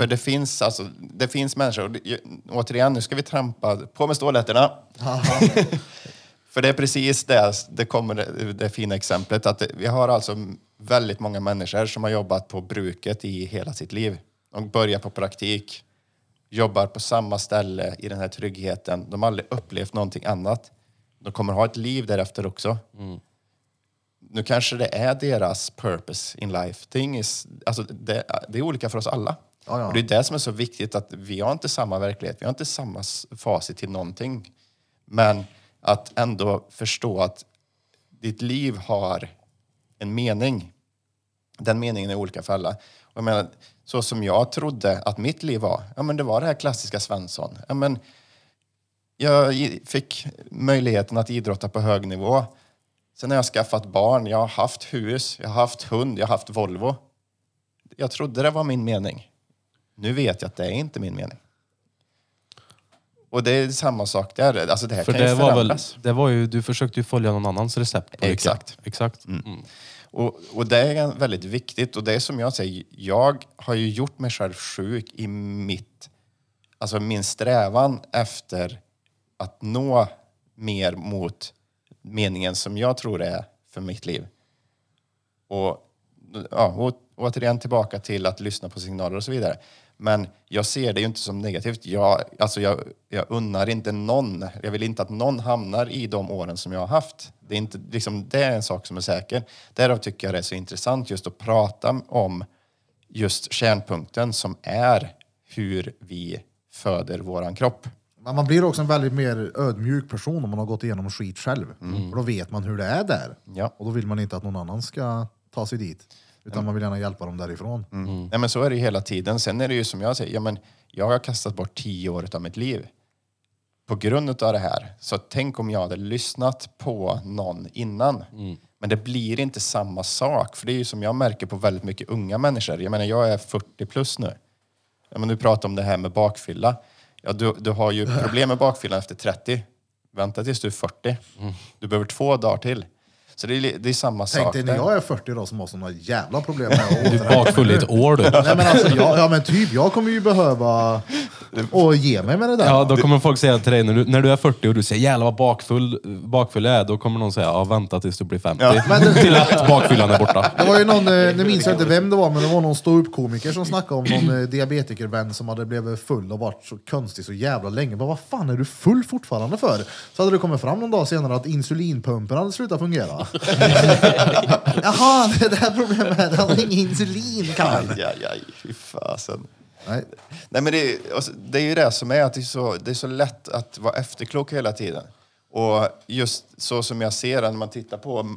Speaker 4: det finns människor, och återigen, nu ska vi trampa på med stålätterna. För det är precis det kommer det fina exemplet, att vi har alltså väldigt många människor som har jobbat på bruket i hela sitt liv. De börjar på praktik, jobbar på samma ställe i den här tryggheten. De har aldrig upplevt någonting annat. De kommer ha ett liv därefter också. Nu kanske det är deras purpose in life. Det är olika för oss alla. Ja. Och det är det som är så viktigt, att vi har inte samma verklighet. Vi har inte samma facit till någonting. Men att ändå förstå att ditt liv har en mening. Den meningen är olika för alla. Och jag menar, så som jag trodde att mitt liv var. Ja, men det var det här klassiska Svensson. Ja, men jag fick möjligheten att idrotta på hög nivå. Sen har jag skaffat barn. Jag har haft hus. Jag har haft hund. Jag har haft Volvo. Jag trodde det var min mening. Nu vet jag att det är inte min mening. Och det är samma sak där. Alltså det här
Speaker 3: för
Speaker 4: kan ju förändras.
Speaker 3: Du försökte ju följa någon annans recept. Exakt.
Speaker 4: Och det är väldigt viktigt. Och det är som jag säger, jag har ju gjort mig själv sjuk i min strävan efter att nå mer mot meningen som jag tror är för mitt liv. Och återigen tillbaka till att lyssna på signaler och så vidare. Men jag ser det ju inte som negativt. Jag unnar inte någon. Jag vill inte att någon hamnar i de åren som jag har haft. Det är inte, det är en sak som är säker. Därav tycker jag det är så intressant just att prata om just kärnpunkten som är hur vi föder våran kropp.
Speaker 1: Man blir också en väldigt mer ödmjuk person om man har gått igenom skit själv. För då vet man hur det är där.
Speaker 4: Ja.
Speaker 1: Och då vill man inte att någon annan ska ta sig dit. Utan man vill gärna hjälpa dem därifrån.
Speaker 4: Ja, men så är det ju hela tiden. Sen är det ju som jag säger, jag har kastat bort 10 år av mitt liv på grund av det här. Så tänk om jag hade lyssnat på någon innan. Men det blir inte samma sak. För det är ju som jag märker på väldigt mycket unga människor. Jag är 40 plus nu. Du pratar om det här med bakfylla. Ja, du har ju problem med bakfyllan efter 30. Vänta tills du är 40. Du behöver 2 dagar till. Så det är samma sak.
Speaker 1: Tänk dig när jag är 40 då som har såna jävla problem med
Speaker 3: Du är bakfull i ett år du.
Speaker 1: Nej men alltså, men typ, jag kommer ju behöva och ge mig med det där.
Speaker 3: Ja, då kommer folk säga till dig, när du är 40 och du säger jävlar vad bakfull är, då kommer någon säga, ja vänta tills du blir 50.
Speaker 1: Ja, men
Speaker 3: till att bakfyllan är borta.
Speaker 1: Det var ju någon, nu minns jag inte vem det var, men det var någon ståuppkomiker som snackade om någon diabetikervän som hade blivit full och varit så konstig så jävla länge. Men vad fan är du full fortfarande för? Så hade det kommit fram någon dag senare att insulinpumpen hade slutat fungera. Jaha, det här problemet är att ingen insulin kan.
Speaker 4: Aj, fy fasen. Nej, men det är ju det som är att det är så lätt att vara efterklok hela tiden. Och just så som jag ser när man tittar på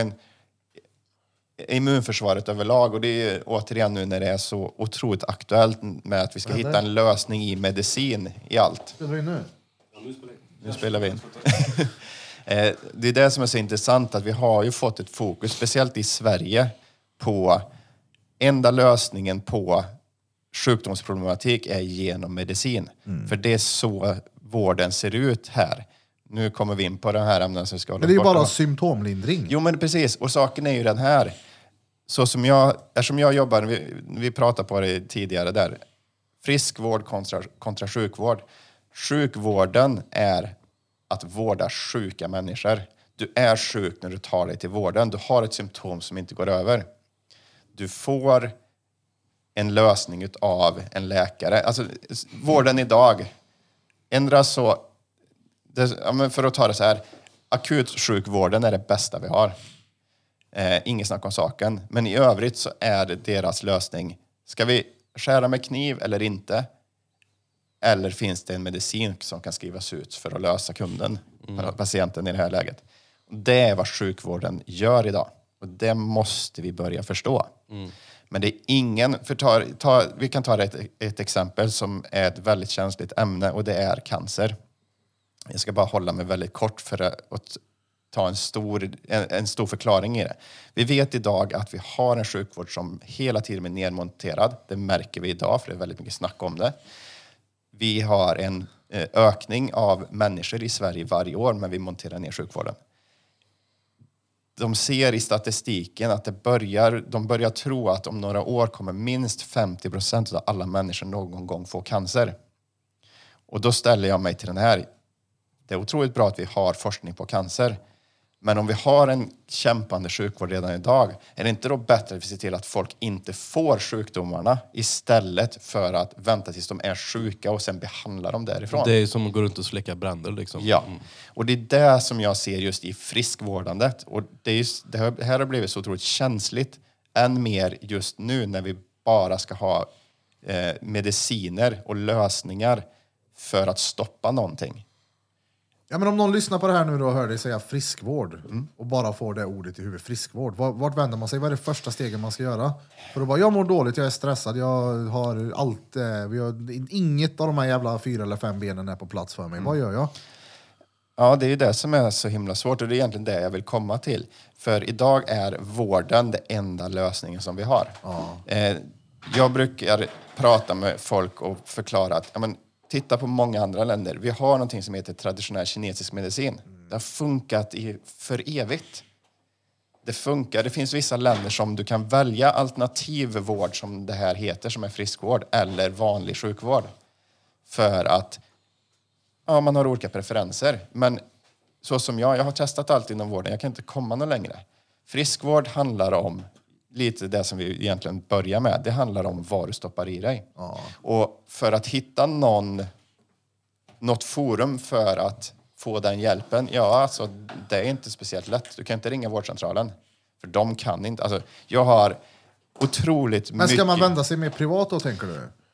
Speaker 4: immunförsvaret överlag, och det är återigen nu när det är så otroligt aktuellt med att vi ska hitta en lösning i medicin i allt.
Speaker 1: Spelar vi nu?
Speaker 4: Nu spelar vi in. Det är det som är så intressant, att vi har ju fått ett fokus, speciellt i Sverige, på enda lösningen på sjukdomsproblematik är genom medicin. För det är så vården ser ut här. Nu kommer vi in på den här ämnen som vi ska hålla.
Speaker 1: Men det är ju bara symptomlindring.
Speaker 4: Jo, men precis. Och saken är ju den här. Eftersom jag jobbar, vi pratade på det tidigare där. Friskvård kontra sjukvård. Sjukvården är att vårda sjuka människor. Du är sjuk när du tar dig till vården. Du har ett symptom som inte går över. Du får en lösning av en läkare. Alltså, vården idag. För att ta det så här. Akutsjukvården är det bästa vi har. Inget snack om saken. Men i övrigt så är det deras lösning. Ska vi skära med kniv eller inte? Eller finns det en medicin som kan skrivas ut för att lösa kunden, patienten i det här läget? Det är vad sjukvården gör idag. Och det måste vi börja förstå. Men det är ingen... vi kan ta ett exempel som är ett väldigt känsligt ämne, och det är cancer. Jag ska bara hålla mig väldigt kort för att ta en stor förklaring i det. Vi vet idag att vi har en sjukvård som hela tiden är nedmonterad. Det märker vi idag, för det är väldigt mycket snack om det. Vi har en ökning av människor i Sverige varje år, men vi monterar ner sjukvården. De ser i statistiken att de börjar tro att om några år kommer minst 50% av alla människor någon gång få cancer. Och då ställer jag mig till den här. Det är otroligt bra att vi har forskning på cancer. Men om vi har en kämpande sjukvård redan idag, är det inte då bättre att vi ser till att folk inte får sjukdomarna istället för att vänta tills de är sjuka och sen behandla dem därifrån?
Speaker 3: Det är som att gå runt och släcka bränder liksom.
Speaker 4: Ja, och det är det som jag ser just i friskvårdandet. Och det här har blivit så otroligt känsligt, än mer just nu när vi bara ska ha mediciner och lösningar för att stoppa någonting.
Speaker 1: Ja, men om någon lyssnar på det här nu och hör dig säga friskvård och bara får det ordet i huvudet, friskvård. Vart vänder man sig? Vad är det första steget man ska göra? För att bara, jag mår dåligt, jag är stressad, jag har allt, inget av de här jävla 4 eller 5 benen är på plats för mig. Vad gör jag?
Speaker 4: Ja, det är ju det som är så himla svårt, och det är egentligen det jag vill komma till. För idag är vården det enda lösningen som vi har. Jag brukar prata med folk och förklara att titta på många andra länder. Vi har någonting som heter traditionell kinesisk medicin. Det har funkat för evigt. Det funkar. Det finns vissa länder som du kan välja alternativ vård, som det här heter, som är friskvård, eller vanlig sjukvård. För att man har olika preferenser. Men så som jag har testat allt inom vården. Jag kan inte komma någon längre. Friskvård handlar om lite det som vi egentligen börjar med. Det handlar om vad du stoppar i dig. Och för att hitta något forum för att få den hjälpen, alltså det är inte speciellt lätt. Du kan inte ringa vårdcentralen, för de kan inte. Alltså, jag har otroligt mycket...
Speaker 1: Men ska man vända sig mer privat då, tänker du?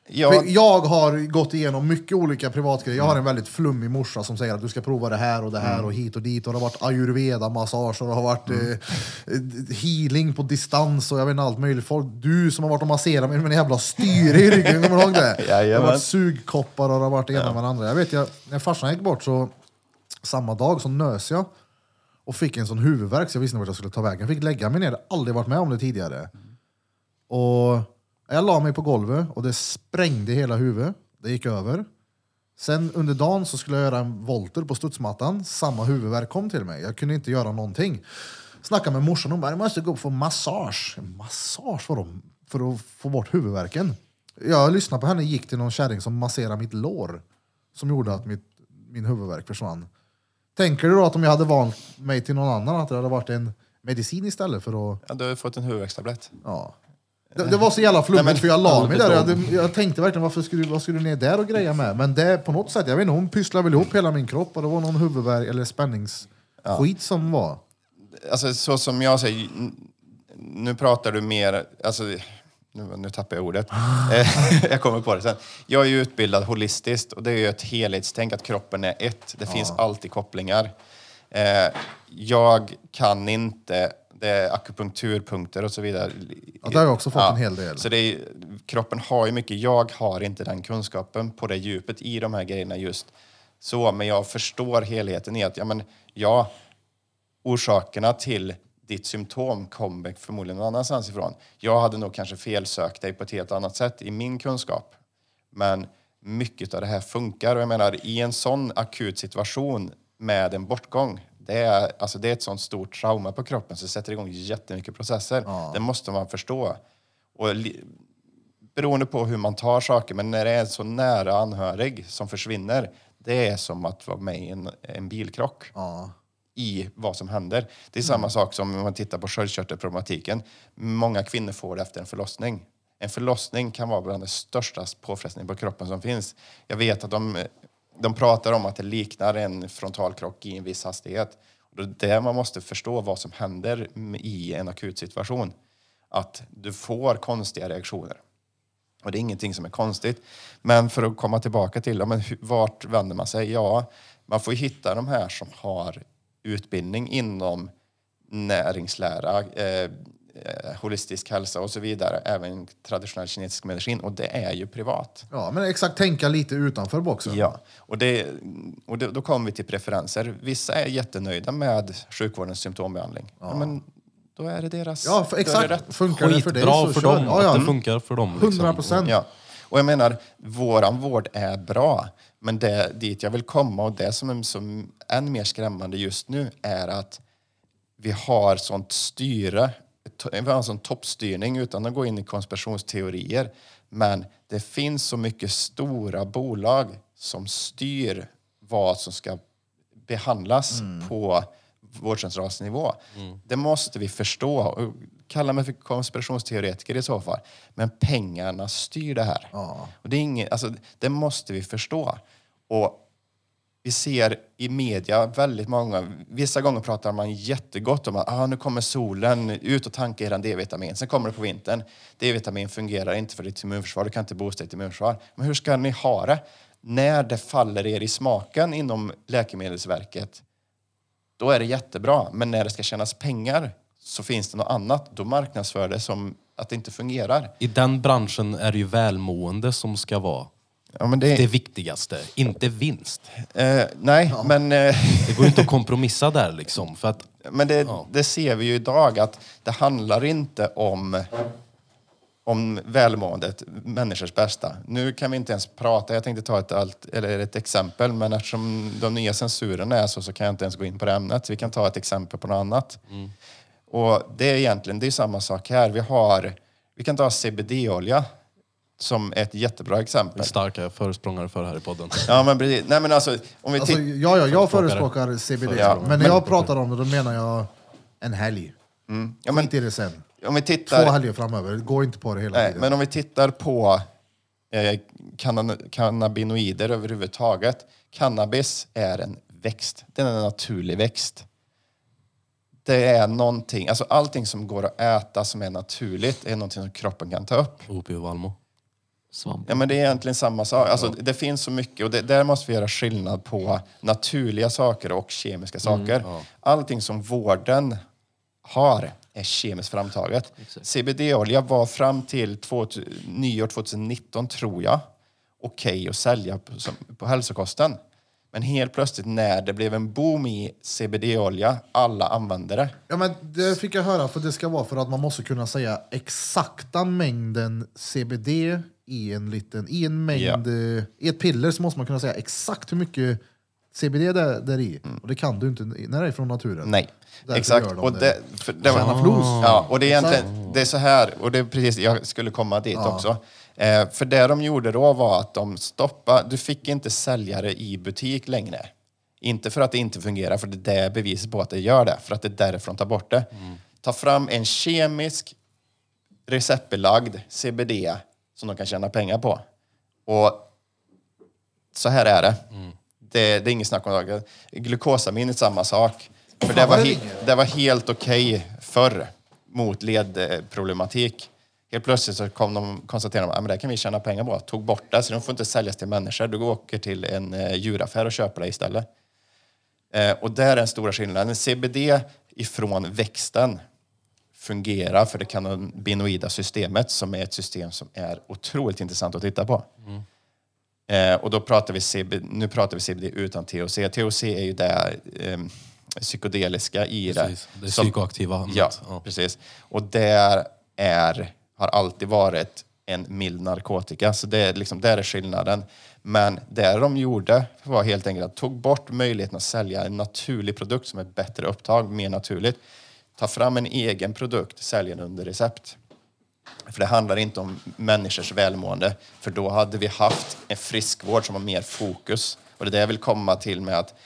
Speaker 1: Jag har gått igenom mycket olika privatgrejer. Jag har en väldigt flummig morsa som säger att du ska prova det här och det här och hit och dit. Och det har varit ayurveda-massage och det har varit healing på distans och jag vet inte allt möjligt. Folk, du som har varit och masserat med en jävla styre i ryggen, kommer du ihåg det? Det har varit sugkoppar och det har varit det ena med det andra. Jag vet, när farsan gick bort så samma dag så nös jag och fick en sån huvudvärk så jag visste inte vart jag skulle ta vägen. Jag fick lägga mig ner, jag hade aldrig varit med om det tidigare. Och jag la mig på golvet och det sprängde hela huvudet. Det gick över. Sen under dagen så skulle jag göra en volter på studsmattan. Samma huvudvärk kom till mig. Jag kunde inte göra någonting. Snackade med morsan och bara, jag måste gå och få massage. Massage för att få bort huvudvärken. Jag lyssnade på henne, gick till någon kärring som masserade mitt lår. Som gjorde att min huvudvärk försvann. Tänker du då att om jag hade valt mig till någon annan att det hade varit en medicin istället för att...
Speaker 4: Ja, du har fått en huvudvärkstablett.
Speaker 1: Ja. Det var så jävla flummigt för jag la mig där. Jag tänkte verkligen, vad skulle du ner där och greja med? Men det på något sätt, jag vet inte, hon pysslade väl ihop hela min kropp och det var någon huvudvärk eller spänningsskit som var.
Speaker 4: Alltså så som jag säger, nu pratar du mer, alltså nu tappar jag ordet. Jag kommer på det sen. Jag är ju utbildad holistiskt och det är ju ett helhetstänk att kroppen är ett. Det finns alltid kopplingar. Jag kan inte, det är akupunkturpunkter och så vidare.
Speaker 1: Ja, det har jag också fått en hel del.
Speaker 4: Så kroppen har ju mycket, jag har inte den kunskapen på det djupet i de här grejerna just så. Men jag förstår helheten i att, orsakerna till ditt symptom kommer förmodligen någon annanstans ifrån. Jag hade nog kanske felsökt dig på ett helt annat sätt i min kunskap. Men mycket av det här funkar. Och jag menar, i en sån akut situation med en bortgång, det är ett sånt stort trauma på kroppen så det sätter igång jättemycket processer. Ja. Det måste man förstå. Och beroende på hur man tar saker, men när det är så nära anhörig som försvinner, det är som att vara med i en bilkrock. Ja. I vad som händer. Det är samma sak som om man tittar på sköldkörtelproblematiken. Många kvinnor får det efter en förlossning. En förlossning kan vara bland de största påfrestningarna på kroppen som finns. Jag vet att de pratar om att det liknar en frontalkrock i en viss hastighet. Och det är där man måste förstå vad som händer i en akut situation. Att du får konstiga reaktioner. Och det är ingenting som är konstigt. Men för att komma tillbaka till vart vänder man sig? Ja, man får hitta de här som har utbildning inom näringslära, holistisk hälsa och så vidare. Även traditionell kinesisk medicin. Och det är ju privat.
Speaker 1: Ja, men exakt, tänka lite utanför boxen.
Speaker 4: Ja, och då kommer vi till preferenser. Vissa är jättenöjda med sjukvårdens symptombehandling. Ja. Men då är det deras...
Speaker 1: Ja, exakt. Funkar det för dig
Speaker 3: bra
Speaker 1: så
Speaker 3: för
Speaker 1: kör.
Speaker 3: dem. Ja. Att det funkar för dem. Liksom.
Speaker 1: 100%.
Speaker 4: Ja. Och jag menar, våran vård är bra. Men det dit jag vill komma och det som är än mer skrämmande just nu är att vi har sånt styre. Vi har en sån toppstyrning utan att gå in i konspirationsteorier. Men det finns så mycket stora bolag som styr vad som ska behandlas på vårdcentralsnivå. Det måste vi förstå. Kalla mig för konspirationsteoretiker i så fall. Men pengarna styr det här. Och det är det måste vi förstå. Och vi ser i media väldigt många, vissa gånger pratar man jättegott om att nu kommer solen, ut och tanka eran D-vitamin. Sen kommer det på vintern. D-vitamin fungerar inte för ditt immunförsvar, du kan inte boosta ditt immunförsvar. Men hur ska ni ha det? När det faller er i smaken inom Läkemedelsverket, då är det jättebra. Men när det ska tjänas pengar så finns det något annat. Då marknadsför det som att det inte fungerar.
Speaker 3: I den branschen är det ju välmående som ska vara det viktigaste, inte vinst.
Speaker 4: Nej, men...
Speaker 3: det går inte att kompromissa där liksom. För att,
Speaker 4: men det ser vi ju idag att det handlar inte om välmåendet, människors bästa. Nu kan vi inte ens prata, jag tänkte ta ett exempel, men eftersom de nya censurerna är så kan jag inte ens gå in på det ämnet. Vi kan ta ett exempel på något annat. Och det är egentligen, det är samma sak här. Vi kan ta CBD-olja som ett jättebra exempel.
Speaker 3: Starka föresprångare för här i podden.
Speaker 4: Ja, men precis. Nej, men om vi
Speaker 1: jag förespråkar CBD. Ja, men när jag pratar om det, då menar jag en helg. Ja, men inte det sen.
Speaker 4: Om vi tittar,
Speaker 1: 2 helger framöver, gå inte på det hela tiden.
Speaker 4: Men om vi tittar på cannabinoider överhuvudtaget. Cannabis är en växt. Det är en naturlig växt. Det är någonting, allting som går att äta som är naturligt är någonting som kroppen kan ta upp.
Speaker 3: Opi och Valmo.
Speaker 5: svamp.
Speaker 4: Ja, men det är egentligen samma sak. Alltså, det finns så mycket och där måste vi göra skillnad på naturliga saker och kemiska saker. Allting som vården har är kemiskt framtaget. CBD-olja var fram till nyår 2019 tror jag okej att sälja på hälsokosten. Men helt plötsligt när det blev en boom i CBD-olja, alla använde det.
Speaker 1: Ja, men det fick jag höra, för det ska vara för att man måste kunna säga exakta mängden CBD i en mängd, i ett piller så måste man kunna säga exakt hur mycket CBD det är i. Och det kan du inte när det är från naturen.
Speaker 4: Nej,
Speaker 1: Därför
Speaker 4: exakt.
Speaker 1: gör de
Speaker 4: Och
Speaker 1: det.
Speaker 4: det var
Speaker 1: flos.
Speaker 4: Ja, och det är egentligen, det är så här, och det är precis, jag skulle komma dit också. För det de gjorde då var att de stoppade, du fick inte sälja det i butik längre. Inte för att det inte fungerar, för det är bevis på att det gör det. För att det är därifrån tar bort det. Ta fram en kemisk receptbelagd CBD som de kan tjäna pengar på. Och så här är det. Det är inget snack om det. Glukosamin är samma sak. För det var helt okej förr mot ledproblematik. Helt plötsligt så konstaterade de att det kan vi tjäna pengar på. Tog bort det, så de får inte säljas till människor. Du åker till en djuraffär och köper det istället. Och där är den stora skillnaden. CBD ifrån växten fungerar för det cannabinoida systemet som är ett system som är otroligt intressant att titta på. Och då pratar vi nu pratar vi CBD utan THC. THC är ju det psykedeliska i
Speaker 3: Precis. Det är psykoaktiva.
Speaker 4: Ja, precis. Och har alltid varit en mild narkotika. Så det är liksom, där är skillnaden. Men det de gjorde var helt enkelt att tog bort möjligheten att sälja en naturlig produkt som är bättre upptag, mer naturligt. Ta fram en egen produkt, sälja den under recept. För det handlar inte om människors välmående. För då hade vi haft en friskvård som har mer fokus. Och det är det jag vill komma till med att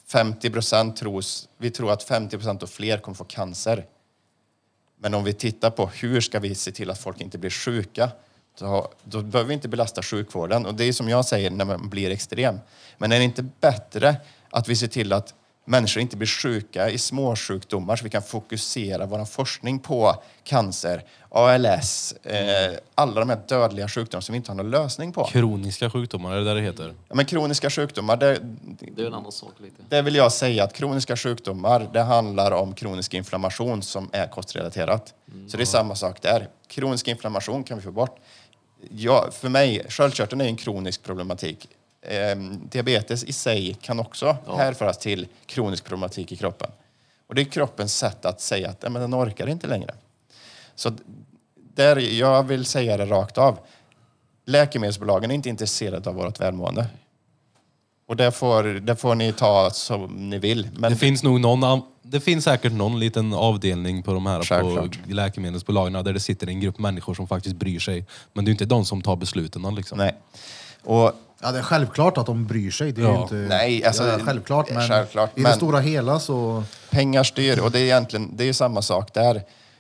Speaker 4: 50% vi tror att 50% och fler kommer få cancer. Men om vi tittar på hur ska vi se till att folk inte blir sjuka, då behöver vi inte belasta sjukvården. Och det är som jag säger när man blir extrem. Men är det inte bättre att vi ser till att människor inte blir sjuka i småsjukdomar så vi kan fokusera vår forskning på cancer, ALS, alla de här dödliga sjukdomar som vi inte har någon lösning på.
Speaker 3: Kroniska sjukdomar, är det där det heter?
Speaker 4: Ja, men kroniska sjukdomar,
Speaker 5: Det är en annan sak lite.
Speaker 4: det vill jag säga att kroniska sjukdomar, det handlar om kronisk inflammation som är kostrelaterat. Så det är samma sak där. Kronisk inflammation kan vi få bort. Ja, för mig, sköldkörteln är en kronisk problematik. Diabetes i sig kan också härföras till kronisk problematik i kroppen. Och det är kroppens sätt att säga att men den orkar inte längre. Så där, jag vill säga det rakt av. Läkemedelsbolagen är inte intresserade av vårt välmående. Och det får ni ta som ni vill. Men
Speaker 3: Det finns säkert någon liten avdelning på de här
Speaker 4: Självklart.
Speaker 3: på läkemedelsbolagen där det sitter en grupp människor som faktiskt bryr sig. Men det är inte de som tar besluten liksom.
Speaker 4: Nej. Och
Speaker 1: Ja, det är självklart att de bryr sig. Det är ju inte...
Speaker 4: Nej, alltså,
Speaker 1: självklart, men
Speaker 4: självklart,
Speaker 1: i det stora hela så...
Speaker 4: Pengar styr, och det är egentligen det är samma sak där.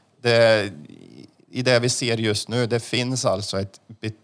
Speaker 4: I det vi ser just nu, det finns alltså ett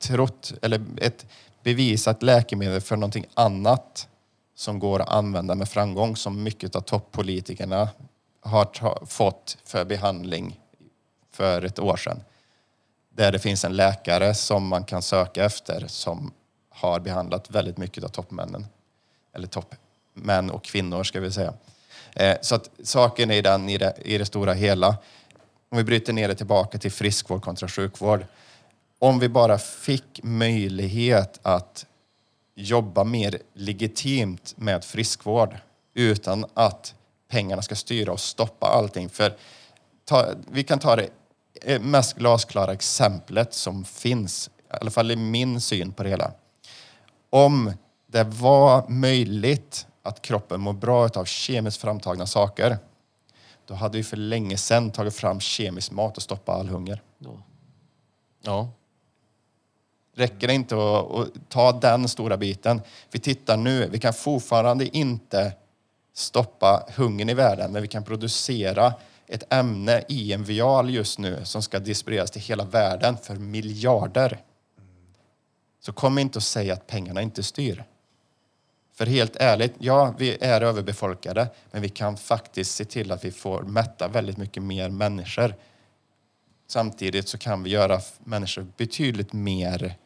Speaker 4: bevisat läkemedel för någonting annat som går att använda med framgång, som mycket av toppolitikerna har fått för behandling för ett år sedan. Där det finns en läkare som man kan söka efter som har behandlat väldigt mycket av toppmännen. Eller toppmän och kvinnor ska vi säga. Så att saken är den i det stora hela. Om vi bryter ner det tillbaka till friskvård kontra sjukvård. Om vi bara fick möjlighet att jobba mer legitimt med friskvård utan att pengarna ska styra och stoppa allting. För vi kan ta det mest glasklara exemplet som finns, i alla fall i min syn på det hela. Om det var möjligt att kroppen mår bra av kemiskt framtagna saker, då hade vi för länge sedan tagit fram kemisk mat och stoppa all hunger.
Speaker 3: Ja.
Speaker 4: Räcker det inte att ta den stora biten? Vi tittar nu, vi kan fortfarande inte stoppa hungern i världen, men vi kan producera ett ämne i en vial just nu som ska distribueras till hela världen för miljarder. Så kom inte att säga att pengarna inte styr. För helt ärligt, ja, vi är överbefolkade, men vi kan faktiskt se till att vi får mätta väldigt mycket mer människor. Samtidigt så kan vi göra människor betydligt mer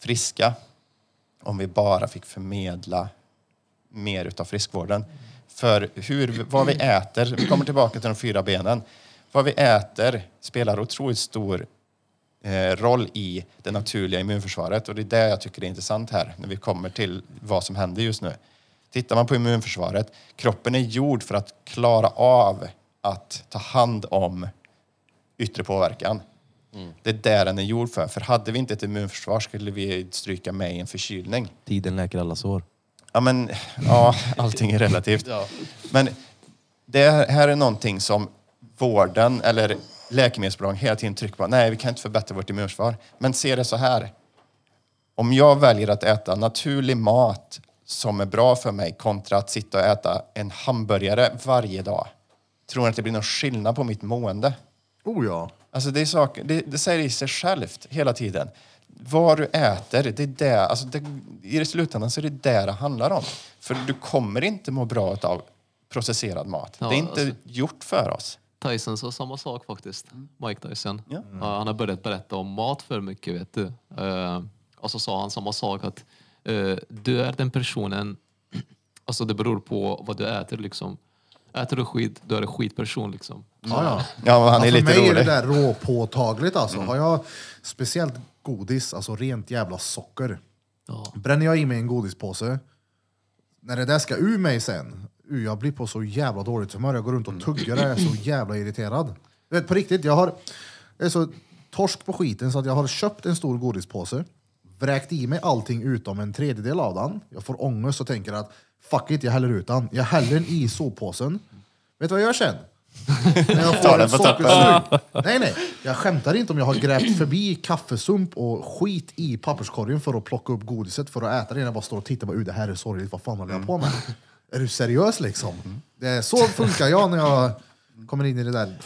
Speaker 4: friska om vi bara fick förmedla mer utav friskvården. För vad vi äter, vi kommer tillbaka till de 4 benen. Vad vi äter spelar otroligt stor roll i det naturliga immunförsvaret. Och det är det jag tycker är intressant här när vi kommer till vad som händer just nu. Tittar man på immunförsvaret, kroppen är gjord för att klara av att ta hand om yttre påverkan. Det är där den är gjord för. För hade vi inte ett immunförsvar skulle vi stryka med i en förkylning.
Speaker 3: Tiden läker alla sår.
Speaker 4: Ja, allting är relativt. Men det här är någonting som vården eller läkemedelsbolagen hela tiden trycker på. Nej, vi kan inte förbättra vårt immunförsvar. Men se det så här. Om jag väljer att äta naturlig mat som är bra för mig kontra att sitta och äta en hamburgare varje dag. Tror ni att det blir någon skillnad på mitt mående?
Speaker 1: Oh ja.
Speaker 4: Alltså det säger i sig självt hela tiden. Vad du äter, det är det, alltså i det slutändan så är det handlar om. För du kommer inte må bra av processerad mat.
Speaker 5: Ja,
Speaker 4: det är inte
Speaker 5: alltså,
Speaker 4: gjort för oss.
Speaker 5: Tyson sa samma sak faktiskt. Mike Tyson.
Speaker 4: Ja.
Speaker 5: Han har börjat berätta om mat för mycket, vet du. Och så sa han samma sak att du är den personen, alltså det beror på vad du äter liksom. Äter du skit, då är det skitperson liksom.
Speaker 1: Ja.
Speaker 4: Ja, han är lite
Speaker 1: för mig
Speaker 4: rolig.
Speaker 1: är det där råpåtagligt alltså. Har jag speciellt godis, alltså rent jävla socker.
Speaker 5: Ja.
Speaker 1: Bränner jag i mig en godispåse, när det där ska ur mig sen, jag blir på så jävla dåligt humör. Jag går runt och tuggar och är så jävla irriterad. Du vet, på riktigt, jag är så torsk på skiten så att jag har köpt en stor godispåse, vräkt i mig allting utom en tredjedel av den. Jag får ångest och tänker att fuck it, jag häller ut den. Jag häller den i soppåsen. Vet du vad jag gör sen? När jag får en sockersug. Nej, jag skämtar inte om jag har grävt förbi kaffesump och skit i papperskorgen för att plocka upp godiset för att äta det. Jag bara står och tittar på det här är sorgligt, vad fan håller jag på med? Är du seriös liksom? Det är så funkar jag när jag kommer in i det där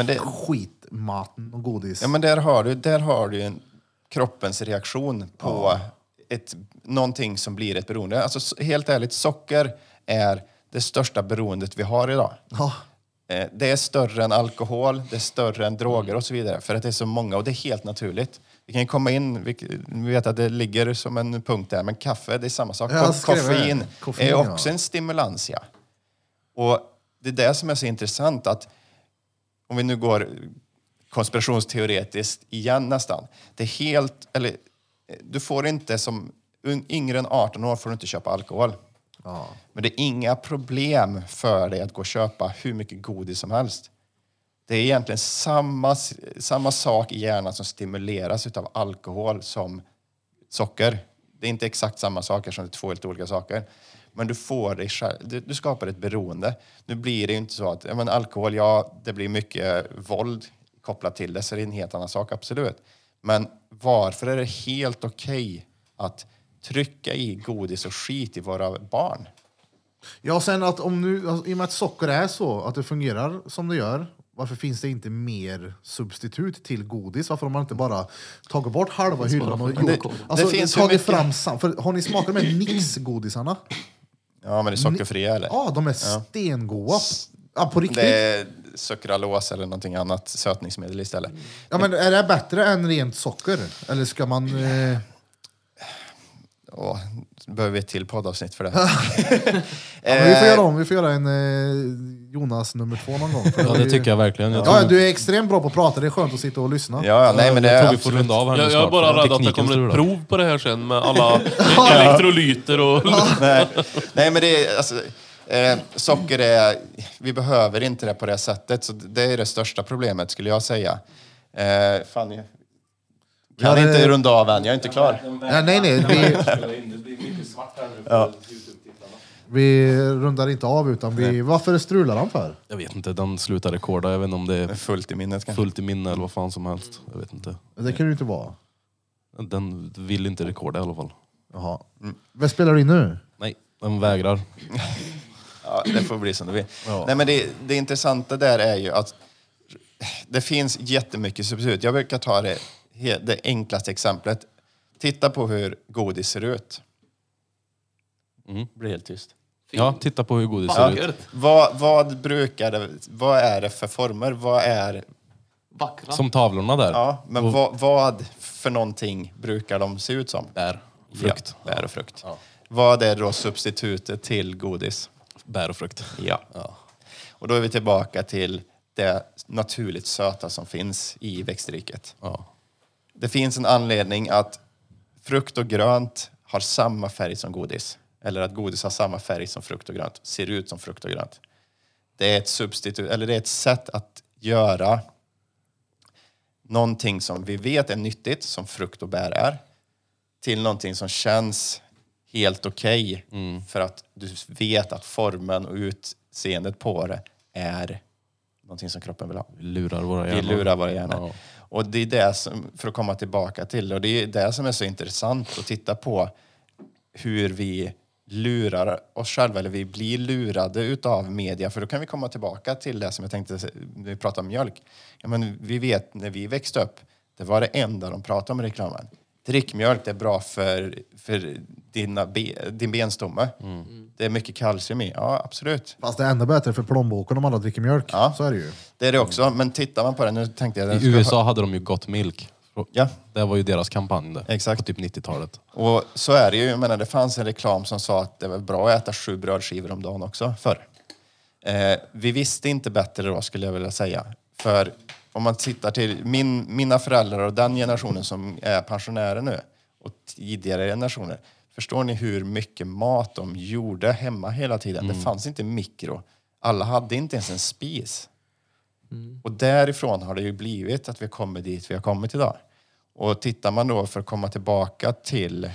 Speaker 1: skitmaten och godis.
Speaker 4: Ja, men där har du en kroppens reaktion på någonting som blir ett beroende. Alltså helt ärligt, socker är det största beroendet vi har idag.
Speaker 1: Ja.
Speaker 4: Det är större än alkohol, det är större än droger och så vidare. För att det är så många och det är helt naturligt. Vi kan ju komma in, vi vet att det ligger som en punkt där, men kaffe, det är samma sak. Koffein är också en stimulans, ja. Och det är det som är så intressant att om vi nu går konspirationsteoretiskt igen nästan. Det är helt, eller du får inte som yngre än 18 år får du inte köpa alkohol.
Speaker 1: Ja.
Speaker 4: Men det är inga problem för dig att gå och köpa hur mycket godis som helst. Det är egentligen samma sak i hjärnan som stimuleras av alkohol som socker. Det är inte exakt samma saker som det är 2 helt olika saker. Men du får dig själv, du skapar ett beroende. Nu blir det ju inte så att alkohol, det blir mycket våld kopplat till det, så det är en helt annan sak, absolut. Men varför är det helt okej att trycka i godis och skit i våra barn?
Speaker 1: Ja, sen att om nu, alltså, i och med att socker är så, att det fungerar som det gör, varför finns det inte mer substitut till godis? Varför har man inte bara tagit bort halva hyllan och gjort... Alltså, det finns tagit fram... Har ni smakat de här Nix-godisarna?
Speaker 4: Ja, men det är sockerfria eller?
Speaker 1: Ja, de är stengoda. Ja, på riktigt.
Speaker 4: Det är sukralos eller någonting annat sötningsmedel istället.
Speaker 1: Ja, men är det bättre än rent socker? Eller ska man...
Speaker 4: Behöver vi ett till poddavsnitt för det.
Speaker 1: Vi får göra en Jonas nummer 2 någon gång.
Speaker 3: Ja, det tycker jag verkligen.
Speaker 1: Du är extremt bra på att prata, det är skönt att sitta och lyssna.
Speaker 4: Nej, men det
Speaker 3: jag
Speaker 4: är
Speaker 3: tror vi får runda av här.
Speaker 2: Jag är bara rädd att det kommer ett prov på det här sen med alla elektrolyter och...
Speaker 4: Nej, men det är... Alltså, socker är... Vi behöver inte det på det sättet. Så det är det största problemet, skulle jag säga. Kan inte runda av än, jag är inte klar.
Speaker 1: Vi rundar inte av utan varför strular han för?
Speaker 3: Jag vet inte, den slutar rekorda. Jag vet inte om det är
Speaker 4: fullt i minnet.
Speaker 3: Fullt i minne eller vad fan som helst. Jag vet inte.
Speaker 1: Det kan det inte vara.
Speaker 3: Den vill inte rekorda i alla fall.
Speaker 1: Jaha. Vad spelar du in nu?
Speaker 3: Nej, den vägrar.
Speaker 4: Ja, det får bli som det vill. Ja. Nej, men det intressanta där är ju att det finns jättemycket substitut. Jag brukar ta det enklaste exemplet. Titta på hur godis ser ut. Blir helt tyst.
Speaker 3: Ja, titta på hur godis ser ut.
Speaker 4: Vad är det för former?
Speaker 5: Vackra.
Speaker 3: Som tavlorna där.
Speaker 4: Ja, men vad för någonting brukar de se ut som?
Speaker 3: Bär. Frukt.
Speaker 4: Ja, bär och frukt.
Speaker 3: Ja.
Speaker 4: Vad är då substitutet till godis?
Speaker 3: Bär och frukt.
Speaker 4: Ja. Och då är vi tillbaka till det naturligt söta som finns i växtriket.
Speaker 3: Ja.
Speaker 4: Det finns en anledning att frukt och grönt har samma färg som godis. Eller att godis har samma färg som frukt och grönt. Ser ut som frukt och grönt. Det är ett substitut, eller det är ett sätt att göra någonting som vi vet är nyttigt, som frukt och bär är, till någonting som känns helt okej. För att du vet att formen och utseendet på det är någonting som kroppen vill ha.
Speaker 3: Vi lurar våra hjärnor.
Speaker 4: Vi lurar våra hjärnor.
Speaker 3: Ja.
Speaker 4: Och det är det som, för att komma tillbaka till, och det är det som är så intressant att titta på, hur vi lurar oss själva, eller vi blir lurade utav media. För då kan vi komma tillbaka till det som jag tänkte när vi pratade om mjölk. Ja, men vi vet, när vi växte upp, det var det enda de pratade om i reklamen. Drick mjölk, det är bra för din benstomme. Det är mycket kalcium i. Ja, absolut.
Speaker 1: Fast det är ännu bättre för plånboken om alla dricker mjölk.
Speaker 4: Ja.
Speaker 1: Så är det ju.
Speaker 4: Det är det också. Men tittar man på det, nu tänkte jag...
Speaker 3: I USA hade de ju Got Milk.
Speaker 4: Ja.
Speaker 3: Det var ju deras kampanj där,
Speaker 4: Exakt.
Speaker 3: på typ 90-talet.
Speaker 4: Och så är det ju. Jag menar, det fanns en reklam som sa att det var bra att äta 7 brödskivor om dagen också förr. Vi visste inte bättre då, skulle jag vilja säga. För om man tittar till mina föräldrar och den generationen som är pensionärer nu och tidigare generationer. Förstår ni hur mycket mat de gjorde hemma hela tiden? Det fanns inte mikro. Alla hade inte ens en spis. Och därifrån har det ju blivit att vi kommer dit vi har kommit idag. Och tittar man då, för att komma tillbaka till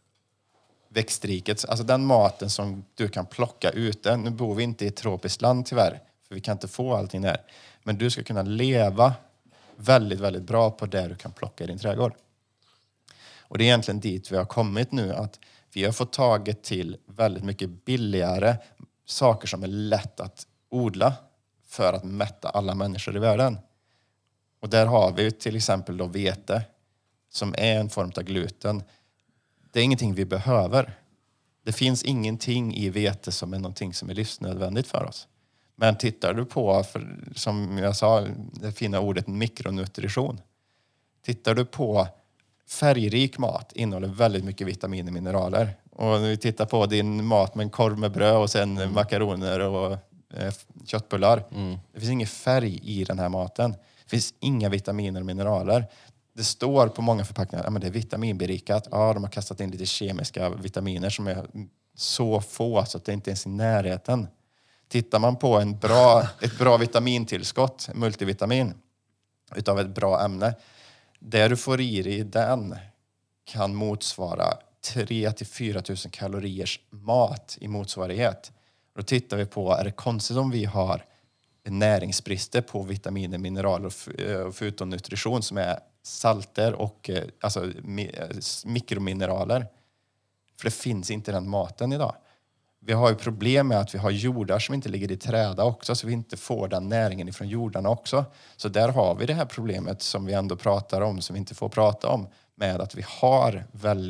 Speaker 4: växtriket, alltså den maten som du kan plocka ute. Nu bor vi inte i ett tropiskt land tyvärr, för vi kan inte få allting där. Men du ska kunna leva väldigt, väldigt bra på det du kan plocka i din trädgård. Och det är egentligen dit vi har kommit nu, att vi har fått taget till väldigt mycket billigare saker som är lätt att odla för att mätta alla människor i världen. Och där har vi till exempel då vete, som är en form av gluten. Det är ingenting vi behöver. Det finns ingenting i vete som är någonting som är livsnödvändigt för oss. Men tittar du på, som jag sa, det fina ordet mikronutrition. Tittar du på färgrik mat, innehåller väldigt mycket vitaminer och mineraler. Och när vi tittar på din mat med en korv med bröd och sen makaroner och köttbullar. Det finns ingen färg i den här maten. Det finns inga vitaminer och mineraler. Det står på många förpackningar att det är vitaminberikat. Ja, de har kastat in lite kemiska vitaminer som är så få så att det inte ens är i närheten. Tittar man på ett bra vitamintillskott, multivitamin, utav ett bra ämne. Det du får i dig, den kan motsvara 3 till 4 000 kaloriers mat i motsvarighet. Då tittar vi på, är det konstigt om vi har näringsbrister på vitaminer, mineraler och fytonutrition som är salter och alltså mikromineraler. För det finns inte den maten idag. Vi har ju problem med att vi har jordar som inte ligger i träda också, så vi inte får den näringen ifrån jordarna också. Så där har vi det här problemet som vi ändå pratar om, som vi inte får prata om, med att vi har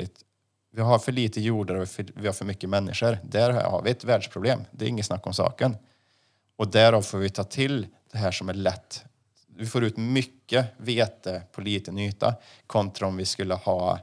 Speaker 4: för lite jordar och vi har för mycket människor. Där har vi ett världsproblem. Det är inget snack om saken. Och därav får vi ta till det här som är lätt. Vi får ut mycket vete på liten yta kontra om vi skulle ha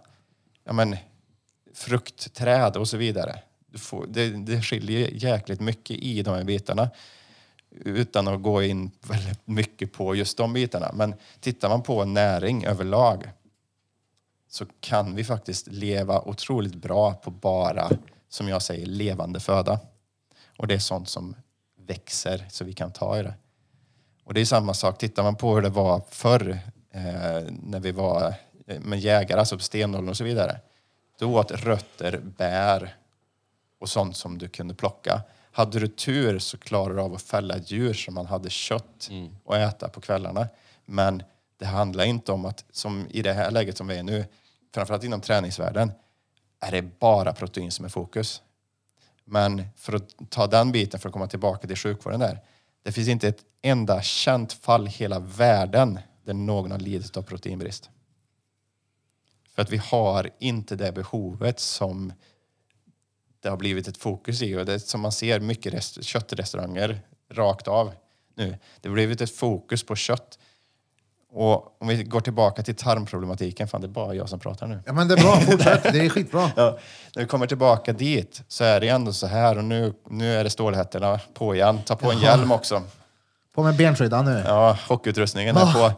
Speaker 4: fruktträd och så vidare. Det skiljer jäkligt mycket i de här bitarna utan att gå in väldigt mycket på just de bitarna. Men tittar man på näring överlag så kan vi faktiskt leva otroligt bra på bara, som jag säger, levande föda. Och det är sånt som växer så vi kan ta i det. Och det är samma sak, tittar man på hur det var förr när vi var med jägare, alltså på stenåldern och så vidare. Då åt rötter, bär och sånt som du kunde plocka. Hade du tur så klarade du av att fälla ett djur som man hade kött och äta på kvällarna. Men det handlar inte om att, som i det här läget som vi är nu, framförallt inom träningsvärlden, är det bara protein som är fokus. Men för att ta den biten, för att komma tillbaka till sjukvården där. Det finns inte ett enda känt fall i hela världen där någon har lidit av proteinbrist. För att vi har inte det behovet som det har blivit ett fokus i. Och det som man ser mycket köttrestauranger rakt av nu. Det har blivit ett fokus på kött. Och om vi går tillbaka till tarmproblematiken, fan det är bara jag som pratar nu.
Speaker 1: Ja, men det är bra, fortsätt. Det är skitbra.
Speaker 4: Ja, när vi kommer tillbaka dit så är det ändå så här, och nu är det stålhättorna på igen. Ta på en hjälm också.
Speaker 1: På med benskyddan nu.
Speaker 4: Ja, hockeyutrustningen är på.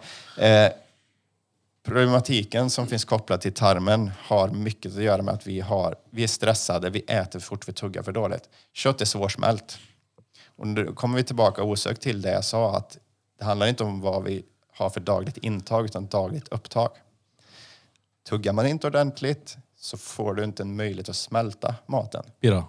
Speaker 4: Problematiken som finns kopplad till tarmen har mycket att göra med att vi är stressade, vi äter för fort, vi tuggar för dåligt. Kött är svårsmält. Och nu kommer vi tillbaka osökt till det jag sa, att det handlar inte om vad vi har för dagligt intag utan dagligt upptag. Tuggar man inte ordentligt så får du inte en möjlighet att smälta maten.
Speaker 3: Bira.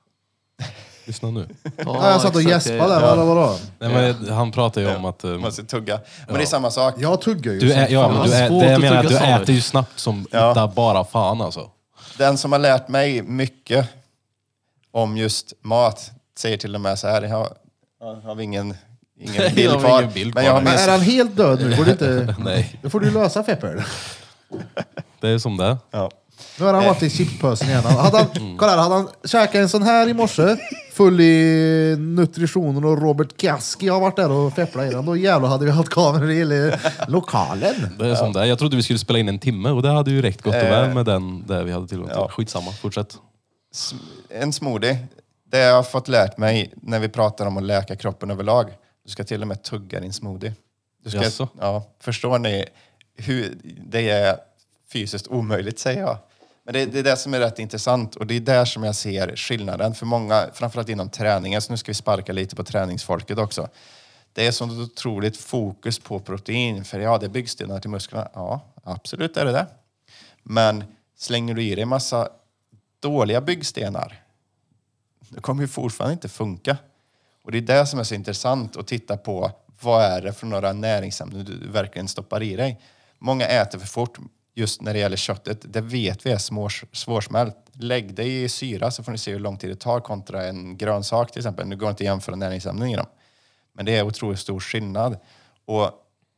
Speaker 3: Lyssna nu.
Speaker 1: Ja, jag satt och gäspade där. Vadå?
Speaker 3: Nej, men han pratar ju om att...
Speaker 4: Man ska tugga. Men det är samma sak.
Speaker 1: Jag tuggar ju.
Speaker 3: Du är, ja, men jag menar att du äter ju snabbt som
Speaker 4: Ja.
Speaker 3: bara fan alltså.
Speaker 4: Den som har lärt mig mycket om just mat säger till och med så här, har vi ingen bild kvar.
Speaker 1: Men är han helt död nu? Får du inte...
Speaker 3: Nej,
Speaker 1: Då får du lösa Fepper.
Speaker 3: det är som det.
Speaker 4: Ja.
Speaker 1: Nu har han varit i chipspösen igen. Kolla här, hade han käkat en sån här i morse, full i nutritionen, och Robert Gaski har varit där och fepplat i den. Då jävlar hade vi haft kameror i hela lokalen.
Speaker 3: Det är som det. Jag trodde vi skulle spela in en timme och det hade ju räckt gott och väl med den där vi hade tillgång till.
Speaker 4: Ja.
Speaker 3: Skitsamma, fortsätt.
Speaker 4: En smoothie. Det jag har fått lärt mig när vi pratar om att läka kroppen överlag. Du ska till och med tugga din smoothie. Du ska,
Speaker 3: Jaså?
Speaker 4: ja, förstår ni hur det är fysiskt omöjligt, säger jag. Men det är det som är rätt intressant, och det är där som jag ser skillnaden för många, framförallt inom träningen. Så nu ska vi sparka lite på träningsfolket också. Det är så otroligt fokus på protein, för ja, det är byggstenar till musklerna. Ja, absolut är det. Men slänger du i dig en massa dåliga byggstenar, det kommer ju fortfarande inte funka. Och det är det som är så intressant att titta på. Vad är det för några näringsämnen du verkligen stoppar i dig? Många äter för fort. Just när det gäller köttet, det vet vi är svårsmält. Lägg det i syra så får ni se hur lång tid det tar kontra en grönsak till exempel. Nu går det inte att jämföra näringsämnen i dem. Men det är otroligt stor skillnad. Och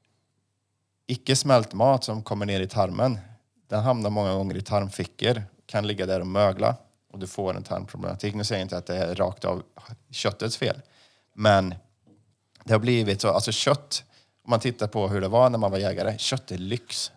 Speaker 4: icke smält mat som kommer ner i tarmen, den hamnar många gånger i tarmfickor. Kan ligga där och mögla. Och du får en tarmproblematik. Nu säger jag inte att det är rakt av köttets fel. Men det har blivit så. Alltså kött, om man tittar på hur det var när man var jägare. Kött är lyx.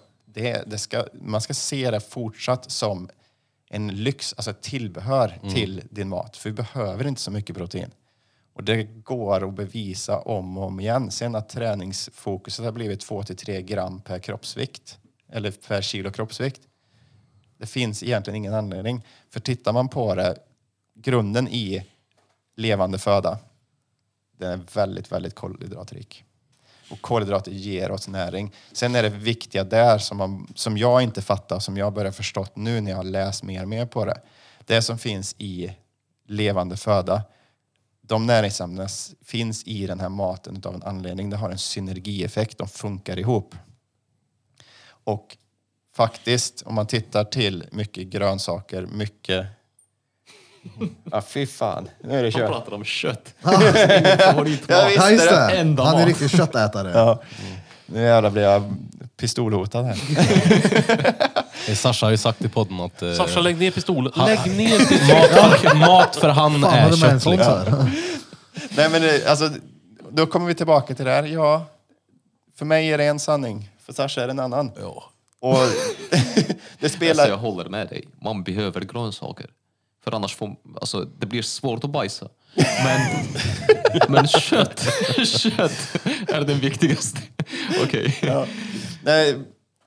Speaker 4: Man ska se det fortsatt som en lyx, alltså ett tillbehör till din mat. För vi behöver inte så mycket protein. Och det går att bevisa om och om igen. Sen att träningsfokuset har blivit 2-3 gram per kroppsvikt. Eller per kilo kroppsvikt. Det finns egentligen ingen anledning. För tittar man på det, grunden i levande föda, den är väldigt, väldigt kolhydratrik. Och kolhydrater ger oss näring. Sen är det viktiga där som jag inte fattar, som jag börjar förstått nu när jag har läst mer och mer på det. Det som finns i levande föda, de näringsämnena finns i den här maten av en anledning. Det har en synergieffekt, de funkar ihop. Och faktiskt, om man tittar till mycket grönsaker, mycket... Ja, fy fan. Nu är det kört.
Speaker 5: Han pratar om kött.
Speaker 1: Ja, just det.
Speaker 5: Enda
Speaker 1: Han är
Speaker 5: mat.
Speaker 1: riktigt köttätare.
Speaker 4: Ja. Nu jävlar blir jag pistolhotad här.
Speaker 3: Sasha har ju sagt i podden att...
Speaker 2: Sasha, lägg ner pistolen. Lägg ner pistolen.
Speaker 3: mat för han
Speaker 1: Fan,
Speaker 3: är
Speaker 1: vad de är en
Speaker 3: kött
Speaker 1: sån
Speaker 3: liksom.
Speaker 1: så här.
Speaker 4: Nej, men alltså, då kommer vi tillbaka till det här. Ja, för mig är det en sanning. För Sasha är det en annan.
Speaker 3: Ja.
Speaker 4: Och det spelar...
Speaker 5: Alltså, jag håller med dig. Man behöver grönsaker. För annars det blir svårt att bajsa. Men kött är den viktigaste. Okej.
Speaker 4: Ja. Nej,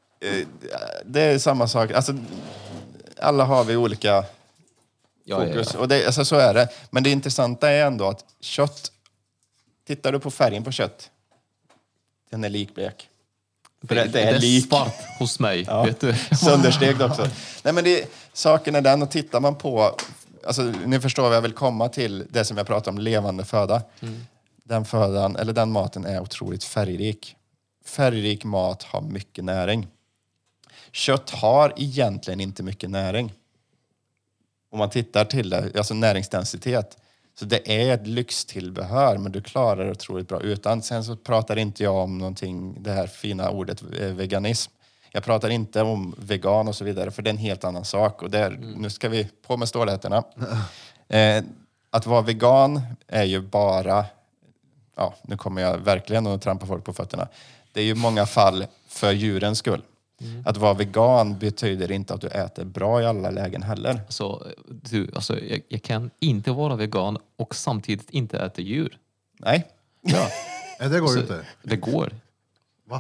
Speaker 4: det är samma sak. Alltså, alla har vi olika fokus.
Speaker 5: Ja.
Speaker 4: Och det, alltså, så är det. Men det intressanta är ändå att kött... Tittar du på färgen på kött, den är likblek. För det är lik.
Speaker 5: Svart hos mig.
Speaker 4: Ja.
Speaker 5: Vet du?
Speaker 4: Sönderstekt också. Nej, men saken är den, och tittar man på... Alltså, ni förstår vad jag vill komma till, det som jag pratar om, levande föda. Den födan, eller den maten är otroligt färgrik. Färgrik mat har mycket näring. Kött har egentligen inte mycket näring. Om man tittar till det, alltså näringsdensitet. Så det är ett lyxtillbehör, men du klarar det otroligt bra utan. Sen så pratar inte jag om någonting, det här fina ordet veganism. Jag pratar inte om vegan och så vidare, för det är en helt annan sak. Och nu ska vi på med stålhättorna. Att vara vegan är ju bara... Ja, nu kommer jag verkligen att trampa folk på fötterna. det är ju många fall för djurens skull. Att vara vegan betyder inte att du äter bra i alla lägen heller.
Speaker 5: Jag kan inte vara vegan och samtidigt inte äta djur.
Speaker 4: Nej.
Speaker 5: Ja.
Speaker 1: Det går ju inte.
Speaker 5: Det går.
Speaker 1: Va?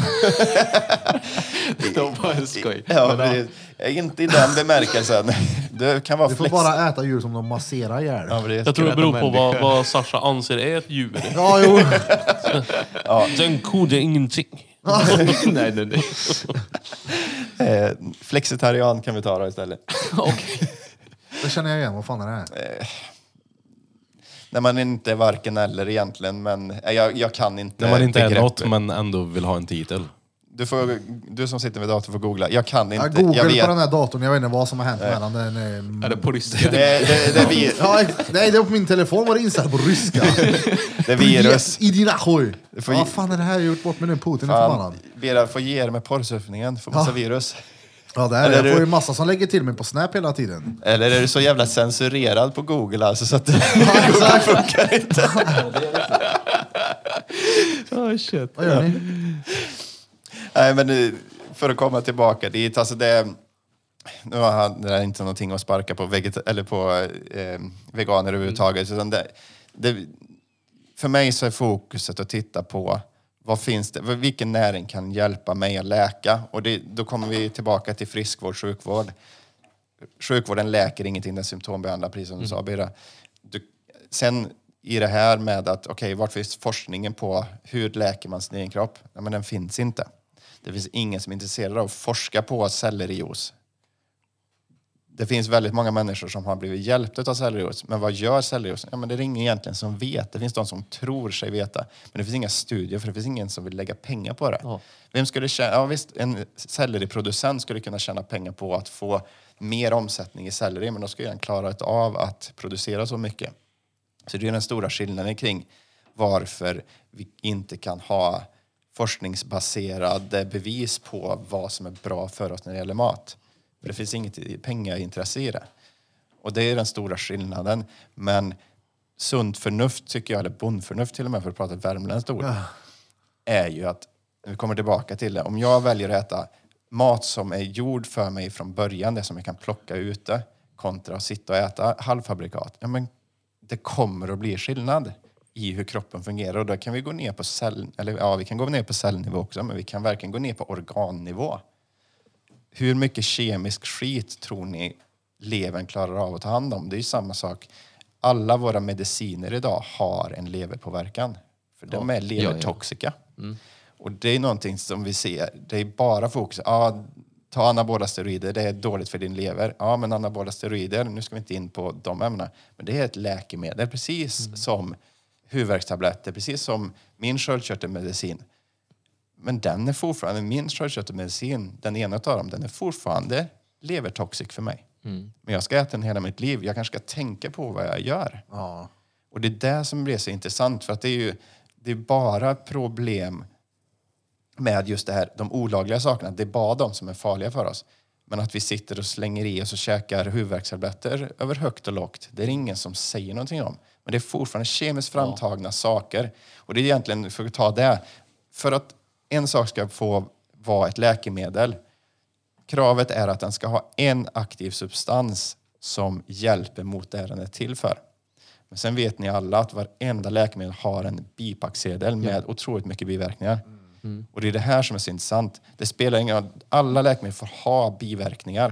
Speaker 5: Det var bara en skoj.
Speaker 4: Ja, men inte i den bemärkelsen. Det kan vara
Speaker 1: Du får bara äta djur som de masserar ihjäl.
Speaker 4: Ja, men
Speaker 2: Jag tror det beror på vad Sasha anser är ett djur.
Speaker 1: Ja, jo.
Speaker 2: Den kod är ingenting.
Speaker 5: nej.
Speaker 4: Flexitarian kan vi ta då istället.
Speaker 5: Okej.
Speaker 1: Det känner jag igen. Vad fan är det här?
Speaker 4: När man inte är varken eller egentligen, men jag kan inte.
Speaker 3: När man inte är
Speaker 4: begreppet.
Speaker 3: något men ändå vill ha en titel.
Speaker 4: Du som sitter vid datorn får googla. Jag kan inte.
Speaker 1: Jag googlar
Speaker 4: jag vet.
Speaker 1: på den här datorn. Jag vet inte vad som har hänt mellan den.
Speaker 5: Är det på ryska?
Speaker 1: Nej, det är på min telefon var det inställt på ryska.
Speaker 4: Det är virus.
Speaker 1: I dina hoj.
Speaker 4: får
Speaker 1: Vad fan är det här jag gjort bort med nu? Putin är förbannad.
Speaker 4: Bera får ge er med porrsurfningen. Får massa virus.
Speaker 1: Ja, det är det. Jag får ju massa som lägger till mig på Snap hela tiden.
Speaker 4: Eller är du så jävla censurerad på Google alltså, så att det funkar inte.
Speaker 5: Shit.
Speaker 1: Vad gör ni?
Speaker 4: Nej, men för att komma tillbaka dit, alltså nu har det inte någonting att sparka på veganer överhuvudtaget. Utan för mig så är fokuset att titta på vad finns det, vilken näring kan hjälpa mig att läka. Och då kommer vi tillbaka till friskvård, sjukvård. Sjukvården läker ingenting, den symptombehandlar, precis som du sa, Birra. Sen i det här med att, vart finns forskningen på hur läker man sin egen kropp? Ja, men den finns inte. Det finns ingen som är intresserad av att forska på sellerijuice. Det finns väldigt många människor som har blivit hjälpta av sellerijuice. Men vad gör sellerijuice? Ja, men det är ingen egentligen som vet. Det finns de som tror sig veta. Men det finns inga studier, för det finns ingen som vill lägga pengar på det. Ja. Vem skulle tjäna? Ja, visst, en selleriproducent skulle kunna tjäna pengar på att få mer omsättning i selleri. Men då skulle den klara av att producera så mycket. Så det är den stora skillnaden kring varför vi inte kan ha forskningsbaserade bevis på vad som är bra för oss när det gäller mat. För det finns inget pengaintresse i det. Och det är den stora skillnaden. Men sunt förnuft tycker jag, eller bondförnuft till och med för att prata värmländskt ord, är ju att, vi kommer tillbaka till det, om jag väljer att äta mat som är gjord för mig från början, det som jag kan plocka ute, kontra att sitta och äta halvfabrikat, ja men det kommer att bli skillnad i hur kroppen fungerar. Och då kan vi gå ner på vi kan gå ner på cellnivå också, men vi kan verkligen gå ner på organnivå. Hur mycket kemisk skit tror ni levern klarar av att ta hand om? Det är ju samma sak. Alla våra mediciner idag har en leverpåverkan. För de är levertoxika. Mm. Och det är någonting som vi ser. Det är bara fokus. Ta anabola steroider, det är dåligt för din lever. Ja, men anabola steroider, nu ska vi inte in på de ämnena. Men det är ett läkemedel, precis som huvudvärkstabletter, precis som min sköldkörtelmedicin. Men den är fortfarande, min sköldkörtelmedicin, den ena av dem, den är fortfarande levertoxic för mig. Mm. Men jag ska äta den hela mitt liv. Jag kanske ska tänka på vad jag gör. Ja. Och det är det som blir så intressant. För att det är bara problem med just det här, de olagliga sakerna. Det är bara de som är farliga för oss. Men att vi sitter och slänger i oss och käkar huvudvärkstabletter över högt och lågt, det är ingen som säger någonting om. Men det är fortfarande kemiskt framtagna saker. Och det är egentligen, för att ta det, för att en sak ska få vara ett läkemedel, kravet är att den ska ha en aktiv substans som hjälper mot det den är till för. Men sen vet ni alla att varenda läkemedel har en bipacksedel med otroligt mycket biverkningar. Mm. Och det är det här som är så intressant. Det spelar ingen roll. Alla läkemedel får ha biverkningar.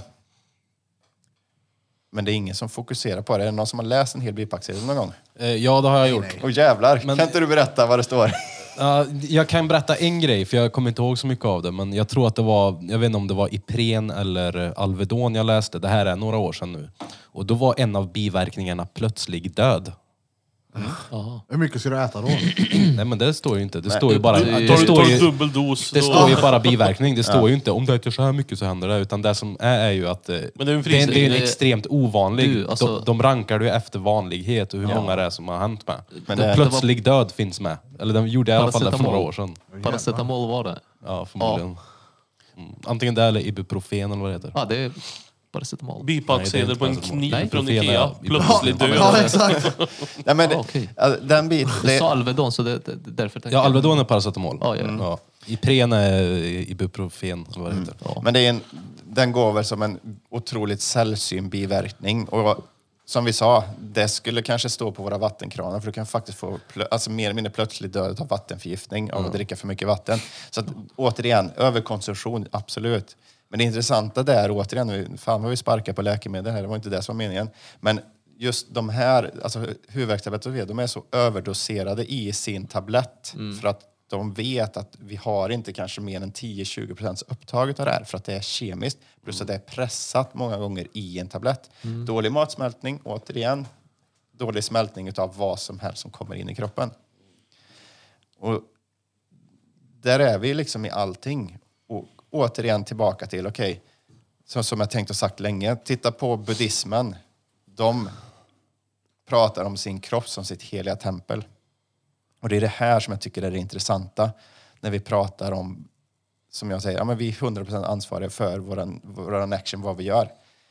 Speaker 4: Men det är ingen som fokuserar på det. Är det någon som har läst en hel bipacksedel någon gång?
Speaker 3: Ja, det har jag gjort.
Speaker 4: Åh jävlar, kan inte du berätta vad det står?
Speaker 3: Jag kan berätta en grej, för jag kommer inte ihåg så mycket av det. Men jag tror att det var, jag vet inte om det var Ipren eller Alvedon jag läste. Det här är några år sedan nu. Och då var en av biverkningarna plötslig död.
Speaker 1: Mm. Hur mycket ska du äta då?
Speaker 3: Nej, men det står ju inte. Det står ju bara...
Speaker 2: Det
Speaker 3: står ju bara biverkning. Det står ju inte om du äter så här mycket så händer det. Utan det som är ju att det är en extremt ovanlig. De rankar du efter vanlighet och hur många det är som har hänt med. Men plötslig död finns med. Eller de gjorde i alla fall det för några år sedan.
Speaker 5: Paracetamol var det?
Speaker 3: Ja, förmodligen. Antingen det eller ibuprofen eller vad det heter.
Speaker 5: Ja, det är paracetamol.
Speaker 2: Bipacksedel på en kniv från Ikea. Plötsligt död.
Speaker 1: Ja, exakt.
Speaker 4: Nej, men den biten...
Speaker 5: Du sa Alvedon, så det därför tänkte
Speaker 3: jag. Ja, Alvedon är paracetamol.
Speaker 5: Ja.
Speaker 3: Ipren är ibuprofen, vad det heter.
Speaker 4: Ja. Men den går väl som en otroligt sällsynt biverkning. Och som vi sa, det skulle kanske stå på våra vattenkranar, för du kan faktiskt få mer eller mindre plötsligt död av vattenförgiftning av att dricka för mycket vatten. Så att, återigen, överkonsumtion, absolut. Men det intressanta där, återigen, fan vad vi sparkar på läkemedel här, det var inte det som var meningen. Men just de här, alltså huvudvärkstabletter, de är så överdoserade i sin tablett för att de vet att vi har inte kanske mer än 10-20% upptaget av det här, för att det är kemiskt, plus att det är pressat många gånger i en tablett. Dålig matsmältning, återigen, dålig smältning av vad som helst som kommer in i kroppen. Och där är vi liksom i allting. Och återigen tillbaka till, okej, som jag tänkt och sagt länge, titta på buddhismen. De pratar om sin kropp som sitt heliga tempel. Och det är det här som jag tycker är det intressanta när vi pratar om, som jag säger, men vi är 100% ansvariga för våran action, vad vi gör.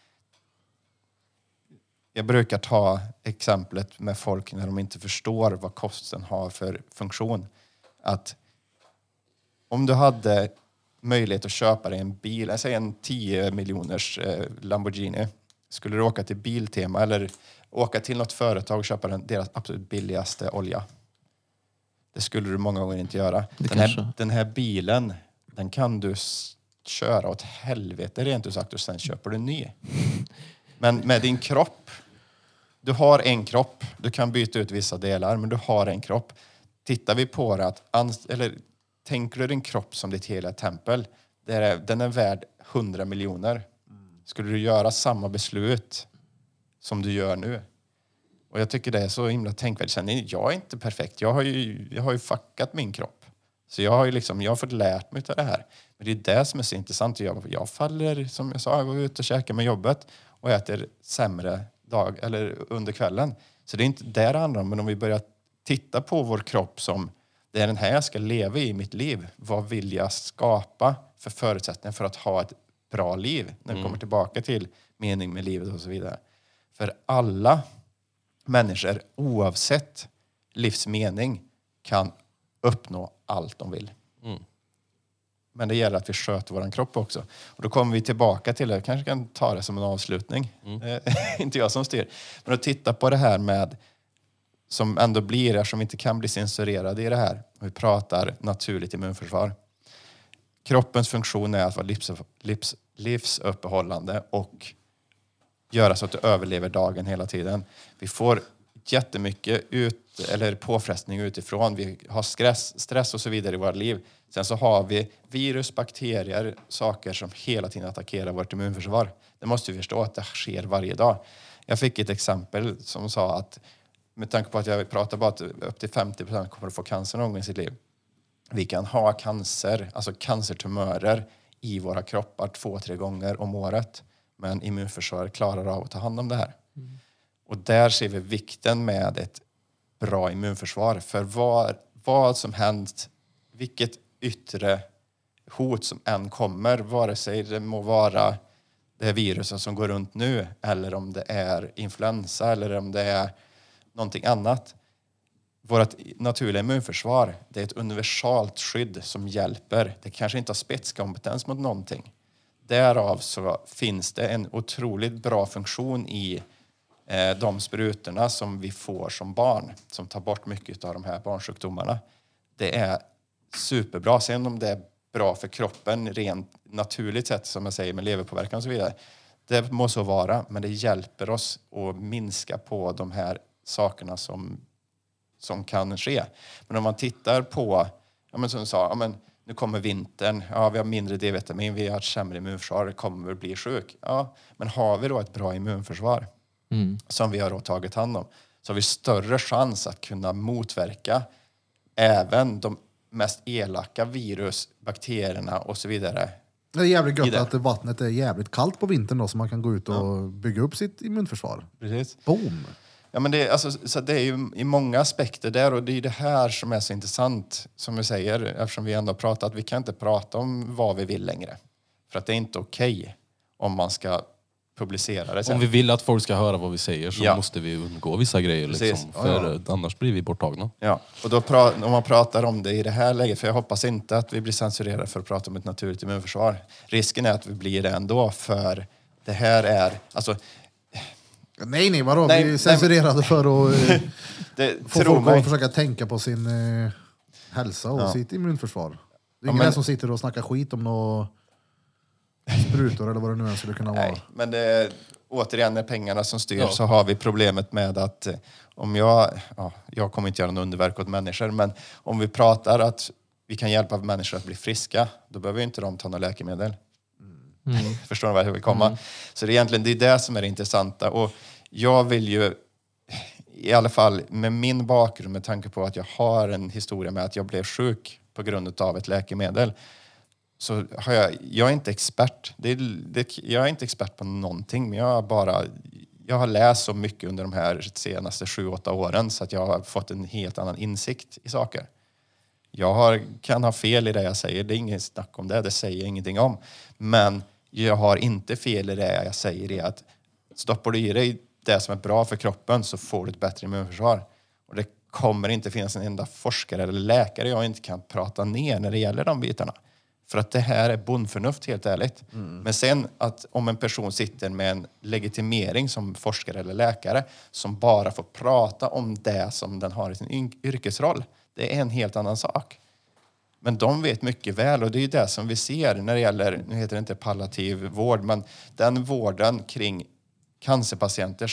Speaker 4: Jag brukar ta exemplet med folk när de inte förstår vad kosten har för funktion. Att om du hade möjlighet att köpa dig en bil, jag säger en 10 miljoners Lamborghini, skulle du åka till Biltema eller åka till något företag och köpa deras absolut billigaste olja. Det skulle du många gånger inte göra. Den här bilen, den kan du köra åt helvete rent ut sagt, och sen köper du en ny. Men med din kropp, du har en kropp, du kan byta ut vissa delar, men du har en kropp. Tittar vi på det, eller tänker du din kropp som ditt hela tempel, den är värd 100 miljoner. Skulle du göra samma beslut som du gör nu? Och jag tycker det är så himla tänkvärt. Sen, jag är inte perfekt. Jag har ju fuckat min kropp. Så jag har fått lärt mig av det här. Men det är det som är så intressant. Jag faller, som jag sa, jag går ut och käkar med jobbet och äter sämre under kvällen. Så det är inte det det handlar om. Men om vi börjar titta på vår kropp som det är den här jag ska leva i mitt liv. Vad vill jag skapa för förutsättningar för att ha ett bra liv? När vi kommer tillbaka till mening med livet och så vidare. För alla människor, oavsett livsmening, kan uppnå allt de vill. Men det gäller att vi sköter våran kropp också. Och då kommer vi tillbaka till det. Jag kanske kan ta det som en avslutning. Inte jag som styr. Men att titta på det här med, som ändå blir, eftersom vi inte kan bli censurerade i det här. Vi pratar naturligt immunförsvar. Kroppens funktion är att vara livsuppehållande och göra så att du överlever dagen hela tiden. Vi får jättemycket påfrestning utifrån. Vi har stress och så vidare i vårt liv. Sen så har vi virus, bakterier, saker som hela tiden attackerar vårt immunförsvar. Det måste vi förstå att det sker varje dag. Jag fick ett exempel som sa att, med tanke på att jag pratar bara att upp till 50% kommer att få cancer någon gång i sitt liv. Vi kan ha cancer, alltså cancertumörer i våra kroppar 2-3 gånger om året. Men immunförsvaret klarar av att ta hand om det här. Och där ser vi vikten med ett bra immunförsvar. För vad som hänt, vilket yttre hot som än kommer, vare sig det må vara det här viruset som går runt nu, eller om det är influensa, eller om det är någonting annat. Vårt naturliga immunförsvar, det är ett universalt skydd som hjälper. Det kanske inte har spetskompetens mot någonting. Därav så finns det en otroligt bra funktion i de sprutorna som vi får som barn, som tar bort mycket av de här barnsjukdomarna. Det är superbra. Sen om det är bra för kroppen rent naturligt sett, som jag säger, med leverpåverkan och så vidare, det må så vara, men det hjälper oss att minska på de här sakerna som kan ske. Men om man tittar på, som du sa, nu kommer vintern, vi har mindre D-vitamin, vi har ett sämre immunförsvar, det kommer att bli sjuk. Ja, men har vi då ett bra immunförsvar som vi har då tagit hand om, så har vi större chans att kunna motverka även de mest elaka virus, bakterierna och så vidare.
Speaker 1: Det är jävligt gött att vattnet är jävligt kallt på vintern då, så man kan gå ut och bygga upp sitt immunförsvar.
Speaker 4: Precis.
Speaker 1: Boom!
Speaker 4: Ja, men så det är ju i många aspekter där, och det är det här som är så intressant, som vi säger, eftersom vi ändå har pratat, vi kan inte prata om vad vi vill längre. För att det är inte okej om man ska publicera det sen.
Speaker 3: Om vi vill att folk ska höra vad vi säger så måste vi undgå vissa grejer liksom, för annars blir vi borttagna.
Speaker 4: Ja, och då om man pratar om det i det här läget, för jag hoppas inte att vi blir censurerade för att prata om ett naturligt immunförsvar. Risken är att vi blir det ändå, för det här är, alltså...
Speaker 1: Nej, vadå? Vi är censurerade för att få folk att försöka tänka på sin hälsa och sitt immunförsvar. Det är ingen som sitter och snackar skit om något sprutor eller vad det nu än skulle kunna vara.
Speaker 4: Nej, men det, återigen, när pengarna som styr så har vi problemet med att om jag kommer inte göra någon underverk åt människor, men om vi pratar att vi kan hjälpa människor att bli friska, då behöver inte de ta några läkemedel. Förstår ni vad jag vill komma? Så det är egentligen det som är det intressanta, och jag vill ju i alla fall med min bakgrund, med tanke på att jag har en historia med att jag blev sjuk på grund av ett läkemedel, så har jag är inte expert. Jag är inte expert på någonting, men jag har läst så mycket under de här senaste 7-8 åren så att jag har fått en helt annan insikt i saker. Jag kan ha fel i det jag säger, det är inget snack om det säger jag ingenting om. Men jag har inte fel i det jag säger, i att stoppar du i dig det som är bra för kroppen så får du ett bättre immunförsvar. Och det kommer inte finnas en enda forskare eller läkare jag inte kan prata ner när det gäller de bitarna. För att det här är bondförnuft, helt ärligt. Men sen att om en person sitter med en legitimering som forskare eller läkare som bara får prata om det som den har i sin yrkesroll, det är en helt annan sak. Men de vet mycket väl, och det är ju det som vi ser när det gäller, nu heter det inte palliativ vård, men den vården kring cancerpatienter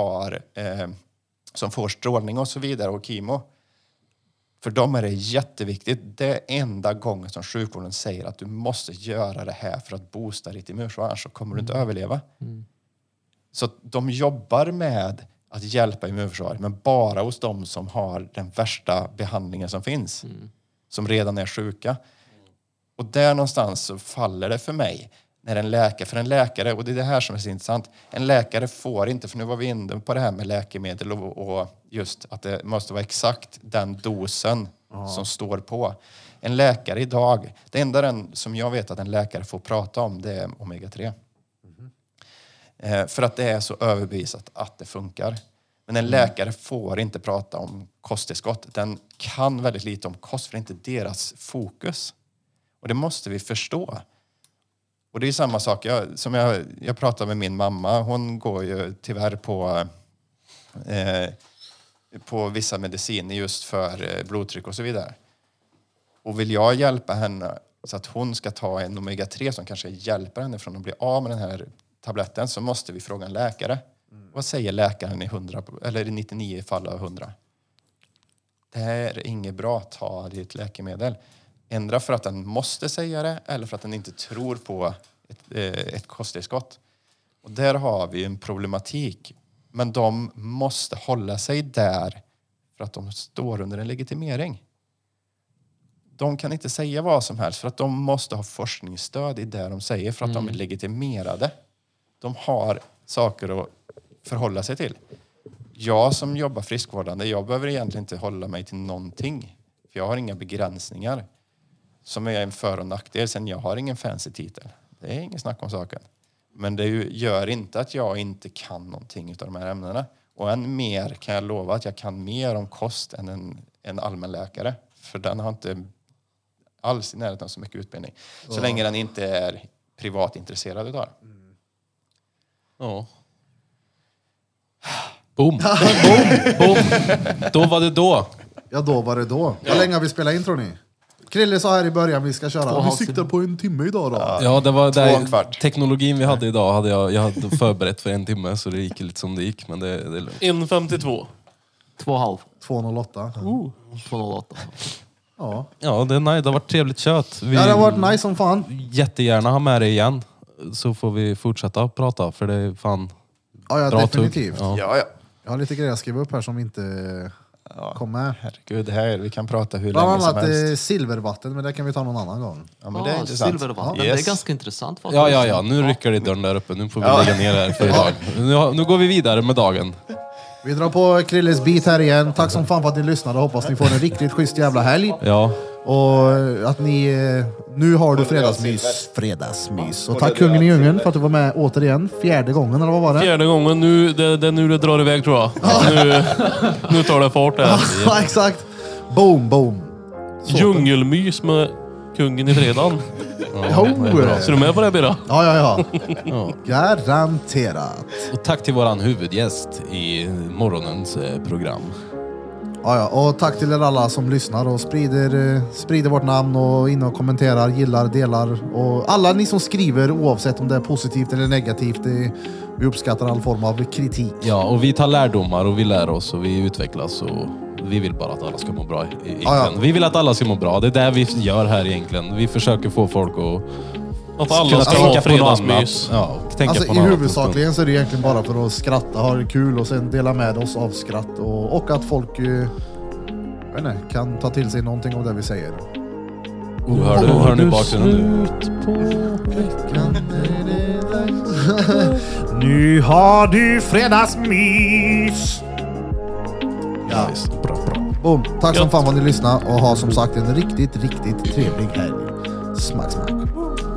Speaker 4: som får strålning och så vidare och kemo. För dem är det jätteviktigt. Det är enda gången som sjukvården säger att du måste göra det här för att boosta ditt immunförsvar, annars så kommer du inte överleva. Så de jobbar med att hjälpa immunförsvaret, men bara hos de som har den värsta behandlingen som finns. Som redan är sjuka. Och där någonstans så faller det för mig. När en läkare, och det är det här som är så intressant. En läkare får inte, för nu var vi inne på det här med läkemedel och just att det måste vara exakt den dosen som står på. En läkare idag, det enda som jag vet att en läkare får prata om, det är omega-3. För att det är så överbevisat att det funkar. Men en läkare får inte prata om kosttillskott. Den kan väldigt lite om kost, för det är inte deras fokus. Och det måste vi förstå. Och det är samma sak, jag pratar med min mamma, hon går ju tyvärr på vissa mediciner just för blodtryck och så vidare. Och vill jag hjälpa henne så att hon ska ta en omega-3 som kanske hjälper henne från att bli av med den här tabletten, så måste vi fråga en läkare. Vad säger läkaren i 99 fall av 100? Det här är inget bra, ta ditt läkemedel. Ändra för att den måste säga det, eller för att den inte tror på ett kosttillskott. Och där har vi en problematik. Men de måste hålla sig där för att de står under en legitimering. De kan inte säga vad som helst, för att de måste ha forskningsstöd i det de säger, för att de är legitimerade. De har saker att förhålla sig till. Jag som jobbar friskvårdande, jag behöver egentligen inte hålla mig till någonting. För jag har inga begränsningar som är en för- och nackdel. Sen jag har ingen fancy titel. Det är ingen snack om saken. Men det gör inte att jag inte kan någonting av de här ämnena. Och än mer kan jag lova att jag kan mer om kost än en allmänläkare. För den har inte alls i närheten av så mycket utbildning. Så länge den inte är privatintresserad utav.
Speaker 3: Ja. Boom. Boom. Då var det då.
Speaker 1: Ja, då var det då. Hur länge har vi spelat in, tror ni? Krille sa här i början vi ska köra. Vi siktar på en timme idag då.
Speaker 3: Ja, det var där teknologin vi hade idag jag hade förberett för 1 timme, så det gick lite som det gick, men det är lugnt.
Speaker 2: 1.52.
Speaker 5: 2,5.
Speaker 1: 2.08.
Speaker 5: 2,08.
Speaker 1: Ja.
Speaker 3: Ja, det har varit trevligt kött.
Speaker 1: Det har varit nice som fan.
Speaker 3: Jättegärna ha med dig igen. Så får vi fortsätta prata, för det är fan
Speaker 1: ja,
Speaker 3: bra
Speaker 1: definitivt.
Speaker 3: Ja.
Speaker 1: Jag har lite grejer att skriva upp här som inte kom med.
Speaker 4: Herregud, vi kan prata hur
Speaker 1: bland
Speaker 4: länge som
Speaker 1: annat
Speaker 4: helst.
Speaker 1: silvervatten, men det kan vi ta någon annan gång.
Speaker 4: Ja, men det är intressant.
Speaker 5: Silvervatten,
Speaker 4: Yes.
Speaker 5: det är ganska intressant faktiskt.
Speaker 3: Ja, nu rycker det i dörren där uppe. Nu får vi lägga ner det här för idag. Nu går vi vidare med dagen.
Speaker 1: Vi drar på Krilles beat här igen. Tack som fan för att ni lyssnade. Hoppas ni får en riktigt schysst jävla helg.
Speaker 3: Ja.
Speaker 1: Och att ni... Nu har du fredagsmys. Och tack kungen i djungeln för att du var med återigen. 4:e gången, eller vad var det?
Speaker 2: 4:e gången. Nu, det är nu det drar iväg, tror jag. Nu tar det fart här.
Speaker 1: Ja, exakt. Boom, boom.
Speaker 2: Djungelmys med kungen i fredagen. Så du med på det, Bira?
Speaker 1: Ja. Garanterat.
Speaker 3: Och tack till våran huvudgäst i morgonens program.
Speaker 1: Ja, och tack till er alla som lyssnar och sprider vårt namn och in och kommenterar, gillar, delar. Och alla ni som skriver, oavsett om det är positivt eller negativt, vi uppskattar all form av kritik.
Speaker 3: Ja, och vi tar lärdomar och vi lär oss och vi utvecklas och vi vill bara att alla ska må bra egentligen. Vi vill att alla ska må bra, det är det vi gör här egentligen. Vi försöker få folk
Speaker 2: att alla ska ha fredagsmys.
Speaker 3: Ja,
Speaker 1: alltså i huvudsakligen så är det egentligen bara för att skratta, ha det kul och sen dela med oss av skratt och att folk kan ta till sig någonting av det vi säger.
Speaker 3: Hör nu bakgrunden nu.
Speaker 1: Nu har du fredagsmys.
Speaker 3: Ja, bra.
Speaker 1: Boom. Tack som fan för att ni lyssnade och ha som sagt en riktigt, riktigt trevlig helg. Smack.